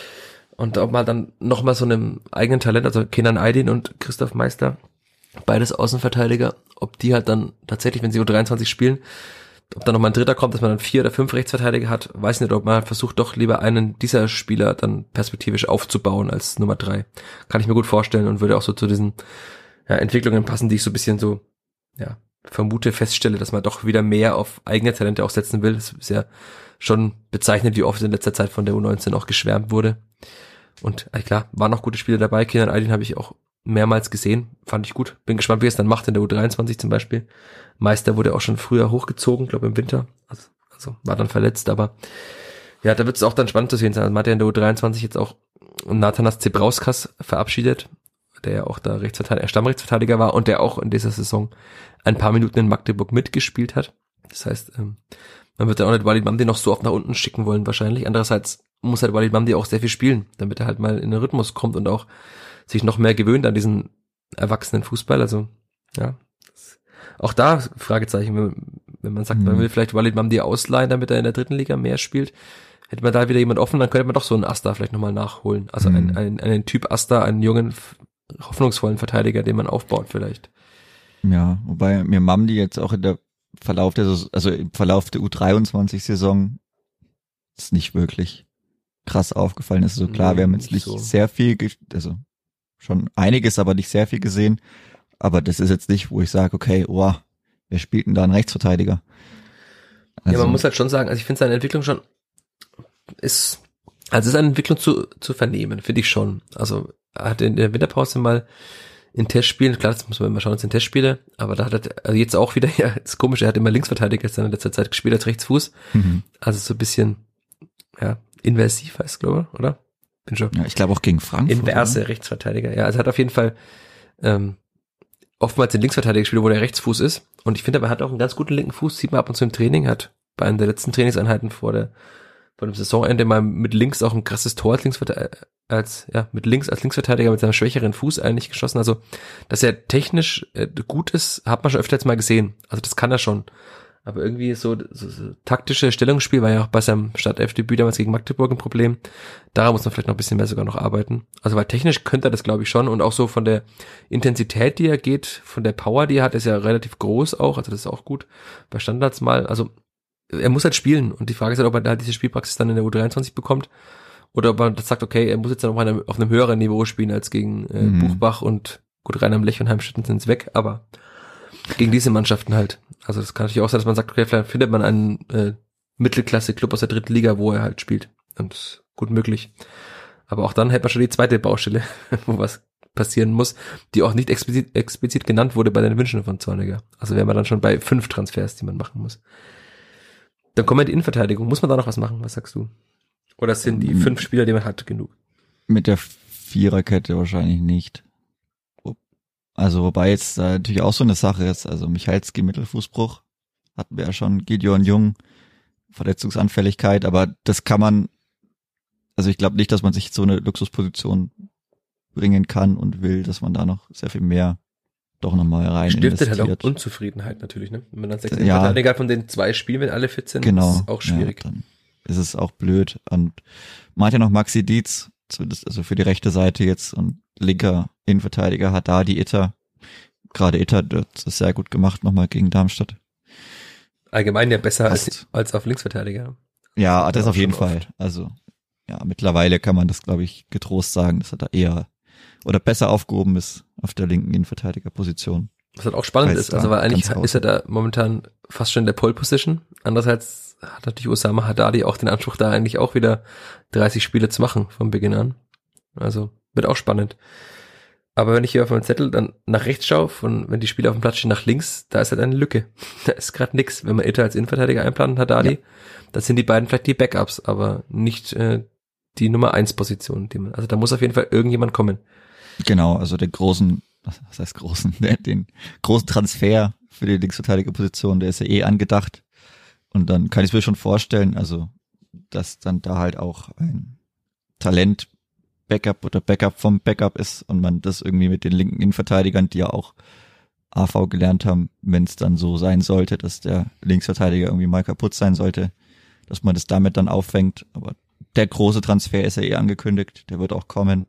Und ob man dann nochmal so einem eigenen Talent, also Kenan Aydin und Christoph Meister, beides Außenverteidiger, ob die halt dann tatsächlich, wenn sie U dreiundzwanzig spielen, ob dann nochmal ein Dritter kommt, dass man dann vier oder fünf Rechtsverteidiger hat, weiß nicht, ob man versucht doch lieber einen dieser Spieler dann perspektivisch aufzubauen als Nummer drei. Kann ich mir gut vorstellen und würde auch so zu diesen ja, Entwicklungen passen, die ich so ein bisschen so ja vermute, feststelle, dass man doch wieder mehr auf eigene Talente auch setzen will. Das ist ja schon bezeichnet, wie oft in letzter Zeit von der U neunzehn auch geschwärmt wurde. Und äh, klar, waren noch gute Spieler dabei. Kenan Aydin habe ich auch mehrmals gesehen. Fand ich gut. Bin gespannt, wie er es dann macht in der U dreiundzwanzig zum Beispiel. Meister wurde auch schon früher hochgezogen, glaube im Winter. Also, also war dann verletzt, aber ja, da wird es auch dann spannend zu sehen sein. Also man hat ja in der U dreiundzwanzig jetzt auch Nathanas Zebrauskas verabschiedet, der ja auch da Rechtsverteidiger, Stammrechtsverteidiger war und der auch in dieser Saison ein paar Minuten in Magdeburg mitgespielt hat. Das heißt, ähm, man wird dann auch nicht Walid Mamdi noch so oft nach unten schicken wollen wahrscheinlich. Andererseits muss halt Walid Mamdi auch sehr viel spielen, damit er halt mal in den Rhythmus kommt und auch sich noch mehr gewöhnt an diesen erwachsenen Fußball. Also ja, auch da Fragezeichen, wenn, wenn man sagt, mhm. man will vielleicht Walid Mamdi ausleihen, damit er in der dritten Liga mehr spielt. Hätte man da wieder jemand offen, dann könnte man doch so einen Asta vielleicht nochmal nachholen. Also mhm. einen, einen, einen Typ Asta, einen jungen, hoffnungsvollen Verteidiger, den man aufbaut vielleicht. Ja, wobei mir Mamdi jetzt auch in der Verlauf der, also im Verlauf der U dreiundzwanzig-Saison ist nicht wirklich krass aufgefallen. Ist so klar, nee, wir haben jetzt nicht so sehr viel, also schon einiges, aber nicht sehr viel gesehen. Aber das ist jetzt nicht, wo ich sage, okay, oh, wer spielt denn da einen Rechtsverteidiger? Also, ja, man muss halt schon sagen, also ich finde seine Entwicklung schon ist, also ist eine Entwicklung zu zu vernehmen, finde ich schon. Also er hat in der Winterpause mal in Testspielen, klar, das muss man immer schauen, es sind Testspiele, aber da hat er also jetzt auch wieder, ja, ist komisch, er hat immer Linksverteidiger jetzt in letzter Zeit gespielt als Rechtsfuß. Mhm. Also so ein bisschen, ja, inversiv heißt es, glaube ich, oder? Bin schon. Ja, ich glaube auch gegen Frankfurt. Inverse oder? Rechtsverteidiger, ja, also er hat auf jeden Fall ähm, oftmals den Linksverteidiger gespielt, wo der Rechtsfuß ist. Und ich finde, aber er hat auch einen ganz guten linken Fuß, sieht man ab und zu im Training, hat bei einer der letzten Trainingseinheiten vor der vor dem Saisonende mal mit links auch ein krasses Tor als Linksverteidiger, als, ja, mit links als Linksverteidiger mit seinem schwächeren Fuß eigentlich geschossen. Also, dass er technisch äh, gut ist, hat man schon öfter jetzt mal gesehen. Also, das kann er schon. Aber irgendwie so, so, so taktische Stellungsspiel war ja auch bei seinem Startelfdebüt damals gegen Magdeburg ein Problem. Daran muss man vielleicht noch ein bisschen mehr sogar noch arbeiten. Also weil technisch könnte er das, glaube ich, schon. Und auch so von der Intensität, die er geht, von der Power, die er hat, ist ja relativ groß auch. Also das ist auch gut. Bei Standards mal, also er muss halt spielen. Und die Frage ist halt, ob er halt diese Spielpraxis dann in der U dreiundzwanzig bekommt. Oder ob man sagt, okay, er muss jetzt dann noch mal auf einem höheren Niveau spielen als gegen äh, mhm. Buchbach und gut, Rhein am Lech und Heimstetten sind es weg. Aber gegen diese Mannschaften halt. Also das kann natürlich auch sein, dass man sagt, okay, vielleicht findet man einen äh, Mittelklasse-Club aus der dritten Liga, wo er halt spielt. Und das ist gut möglich. Aber auch dann hätte man schon die zweite Baustelle, wo was passieren muss, die auch nicht explizit, explizit genannt wurde bei den Wünschen von Zorniger. Also wäre man dann schon bei fünf Transfers, die man machen muss. Dann kommen wir in die Innenverteidigung. Muss man da noch was machen? Was sagst du? Oder sind die fünf Spieler, die man hat, genug? Mit der Viererkette wahrscheinlich nicht. Also wobei jetzt äh, natürlich auch so eine Sache ist, also Michalski Mittelfußbruch, hatten wir ja schon, Gideon Jung, Verletzungsanfälligkeit, aber das kann man, also ich glaube nicht, dass man sich so eine Luxusposition bringen kann und will, dass man da noch sehr viel mehr doch nochmal rein Stiftet investiert. halt auch Unzufriedenheit natürlich, ne? Wenn man dann sechzehn ja, Verteidiger von den zwei Spielen, wenn alle fit sind, genau, ist auch schwierig. Ja, dann ist es auch blöd. Und man hat ja noch Maxi Dietz, also für die rechte Seite jetzt, und linker Innenverteidiger hat da die Itter. Gerade Itter hat das sehr gut gemacht nochmal gegen Darmstadt. Allgemein ja besser als, als auf Linksverteidiger. Ja, das auf jeden Fall. Oft. Also ja, mittlerweile kann man das, glaube ich, getrost sagen, dass er da eher oder besser aufgehoben ist auf der linken Innenverteidigerposition. Was halt auch spannend Weiß ist, also weil eigentlich raus. ist er da momentan fast schon in der Pole-Position. Andererseits hat natürlich Osama Haddadi auch den Anspruch, da eigentlich auch wieder dreißig Spiele zu machen von Beginn an. Also wird auch spannend. Aber wenn ich hier auf meinem Zettel dann nach rechts schaue, von, wenn die Spieler auf dem Platz stehen, nach links, da ist halt eine Lücke. Da ist gerade nix. Wenn man Itter als Innenverteidiger einplant und Haddadi, ja, dann sind die beiden vielleicht die Backups, aber nicht äh, die Nummer eins Position. Die man, also da muss auf jeden Fall irgendjemand kommen. Genau, also den großen, was heißt großen, den großen Transfer für die Linksverteidigerposition, der ist ja eh angedacht. Und dann kann ich es mir schon vorstellen, also dass dann da halt auch ein Talent Backup oder Backup vom Backup ist und man das irgendwie mit den linken Innenverteidigern, die ja auch A V gelernt haben, wenn es dann so sein sollte, dass der Linksverteidiger irgendwie mal kaputt sein sollte, dass man das damit dann auffängt. Aber der große Transfer ist ja eh angekündigt, der wird auch kommen.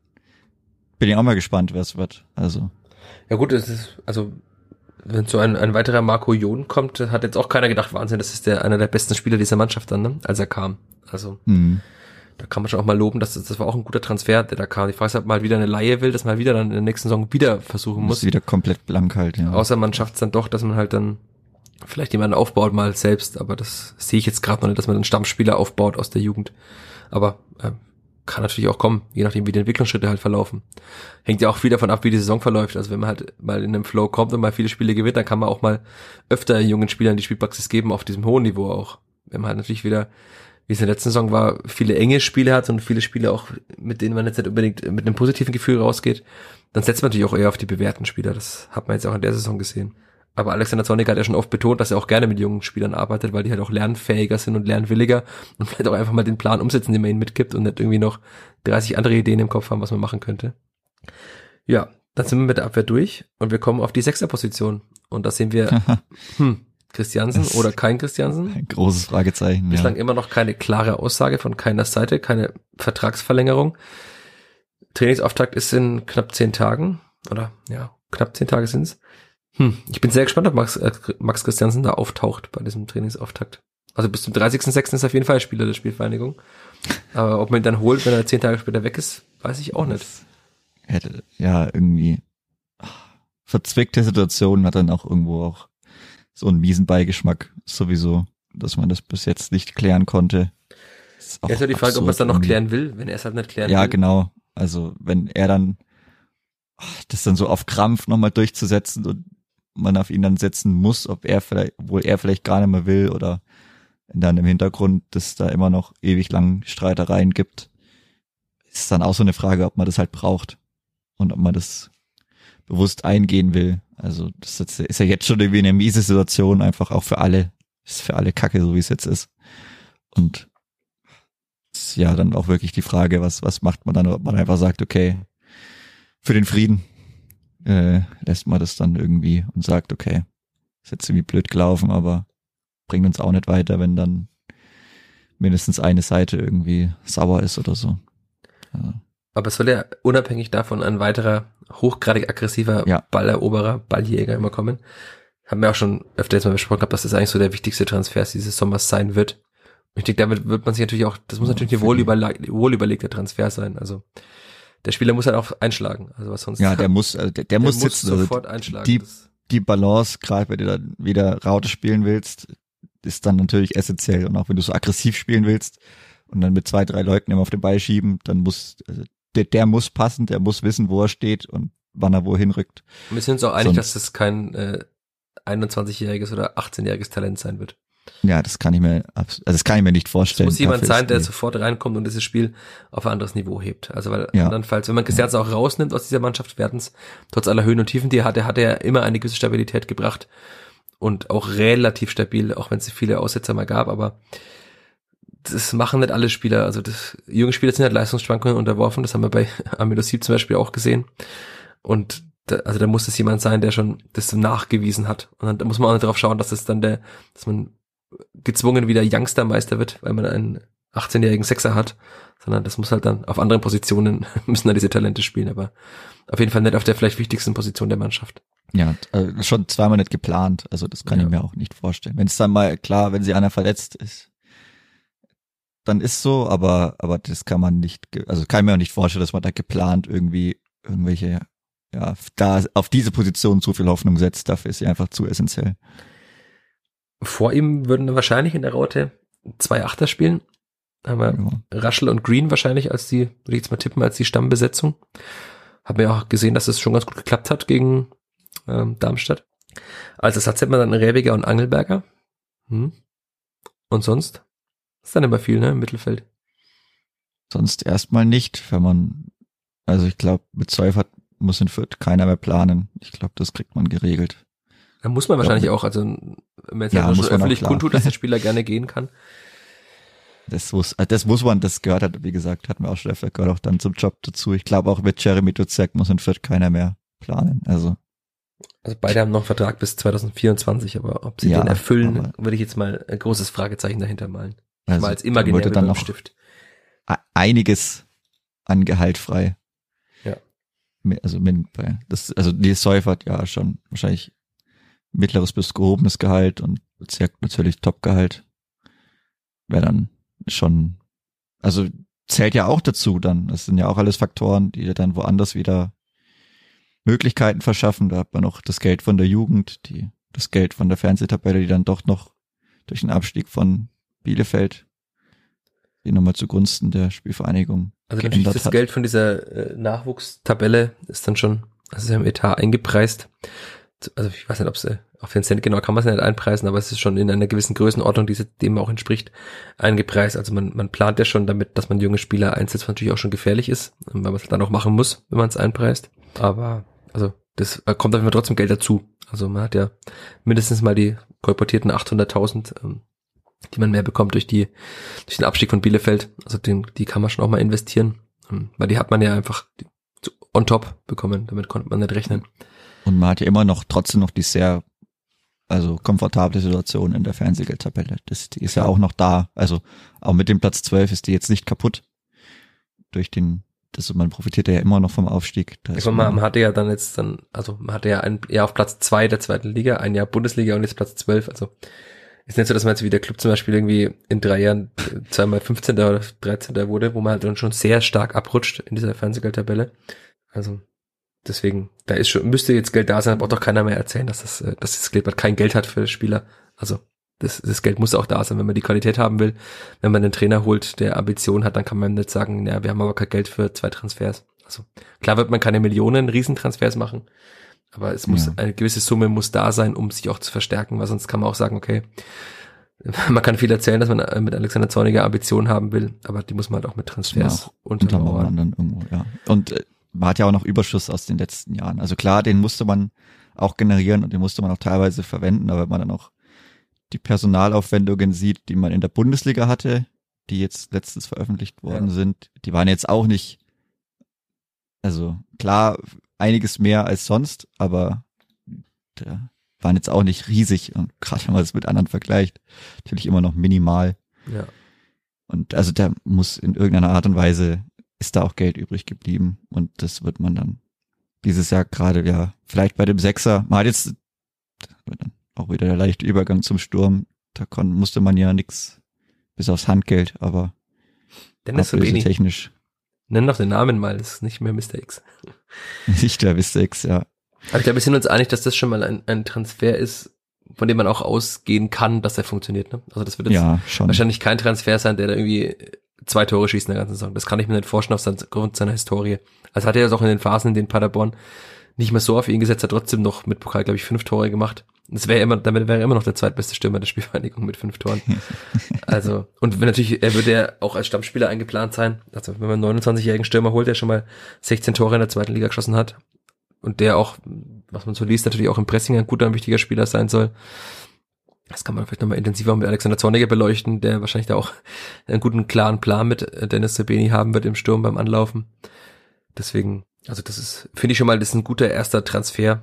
Bin ich auch mal gespannt, wer es wird. Also ja gut, es ist, also wenn so ein, ein weiterer Marco Jon kommt, hat jetzt auch keiner gedacht, Wahnsinn, das ist der einer der besten Spieler dieser Mannschaft dann, ne? Als er kam. Also mhm. Da kann man schon auch mal loben, dass das, das war auch ein guter Transfer, der da kam. Die Frage ist, ob man halt wieder eine Leihe will, dass man wieder dann in der nächsten Saison wieder versuchen muss. Ist wieder komplett blank halt, ja. Außer man schafft es dann doch, dass man halt dann vielleicht jemanden aufbaut mal selbst, aber das sehe ich jetzt gerade noch nicht, dass man einen Stammspieler aufbaut aus der Jugend. Aber äh, kann natürlich auch kommen, je nachdem, wie die Entwicklungsschritte halt verlaufen. Hängt ja auch viel davon ab, wie die Saison verläuft. Also wenn man halt mal in einem Flow kommt und mal viele Spiele gewinnt, dann kann man auch mal öfter jungen Spielern die Spielpraxis geben, auf diesem hohen Niveau auch. Wenn man halt natürlich wieder, wie es in der letzten Saison war, viele enge Spiele hat und viele Spiele auch, mit denen man jetzt nicht unbedingt mit einem positiven Gefühl rausgeht, dann setzt man natürlich auch eher auf die bewährten Spieler. Das hat man jetzt auch in der Saison gesehen. Aber Alexander Zorniger hat ja schon oft betont, dass er auch gerne mit jungen Spielern arbeitet, weil die halt auch lernfähiger sind und lernwilliger und vielleicht auch einfach mal den Plan umsetzen, den man ihnen mitgibt und nicht irgendwie noch dreißig andere Ideen im Kopf haben, was man machen könnte. Ja, dann sind wir mit der Abwehr durch und wir kommen auf die Sechserposition. Und da sehen wir, hm, Christiansen das oder kein Christiansen. Ein großes Fragezeichen. Bislang ja. immer noch keine klare Aussage von keiner Seite, keine Vertragsverlängerung. Trainingsauftakt ist in knapp zehn Tagen, oder ja, knapp zehn Tage sind's. Hm, ich bin sehr gespannt, ob Max, äh, Max Christiansen da auftaucht bei diesem Trainingsauftakt. Also bis zum dreißigsten sechsten ist er auf jeden Fall Spieler der Spielvereinigung. Aber ob man ihn dann holt, wenn er zehn Tage später weg ist, weiß ich auch nicht. Hätte, ja, irgendwie verzwickte Situationen hat dann auch irgendwo auch so einen miesen Beigeschmack sowieso, dass man das bis jetzt nicht klären konnte. Ist ja, ist ja die Frage, ob man es dann noch klären will, wenn er es halt nicht klären ja, will. Ja, genau. Also wenn er dann das dann so auf Krampf nochmal durchzusetzen und man auf ihn dann setzen muss, ob er vielleicht, obwohl er vielleicht gar nicht mehr will oder dann im Hintergrund, dass da immer noch ewig lang Streitereien gibt, ist dann auch so eine Frage, ob man das halt braucht und ob man das bewusst eingehen will. Also das ist ja jetzt schon irgendwie eine miese Situation, einfach auch für alle. Ist für alle Kacke, so wie es jetzt ist. Und ist ja dann auch wirklich die Frage, was was macht man dann, ob man einfach sagt, okay, für den Frieden äh, lässt man das dann irgendwie und sagt, okay, ist jetzt irgendwie blöd gelaufen, aber bringt uns auch nicht weiter, wenn dann mindestens eine Seite irgendwie sauer ist oder so. Also. Aber es soll ja unabhängig davon ein weiterer hochgradig aggressiver ja. Balleroberer, Balljäger immer kommen. Haben wir auch schon öfter jetzt mal besprochen gehabt, dass das eigentlich so der wichtigste Transfer dieses Sommers sein wird. Und ich denke, damit wird man sich natürlich auch, das muss ja, natürlich ein wohlüberle- wohlüberlegter Transfer sein. Also der Spieler muss halt auch einschlagen. Also was sonst. Ja, der muss, der, der, der muss sitzen. Sofort also einschlagen. Die, die Balance, gerade wenn du dann wieder Raute spielen willst, ist dann natürlich essentiell. Und auch wenn du so aggressiv spielen willst und dann mit zwei, drei Leuten immer auf den Ball schieben, dann muss, also der, der muss passen, der muss wissen, wo er steht und wann er wohin rückt. Und wir sind uns auch einig, Sonst, dass das kein äh, einundzwanzigjähriges oder achtzehnjähriges Talent sein wird. Ja, das kann ich mir, also das kann ich mir nicht vorstellen. Es muss jemand Dafür sein, der die, sofort reinkommt und dieses Spiel auf ein anderes Niveau hebt. Also weil ja. andernfalls, wenn man Geserz auch rausnimmt aus dieser Mannschaft, werden es trotz aller Höhen und Tiefen, die er hatte, hat er immer eine gewisse Stabilität gebracht und auch relativ stabil, auch wenn es viele Aussetzer mal gab, aber das machen nicht alle Spieler. Also das, junge Spieler sind halt Leistungsschwankungen unterworfen, das haben wir bei Amilo Sieb zum Beispiel auch gesehen. Und da, also da muss es jemand sein, der schon das nachgewiesen hat. Und dann da muss man auch nicht drauf schauen, dass es dann der, dass man gezwungen wieder Youngstermeister wird, weil man einen achtzehnjährigen Sechser hat, sondern das muss halt dann auf anderen Positionen, müssen dann diese Talente spielen, aber auf jeden Fall nicht auf der vielleicht wichtigsten Position der Mannschaft. Ja, äh, schon zweimal nicht geplant, also das kann ja. ich mir auch nicht vorstellen. Wenn es dann mal, klar, wenn sie einer verletzt ist, dann ist so, aber aber das kann man nicht, also kann ich mir auch nicht vorstellen, dass man da geplant irgendwie irgendwelche, ja, da auf diese Position zu viel Hoffnung setzt, dafür ist sie einfach zu essentiell. Vor ihm würden wahrscheinlich in der Raute zwei Achter spielen. Haben wir ja. Ruschel und Green wahrscheinlich als die, würde ich jetzt mal tippen, als die Stammbesetzung. Haben wir auch gesehen, dass es schon ganz gut geklappt hat gegen ähm, Darmstadt. Als Ersatz hätten wir dann Rebiger und Angelberger. Hm. Und sonst? Ist dann immer viel, ne, im Mittelfeld. Sonst erstmal nicht, wenn man, also ich glaube, mit Seufert muss in Fürth keiner mehr planen. Ich glaube, das kriegt man geregelt. Da muss man wahrscheinlich ja. auch, also wenn man jetzt ja, halt schon öffentlich auch, kundtut, dass der Spieler gerne gehen kann. Das muss, das muss man, das gehört hat, wie gesagt, hatten wir auch schon öfter, gehört auch dann zum Job dazu. Ich glaube auch mit Jeremy Duzek muss in Fürth keiner mehr planen. Also also beide haben noch einen Vertrag bis zwanzig vierundzwanzig, aber ob sie ja, den erfüllen, würde ich jetzt mal ein großes Fragezeichen dahinter malen. Ich also mal als imaginär dann mit noch Stift. Einiges an Gehalt frei. Ja. Also das, also die Seufert ja schon wahrscheinlich mittleres bis gehobenes Gehalt und Bezirk natürlich Topgehalt. Wäre dann schon, also zählt ja auch dazu dann. Das sind ja auch alles Faktoren, die dann woanders wieder Möglichkeiten verschaffen. Da hat man noch das Geld von der Jugend, die, das Geld von der Fernsehtabelle, die dann doch noch durch den Abstieg von Bielefeld die nochmal zugunsten der Spielvereinigung also natürlich das hat. Geld von dieser äh, Nachwuchstabelle ist dann schon, also sie haben Etat eingepreist. Also ich weiß nicht, ob es auf den Cent genau kann man es nicht einpreisen, aber es ist schon in einer gewissen Größenordnung, die dem auch entspricht, eingepreist. Also man, man plant ja schon damit, dass man junge Spieler einsetzt, was natürlich auch schon gefährlich ist, weil man es dann auch machen muss, wenn man es einpreist. Aber also das kommt auf jeden Fall trotzdem Geld dazu. Also man hat ja mindestens mal die kolportierten achthunderttausend, ähm, die man mehr bekommt durch die durch den Abstieg von Bielefeld. Also den, die kann man schon auch mal investieren, ähm, weil die hat man ja einfach on top bekommen. Damit konnte man nicht rechnen. Und man hat ja immer noch, trotzdem noch die sehr, also komfortable Situation in der Fernsehgeldtabelle. Das, die ist ja auch noch da. Also auch mit dem Platz zwölf ist die jetzt nicht kaputt. Durch den, das, man profitiert ja immer noch vom Aufstieg. Da ich meine, man, man hatte ja dann jetzt dann, also man hatte ja ein Jahr auf Platz zwei der zweiten Liga, ein Jahr Bundesliga und jetzt Platz zwölf. Also ist nicht so, dass man jetzt wie der Club zum Beispiel irgendwie in drei Jahren zweimal fünfzehnter oder dreizehnter wurde, wo man halt dann schon sehr stark abrutscht in dieser Fernsehgeldtabelle. Also deswegen, da ist schon, müsste jetzt Geld da sein, braucht doch keiner mehr erzählen, dass das, dass das Kleeblatt kein Geld hat für Spieler. Also das, das Geld muss auch da sein, wenn man die Qualität haben will. Wenn man einen Trainer holt, der Ambition hat, dann kann man nicht sagen, ja, wir haben aber kein Geld für zwei Transfers. Also klar wird man keine Millionen Riesentransfers machen, aber es muss, ja. eine gewisse Summe muss da sein, um sich auch zu verstärken, weil sonst kann man auch sagen, okay, man kann viel erzählen, dass man mit Alexander Zorniger Ambitionen haben will, aber die muss man halt auch mit Transfers ja, untermauern. Dann irgendwo, ja. Und äh, man hat ja auch noch Überschuss aus den letzten Jahren. Also klar, den musste man auch generieren und den musste man auch teilweise verwenden, aber wenn man dann auch die Personalaufwendungen sieht, die man in der Bundesliga hatte, die jetzt letztens veröffentlicht worden ja. sind, die waren jetzt auch nicht, also klar, einiges mehr als sonst, aber der, waren jetzt auch nicht riesig und gerade wenn man es mit anderen vergleicht, natürlich immer noch minimal. Ja. Und also da muss in irgendeiner Art und Weise, ist da auch Geld übrig geblieben und das wird man dann dieses Jahr gerade, ja, vielleicht bei dem Sechser, man hat jetzt dann auch wieder der leichte Übergang zum Sturm, da kon, musste man ja nichts bis aufs Handgeld, aber Dennis Srbeny. Technisch. Nenn doch den Namen mal, das ist nicht mehr Mister X. Nicht der Mister X, ja. Aber ich glaube, wir sind uns einig, dass das schon mal ein, ein Transfer ist, von dem man auch ausgehen kann, dass er funktioniert. Ne? Also das wird jetzt ja, schon. wahrscheinlich kein Transfer sein, der da irgendwie zwei Tore schießt in der ganzen Saison. Das kann ich mir nicht vorstellen aufgrund seiner Historie. Also hat er das auch in den Phasen, in denen Paderborn nicht mehr so auf ihn gesetzt hat, trotzdem noch mit Pokal, glaube ich, fünf Tore gemacht. Das wäre immer, damit wäre er immer noch der zweitbeste Stürmer der Spielvereinigung mit fünf Toren. Also, und wenn natürlich, er würde ja auch als Stammspieler eingeplant sein. Also, wenn man einen neunundzwanzigjährigen Stürmer holt, der schon mal sechzehn Tore in der zweiten Liga geschossen hat und der auch, was man so liest, natürlich auch im Pressing ein guter, ein wichtiger Spieler sein soll. Das kann man vielleicht nochmal intensiver mit Alexander Zorniger beleuchten, der wahrscheinlich da auch einen guten, klaren Plan mit Dennis Srbeny haben wird im Sturm beim Anlaufen. Deswegen, also das ist, finde ich schon mal, das ist ein guter erster Transfer.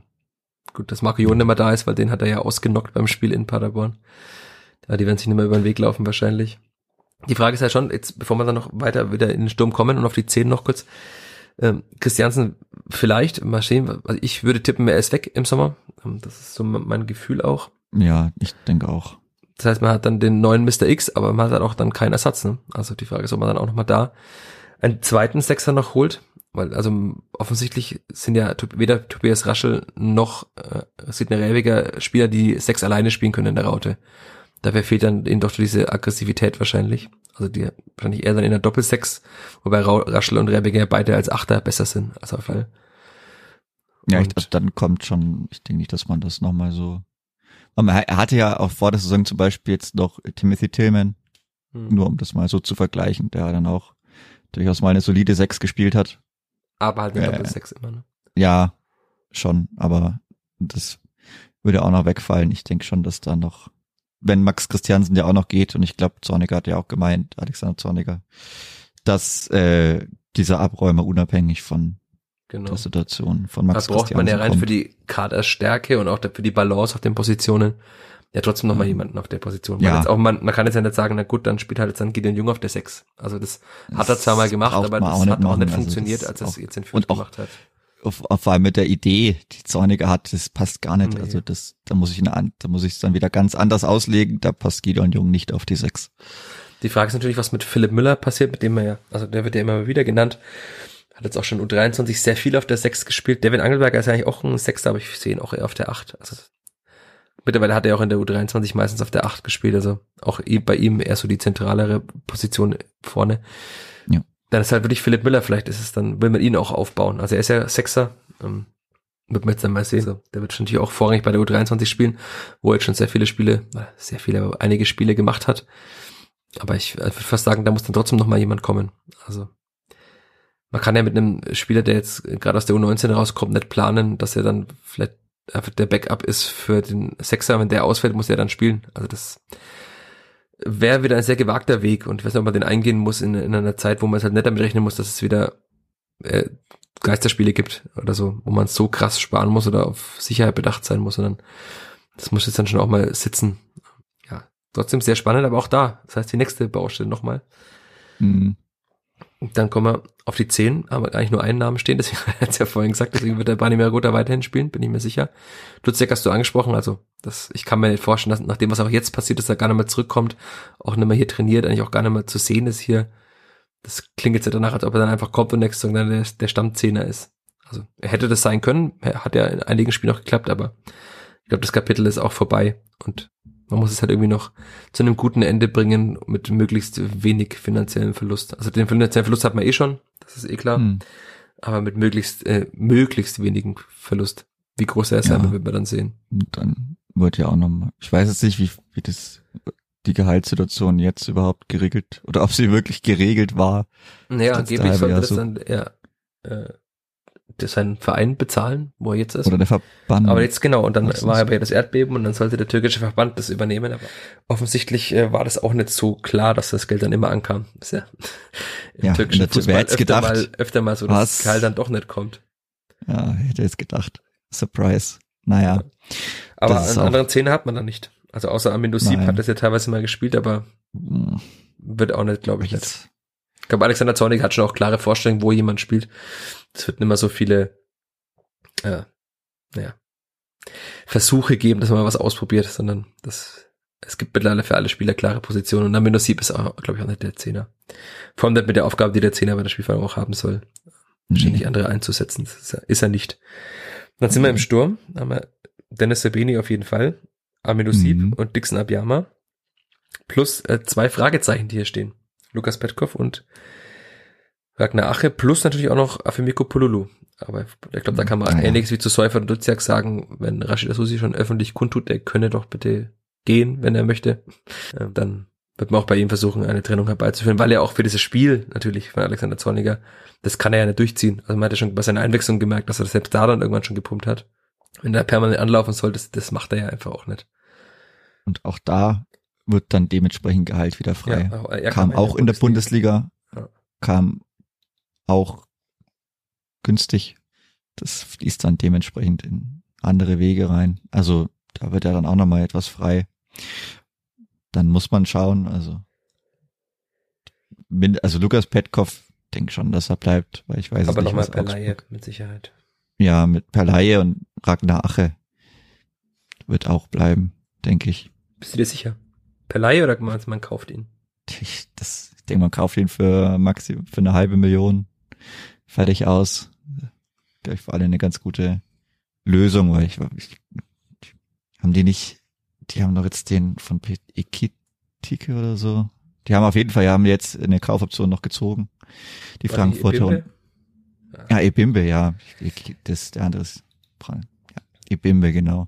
Gut, dass Marco Jon nicht mehr da ist, weil den hat er ja ausgenockt beim Spiel in Paderborn. Ja, die werden sich nicht mehr über den Weg laufen wahrscheinlich. Die Frage ist ja schon, jetzt bevor wir dann noch weiter wieder in den Sturm kommen und auf die zehn noch kurz, ähm, Christiansen vielleicht, mal sehen, also ich würde tippen, er ist weg im Sommer. Das ist so mein Gefühl auch. Ja, ich denke auch. Das heißt, man hat dann den neuen Mister X, aber man hat halt auch dann keinen Ersatz. Ne? Also die Frage ist, ob man dann auch nochmal da einen zweiten Sechser noch holt. Weil, also offensichtlich sind ja weder Tobias Raschel noch äh, Sidney Rebiger Spieler, die sechs alleine spielen können in der Raute. Dafür fehlt dann ihnen doch diese Aggressivität wahrscheinlich. Also die wahrscheinlich eher dann in der Doppelsechs, wobei Raschel und Rebiger beide als Achter besser sind als auf Fall. Ja, ich glaube, dann kommt schon, ich denke nicht, dass man das nochmal so. Aber er hatte ja auch vor der Saison zum Beispiel jetzt noch Timothy Tillman, hm. nur um das mal so zu vergleichen, der dann auch durchaus mal eine solide Sechs gespielt hat. Aber halt eine äh, Doppelsechs immer, ne? Ja, schon, aber das würde auch noch wegfallen. Ich denke schon, dass da noch, wenn Max Christiansen ja auch noch geht, und ich glaube, Zorniger hat ja auch gemeint, Alexander Zorniger, dass äh, dieser Abräumer unabhängig von genau. der Situation von Max da braucht Christiansen man ja rein kommt. für die Kaderstärke und auch für die Balance auf den Positionen ja trotzdem noch mal mhm. jemanden auf der Position. Ja. Jetzt auch man, man kann jetzt ja nicht sagen, na gut, dann spielt halt jetzt dann Gideon Jung auf der Sechs. Also das, das hat er zwar mal gemacht, aber das auch hat auch nicht funktioniert, also als er es jetzt in Fürth gemacht hat. Auf, auf, vor allem mit der Idee, die Zorniger hat, das passt gar nicht. Nee. Also das, da muss ich eine, da muss ich es dann wieder ganz anders auslegen. Da passt Gideon Jung nicht auf die Sechs. Die Frage ist natürlich, was mit Philipp Müller passiert, mit dem er ja, also der wird ja immer wieder genannt. Hat jetzt auch schon U dreiundzwanzig sehr viel auf der Sechs gespielt. Devin Angelberger ist ja eigentlich auch ein Sechster, aber ich sehe ihn auch eher auf der Acht. Also mittlerweile hat er auch in der U dreiundzwanzig meistens auf der Acht gespielt, also auch bei ihm eher so die zentralere Position vorne. Ja. Dann ist halt wirklich Philipp Müller, vielleicht ist es dann, will man ihn auch aufbauen. Also er ist ja Sechser, ähm, wird man jetzt dann mal sehen. Also, der wird schon natürlich auch vorrangig bei der U dreiundzwanzig spielen, wo er jetzt schon sehr viele Spiele, sehr viele, aber einige Spiele gemacht hat. Aber ich würde fast sagen, da muss dann trotzdem noch mal jemand kommen. Also man kann ja mit einem Spieler, der jetzt gerade aus der U neunzehn rauskommt, nicht planen, dass er dann vielleicht einfach der Backup ist für den Sechser. Wenn der ausfällt, muss er dann spielen. Also das wäre wieder ein sehr gewagter Weg. Und ich weiß nicht, ob man den eingehen muss in, in einer Zeit, wo man es halt nicht damit rechnen muss, dass es wieder äh, Geisterspiele gibt oder so, wo man so krass sparen muss oder auf Sicherheit bedacht sein muss, sondern das muss jetzt dann schon auch mal sitzen. Ja, trotzdem sehr spannend, aber auch da. Das heißt, die nächste Baustelle nochmal. Mhm. Und dann kommen wir auf die zehn, haben wir eigentlich nur einen Namen stehen, deswegen hat er es ja vorhin gesagt, deswegen wird der Branimir Gotha weiterhin spielen, bin ich mir sicher. Dutzek hast du angesprochen, also das, ich kann mir nicht vorstellen, dass nach dem, was auch jetzt passiert ist, er gar nicht mehr zurückkommt, auch nicht mehr hier trainiert, eigentlich auch gar nicht mehr zu sehen ist hier. Das klingt jetzt ja danach, als ob er dann einfach kommt und nächstes Mal dann der, der Stammzehner ist. Also er hätte das sein können, hat ja in einigen Spielen auch geklappt, aber ich glaube, das Kapitel ist auch vorbei und man muss es halt irgendwie noch zu einem guten Ende bringen mit möglichst wenig finanziellem Verlust. Also den finanziellen Verlust hat man eh schon, das ist eh klar. Hm. Aber mit möglichst äh, möglichst wenigen Verlust. Wie groß er sein wird, wird man dann sehen. Und dann wird ja auch nochmal, ich weiß jetzt nicht, wie, wie das die Gehaltssituation jetzt überhaupt geregelt oder ob sie wirklich geregelt war. Naja, angeblich sollte ja das so dann eher äh, seinen Verein bezahlen, wo er jetzt ist. Oder der Verband. Aber jetzt genau, und dann war aber ja das Erdbeben und dann sollte der türkische Verband das übernehmen, aber offensichtlich äh, war das auch nicht so klar, dass das Geld dann immer ankam. Das ist ja im ja, türkischen Fußball öfter, gedacht, mal, öfter mal so, dass was? das Gehalt dann doch nicht kommt. Ja, hätte jetzt gedacht. Surprise. naja. Aber einen anderen Zehner hat man da nicht. Also außer Amin Dusib hat das ja teilweise mal gespielt, aber wird auch nicht, glaube ich, nicht. Ich glaube, Alexander Zornig hat schon auch klare Vorstellungen, wo jemand spielt. Es wird nicht mehr so viele äh, naja, Versuche geben, dass man was ausprobiert, sondern das, es gibt mittlerweile für alle Spieler klare Positionen. Und Amin Dusib ist auch, glaube ich, auch nicht der Zehner. Vor allem nicht mit der Aufgabe, die der Zehner bei der Spielverlagerung auch haben soll, ständig andere einzusetzen. Das ist er, ist er nicht. Dann sind wir im Sturm, haben wir Dennis Srbeny auf jeden Fall, Amin Dusib mhm. und Dixon Abiyama. Plus äh, zwei Fragezeichen, die hier stehen. Lukas Petkov und Ragnar Ache, plus natürlich auch noch Afemiko Polulu. Aber ich glaube, da kann man ja. ähnliches wie zu Seufert und Duziak sagen, wenn Rashid Asusi schon öffentlich kundtut, der könne doch bitte gehen, wenn er möchte. Äh, dann wird man auch bei ihm versuchen, eine Trennung herbeizuführen, weil er auch für dieses Spiel natürlich von Alexander Zorniger, das kann er ja nicht durchziehen. Also man hat ja schon bei seiner Einwechslung gemerkt, dass er das selbst da dann irgendwann schon gepumpt hat. Wenn er permanent anlaufen soll, das, das macht er ja einfach auch nicht. Und auch da wird dann dementsprechend Gehalt wieder frei. Ja, auch, er kam, kam auch in der Bundesliga, ja. kam auch günstig. Das fließt dann dementsprechend in andere Wege rein. Also da wird ja dann auch nochmal etwas frei. Dann muss man schauen. Also, also Lukas Petkov, denke schon, dass er bleibt, weil ich weiß aber es nicht. Aber nochmal per Laie mit Sicherheit. Ja, mit per Laie und Ragnar Ache wird auch bleiben, denke ich. Bist du dir sicher? Per Laie oder man, man kauft ihn? Ich, das, ich denke, man kauft ihn für Maxi, für eine halbe Million. Fertig aus. Glaube ich, für alle eine ganz gute Lösung, weil ich, ich haben die nicht, die haben doch jetzt den von Ekitike oder so. Die haben auf jeden Fall, ja, haben jetzt eine Kaufoption noch gezogen. Die War Frankfurter. Die Ebimbe? Ja, Ebimbe, ja. Das, der andere ist, ja, Ebimbe, genau.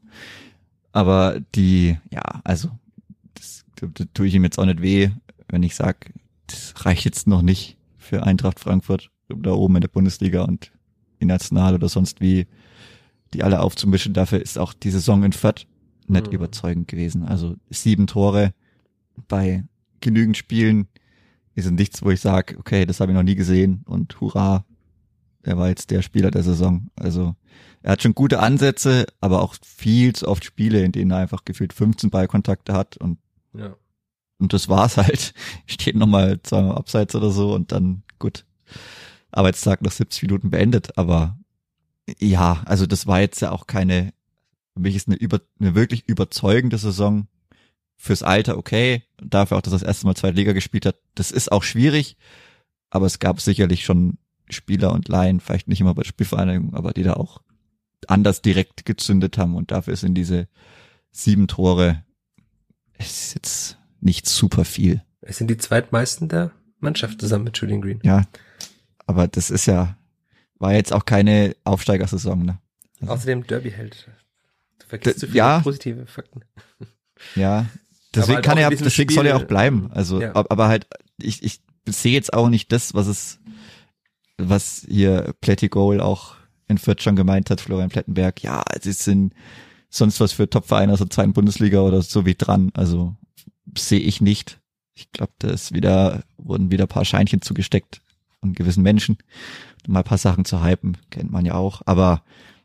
Aber die, ja, also, das, das tue ich ihm jetzt auch nicht weh, wenn ich sage, das reicht jetzt noch nicht für Eintracht Frankfurt da oben in der Bundesliga und in National oder sonst wie die alle aufzumischen. Dafür ist auch die Saison in Fürth nicht mhm. überzeugend gewesen. Also sieben Tore bei genügend Spielen ist nichts, wo ich sage, okay, das habe ich noch nie gesehen und hurra, er war jetzt der Spieler der Saison. Also er hat schon gute Ansätze, aber auch viel zu oft Spiele, in denen er einfach gefühlt fünfzehn Ballkontakte hat und ja. und das war's halt. Steht nochmal zweimal abseits oder so und dann gut. Arbeitstag nach siebzig Minuten beendet, aber ja, also das war jetzt ja auch keine, für mich ist eine über, eine wirklich überzeugende Saison fürs Alter, okay, dafür auch, dass er das erste Mal zweite Liga gespielt hat, das ist auch schwierig, aber es gab sicherlich schon Spieler und Laien, vielleicht nicht immer bei der Spielvereinigung, aber die da auch anders direkt gezündet haben und dafür sind diese sieben Tore, es ist jetzt nicht super viel. Es sind die zweitmeisten der Mannschaft zusammen mit Julian Green. Ja, aber das ist ja, war jetzt auch keine Aufsteigersaison, ne? Also, außerdem Derby-Held. Du vergisst zu viele ja, positive Fakten. Ja, deswegen halt kann er, deswegen Spiel, soll er auch bleiben. Also, ja. aber halt, ich, ich sehe jetzt auch nicht das, was es, was hier Plättigol auch in Fürth schon gemeint hat, Florian Plettenberg. Ja, sie sind sonst was für Topvereine aus der zweiten Bundesliga oder so wie dran. Also, sehe ich nicht. Ich glaube, da ist wieder, wurden wieder ein paar Scheinchen zugesteckt von gewissen Menschen, um mal ein paar Sachen zu hypen, kennt man ja auch, aber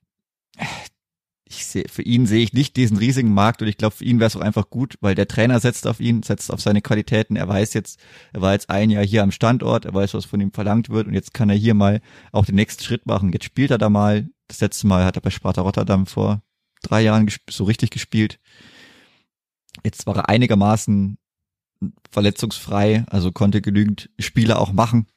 ich sehe, für ihn sehe ich nicht diesen riesigen Markt und ich glaube, für ihn wäre es auch einfach gut, weil der Trainer setzt auf ihn, setzt auf seine Qualitäten, er weiß jetzt, er war jetzt ein Jahr hier am Standort, er weiß, was von ihm verlangt wird und jetzt kann er hier mal auch den nächsten Schritt machen, jetzt spielt er da mal, das letzte Mal hat er bei Sparta Rotterdam vor drei Jahren gesp- so richtig gespielt, jetzt war er einigermaßen verletzungsfrei, also konnte genügend Spiele auch machen.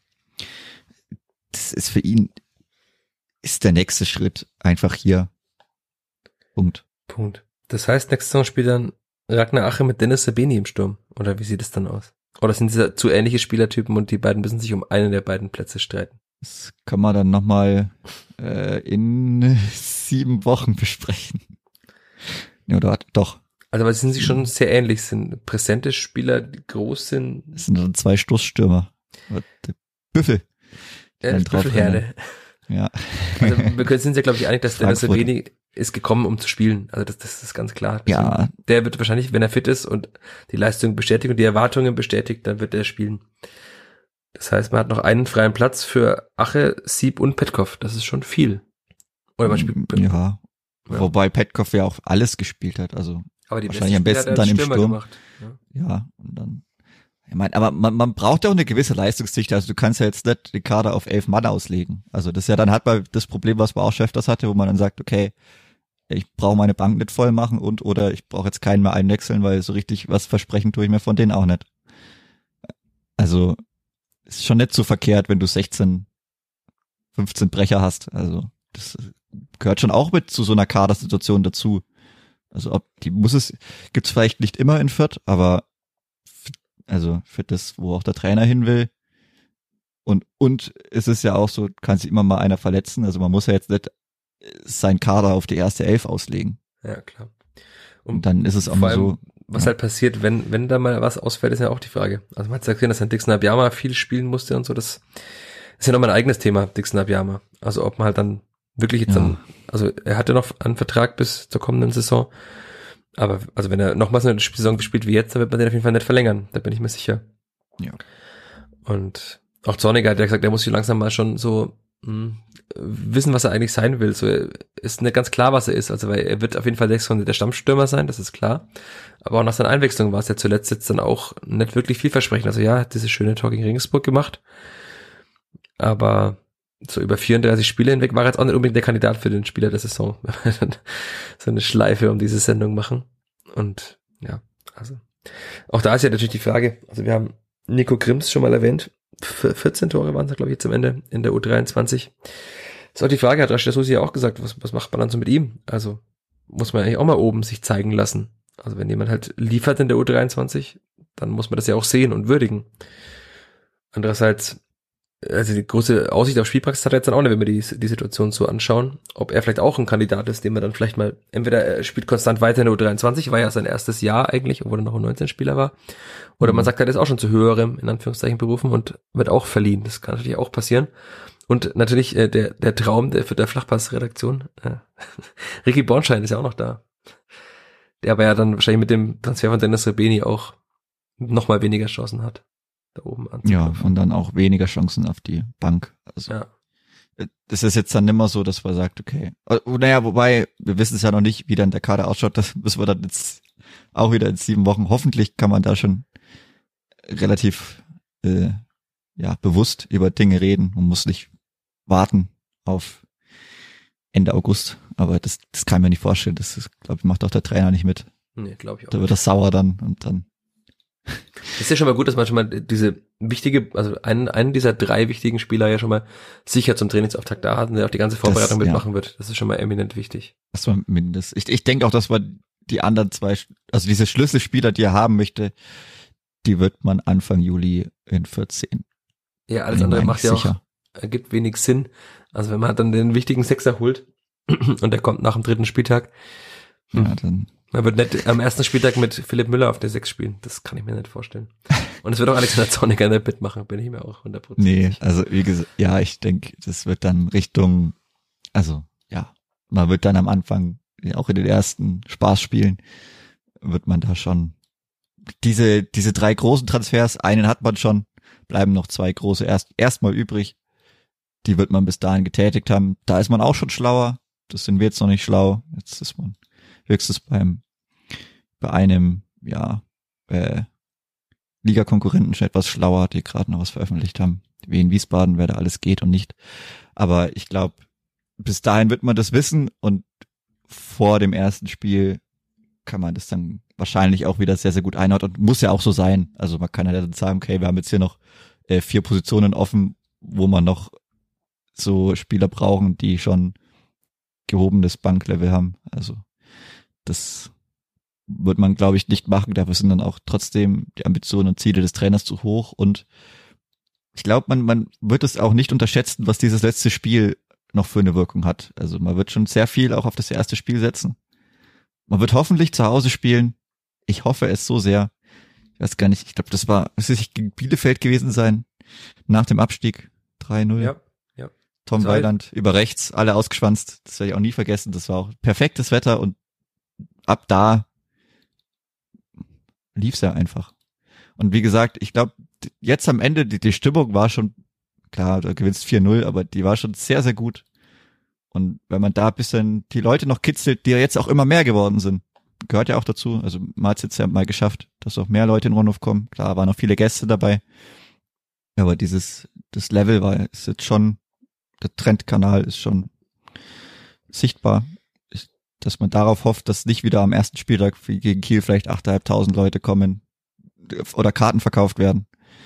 Das ist für ihn, ist der nächste Schritt einfach hier. Punkt. Punkt. Das heißt, nächste Saison spielt dann Ragnar Ache mit Dennis Srbeny im Sturm. Oder wie sieht es dann aus? Oder sind diese zu ähnliche Spielertypen und die beiden müssen sich um einen der beiden Plätze streiten? Das kann man dann nochmal äh, in sieben Wochen besprechen. Ja, oder doch. Also, weil sind sie schon sehr ähnlich, sind präsente Spieler, die groß sind. Das sind dann zwei Stoßstürmer. Der Büffel. Ja, das Büffelherde. Ja. Also, wir können sind ja, glaube ich, einig, dass Dennis Srbeny ist gekommen, um zu spielen. Also, das, das ist ganz klar. Ja. Also, der wird wahrscheinlich, wenn er fit ist und die Leistung bestätigt und die Erwartungen bestätigt, dann wird er spielen. Das heißt, man hat noch einen freien Platz für Ache, Sieb und Petkov. Das ist schon viel. Oder man spielt Ja. Ja. Wobei Petkov ja auch alles gespielt hat, also aber die wahrscheinlich am besten dann im Stürmer Sturm. Gemacht, ja. ja, und dann, ich meine, aber man, man braucht ja auch eine gewisse Leistungsdichte, also du kannst ja jetzt nicht die Kader auf elf Mann auslegen. Also das ist ja dann halt mal das Problem, was man auch Schäfters hatte, wo man dann sagt, okay, ich brauche meine Bank nicht voll machen und oder ich brauche jetzt keinen mehr einwechseln, weil so richtig was versprechen tue ich mir von denen auch nicht. Also ist schon nicht so verkehrt, wenn du sechzehn, fünfzehn Brecher hast. Also das gehört schon auch mit zu so einer Kadersituation dazu. Also ob die muss es, gibt's vielleicht nicht immer in Fürth, aber also für das, wo auch der Trainer hin will. Und und es ist ja auch so, kann sich immer mal einer verletzen. Also man muss ja jetzt nicht sein Kader auf die erste Elf auslegen. Ja, klar. Und, und dann ist es auch mal so. Was ja. halt passiert, wenn wenn da mal was ausfällt, ist ja auch die Frage. Also man hat ja gesehen, dass ein Dixon Abiyama viel spielen musste und so. Das ist ja noch mein eigenes Thema, Dixon Abiyama. Also ob man halt dann wirklich jetzt ja. dann, also er hatte noch einen Vertrag bis zur kommenden Saison. Aber also wenn er nochmals eine Saison spielt wie jetzt, dann wird man den auf jeden Fall nicht verlängern. Da bin ich mir sicher. Ja. Und auch Zorniger hat ja gesagt, er muss sich langsam mal schon so mh, wissen, was er eigentlich sein will. So ist nicht ganz klar, was er ist. Also weil er wird auf jeden Fall der Stammstürmer sein, das ist klar. Aber auch nach seiner Einwechslung war es ja zuletzt jetzt dann auch nicht wirklich vielversprechend. Also ja, hat diese schöne Tor gegen Regensburg gemacht. Aber so über vierunddreißig Spiele hinweg war er jetzt auch nicht unbedingt der Kandidat für den Spieler der Saison. So eine Schleife um diese Sendung machen. Und ja, also auch da ist ja natürlich die Frage, also wir haben Nico Grimms schon mal erwähnt, vierzehn Tore waren es, glaube ich, jetzt am Ende in der U dreiundzwanzig. Ist auch die Frage, hat Rashid Susi ja auch gesagt, was, was macht man dann so mit ihm? Also muss man eigentlich auch mal oben sich zeigen lassen. Also wenn jemand halt liefert in der U dreiundzwanzig, dann muss man das ja auch sehen und würdigen. Andererseits, also die große Aussicht auf Spielpraxis hat er jetzt dann auch nicht, wenn wir die, die Situation so anschauen, ob er vielleicht auch ein Kandidat ist, den man dann vielleicht mal, entweder er spielt konstant weiter in der U dreiundzwanzig, war ja sein erstes Jahr eigentlich, obwohl er noch ein neunzehn-Spieler war, oder man sagt, er ist auch schon zu höherem, in Anführungszeichen, berufen und wird auch verliehen. Das kann natürlich auch passieren. Und natürlich äh, der der Traum der für der Flachpass-Redaktion, äh, Ricky Bornschein ist ja auch noch da. Der aber ja dann wahrscheinlich mit dem Transfer von Dennis Rebeni auch noch mal weniger Chancen hat, da oben anzukommen. Ja, und dann auch weniger Chancen auf die Bank. Also ja. Das ist jetzt dann nimmer so, dass man sagt, okay. Naja, wobei, wir wissen es ja noch nicht, wie dann der Kader ausschaut. Das müssen wir dann jetzt auch wieder in sieben Wochen. Hoffentlich kann man da schon relativ äh, ja bewusst über Dinge reden und muss nicht warten auf Ende August. Aber das, das kann ich mir nicht vorstellen. Das ist, glaube ich, macht auch der Trainer nicht mit. Nee, glaube ich auch. Da wird das sauer dann und dann. Das ist ja schon mal gut, dass man schon mal diese wichtige, also einen, einen dieser drei wichtigen Spieler ja schon mal sicher zum Trainingsauftakt da hat und der auch die ganze Vorbereitung das, mitmachen ja. wird. Das ist schon mal eminent wichtig. Das war mindestens. Ich, ich denke auch, dass man die anderen zwei, also diese Schlüsselspieler, die er haben möchte, die wird man Anfang Juli in vierzehn. Ja, alles andere macht ja auch, ergibt wenig Sinn. Also wenn man dann den wichtigen Sechser holt und der kommt nach dem dritten Spieltag, ja, dann man wird nicht am ersten Spieltag mit Philipp Müller auf der Sechs spielen. Das kann ich mir nicht vorstellen. Und es wird auch Alexander Zorniger nicht mitmachen, bin ich mir auch hundert Prozent Nee, sicher. also wie gesagt, ja, ich denke, das wird dann Richtung, also ja, man wird dann am Anfang, auch in den ersten Spaßspielen, wird man da schon diese diese drei großen Transfers, einen hat man schon, bleiben noch zwei große erst erstmal übrig. Die wird man bis dahin getätigt haben. Da ist man auch schon schlauer. Das sind wir jetzt noch nicht schlau. Jetzt ist man höchstens beim bei einem ja äh, Liga-Konkurrenten schon etwas schlauer, die gerade noch was veröffentlicht haben, wie in Wiesbaden, wer da alles geht und nicht. Aber ich glaube, bis dahin wird man das wissen und vor dem ersten Spiel kann man das dann wahrscheinlich auch wieder sehr, sehr gut einordnen und muss ja auch so sein. Also man kann ja dann sagen, okay, wir haben jetzt hier noch äh, vier Positionen offen, wo man noch so Spieler brauchen, die schon gehobenes Banklevel haben. Also das wird man, glaube ich, nicht machen. Dafür sind dann auch trotzdem die Ambitionen und Ziele des Trainers zu hoch. Und ich glaube, man, man wird es auch nicht unterschätzen, was dieses letzte Spiel noch für eine Wirkung hat. Also man wird schon sehr viel auch auf das erste Spiel setzen. Man wird hoffentlich zu Hause spielen. Ich hoffe es so sehr. Ich weiß gar nicht, ich glaube, das war, es ist gegen Bielefeld gewesen sein, nach dem Abstieg drei null. Ja, ja. Tom Weiland über rechts, alle ausgeschwanzt. Das werde ich auch nie vergessen. Das war auch perfektes Wetter und ab da lief's ja einfach. Und wie gesagt, ich glaube, jetzt am Ende, die, die Stimmung war schon, klar, da gewinnst vier null, aber die war schon sehr, sehr gut. Und wenn man da ein bisschen die Leute noch kitzelt, die ja jetzt auch immer mehr geworden sind, gehört ja auch dazu. Also man hat es jetzt ja mal geschafft, dass auch mehr Leute in Rundhof kommen. Klar, waren noch viele Gäste dabei. Aber dieses, das Level war, ist jetzt schon, der Trendkanal ist schon sichtbar. Ich, dass man darauf hofft, dass nicht wieder am ersten Spieltag wie gegen Kiel vielleicht achttausendfünfhundert Leute kommen oder Karten verkauft werden.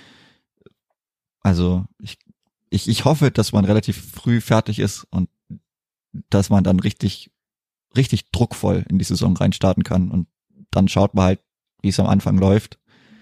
Also ich, ich, ich hoffe, dass man relativ früh fertig ist und dass man dann richtig, richtig druckvoll in die Saison reinstarten kann und dann schaut man halt, wie es am Anfang läuft.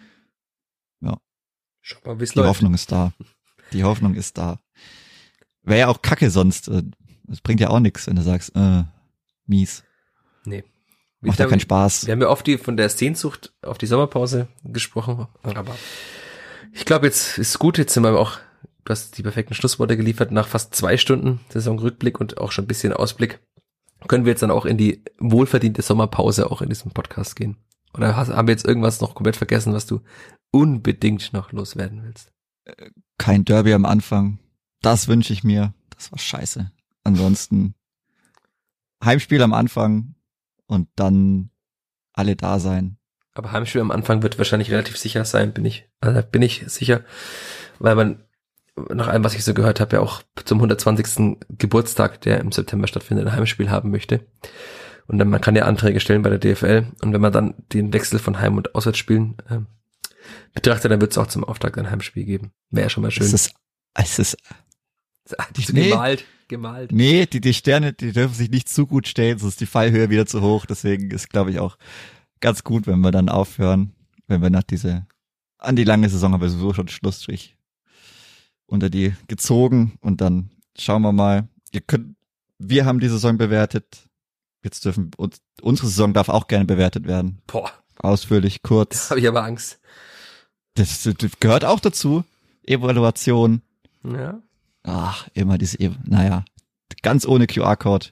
Ja. Schau mal, wie es Die läuft. Hoffnung ist da. Die Hoffnung ist da. Wäre ja auch kacke sonst. Das bringt ja auch nichts, wenn du sagst, äh, mies. Nee. Macht ja keinen Spaß. Wir haben ja oft die, von der Sehnsucht auf die Sommerpause gesprochen, aber ich glaube, jetzt ist gut, jetzt sind wir auch, du hast die perfekten Schlussworte geliefert, nach fast zwei Stunden Saisonrückblick und auch schon ein bisschen Ausblick, können wir jetzt dann auch in die wohlverdiente Sommerpause auch in diesem Podcast gehen. Oder hast, haben wir jetzt irgendwas noch komplett vergessen, was du unbedingt noch loswerden willst? Kein Derby am Anfang. Das wünsche ich mir. Das war scheiße. Ansonsten Heimspiel am Anfang und dann alle da sein. Aber Heimspiel am Anfang wird wahrscheinlich relativ sicher sein, bin ich, also bin ich sicher, weil man nach allem, was ich so gehört habe, ja auch zum hundertzwanzigsten Geburtstag, der im September stattfindet, ein Heimspiel haben möchte. Und dann, man kann ja Anträge stellen bei der D F L. Und wenn man dann den Wechsel von Heim- und Auswärtsspielen äh, betrachtet, dann wird es auch zum Auftakt ein Heimspiel geben. Wäre ja schon mal schön. Es ist, es ist, die nee, gemalt, gemalt. Nee, die, die Sterne, die dürfen sich nicht zu gut stellen, sonst ist die Fallhöhe wieder zu hoch. Deswegen ist, glaube ich, auch ganz gut, wenn wir dann aufhören, wenn wir nach diese, an die lange Saison haben wir sowieso schon Schlussstrich unter die gezogen und dann schauen wir mal. Ihr könnt, wir haben die Saison bewertet. Jetzt dürfen, uns, unsere Saison darf auch gerne bewertet werden. Boah. Ausführlich, kurz. Da habe ich aber Angst. Das, das gehört auch dazu. Evaluation. Ja. Ach, immer diese, e naja, ganz ohne Q R-Code.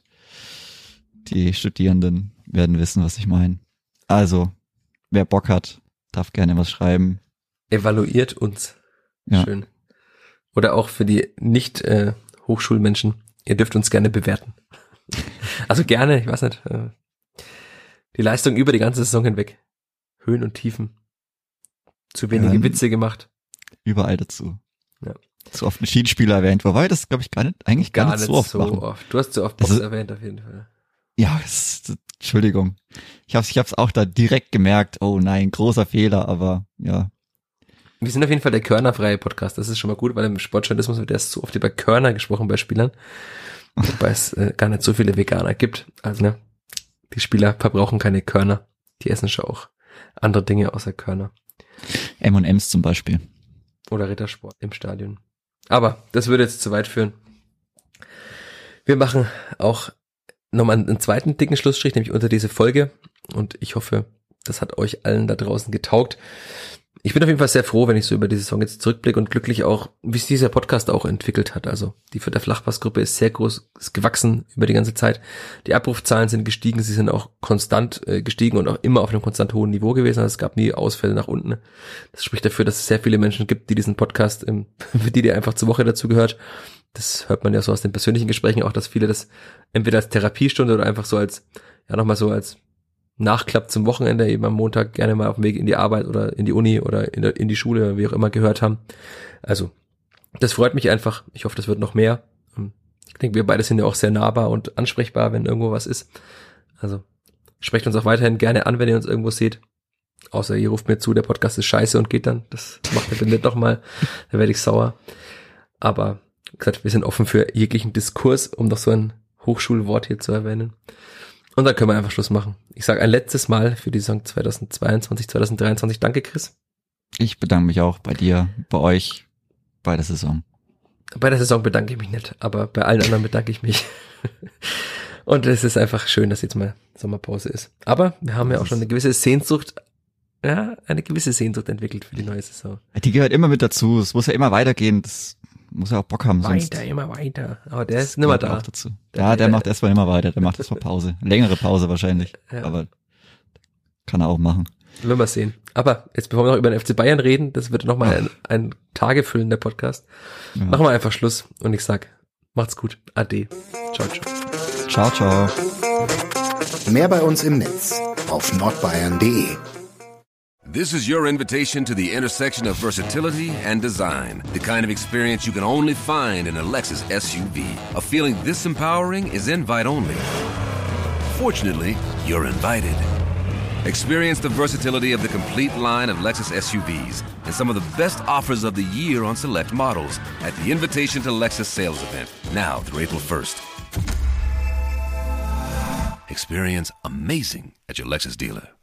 Die Studierenden werden wissen, was ich meine. Also, wer Bock hat, darf gerne was schreiben. Evaluiert uns. Ja. Schön. Oder auch für die nicht äh, Hochschulmenschen, ihr dürft uns gerne bewerten. Also gerne, ich weiß nicht, äh, die Leistung über die ganze Saison hinweg. Höhen und Tiefen. Zu wenige Ja, Witze gemacht. Überall dazu. Ja. Zu oft ein Schienenspieler erwähnt, wobei das, glaube ich, gar nicht, eigentlich gar, gar nicht so oft so machen. oft. Du hast zu oft Das Box ist- erwähnt, auf jeden Fall. Ja, das, Entschuldigung. Ich hab's, ich hab's auch da direkt gemerkt. Oh nein, großer Fehler, aber ja. Wir sind auf jeden Fall der Körnerfreie Podcast. Das ist schon mal gut, weil im Sportjournalismus wird erst so oft über Körner gesprochen bei Spielern. Wobei es äh, gar nicht so viele Veganer gibt. Also, ne, die Spieler verbrauchen keine Körner. Die essen schon auch andere Dinge außer Körner. M und M's zum Beispiel. Oder Rittersport im Stadion. Aber das würde jetzt zu weit führen. Wir machen auch nochmal einen zweiten dicken Schlussstrich, nämlich unter diese Folge. Und ich hoffe, das hat euch allen da draußen getaugt. Ich bin auf jeden Fall sehr froh, wenn ich so über diese Saison jetzt zurückblicke und glücklich auch, wie sich dieser Podcast auch entwickelt hat. Also die Fürther Flachpassgruppe ist sehr groß, ist gewachsen über die ganze Zeit. Die Abrufzahlen sind gestiegen, sie sind auch konstant äh, gestiegen und auch immer auf einem konstant hohen Niveau gewesen. Also es gab nie Ausfälle nach unten. Das spricht dafür, dass es sehr viele Menschen gibt, die diesen Podcast, ähm, für die der einfach zur Woche dazu gehört. Das hört man ja so aus den persönlichen Gesprächen auch, dass viele das entweder als Therapiestunde oder einfach so als, ja nochmal so als Nachklapp zum Wochenende eben am Montag gerne mal auf dem Weg in die Arbeit oder in die Uni oder in, der, in die Schule, wie auch immer, gehört haben. Also, das freut mich einfach. Ich hoffe, das wird noch mehr. Ich denke, wir beide sind ja auch sehr nahbar und ansprechbar, wenn irgendwo was ist. Also, sprecht uns auch weiterhin gerne an, wenn ihr uns irgendwo seht. Außer ihr ruft mir zu, der Podcast ist scheiße und geht dann. Das macht ihr bitte nicht nochmal. Da werde ich sauer. Aber, wie gesagt, wir sind offen für jeglichen Diskurs, um noch so ein Hochschulwort hier zu erwähnen. Und dann können wir einfach Schluss machen. Ich sage ein letztes Mal für die Saison zweitausendzweiundzwanzig, zweitausenddreiundzwanzig. Danke, Chris. Ich bedanke mich auch bei dir, bei euch, bei der Saison. Bei der Saison bedanke ich mich nicht, aber bei allen anderen bedanke ich mich. Und es ist einfach schön, dass jetzt mal Sommerpause ist. Aber wir haben ja auch schon eine gewisse Sehnsucht, ja, eine gewisse Sehnsucht entwickelt für die neue Saison. Die gehört immer mit dazu. Es muss ja immer weitergehen. Das muss ja auch Bock haben. Sonst Weiter, immer weiter. Aber der ist nicht mehr da. Auch dazu. Ja, der macht erstmal immer weiter. Der macht erstmal Pause. Längere Pause wahrscheinlich. Ja. Aber kann er auch machen. Werden wir sehen. Aber jetzt, bevor wir noch über den F C Bayern reden, das wird nochmal ein, ein tagefüllender Podcast, Ja. machen wir einfach Schluss und ich sag, Macht's gut. Ade. Ciao, ciao. Ciao, ciao. Mehr bei uns im Netz auf nordbayern punkt de. This is your invitation to the intersection of versatility and design. The kind of experience you can only find in a Lexus S U V. A feeling this empowering is invite only. Fortunately, you're invited. Experience the versatility of the complete line of Lexus S U Vs and some of the best offers of the year on select models at the Invitation to Lexus sales event, now through April first. Experience amazing at your Lexus dealer.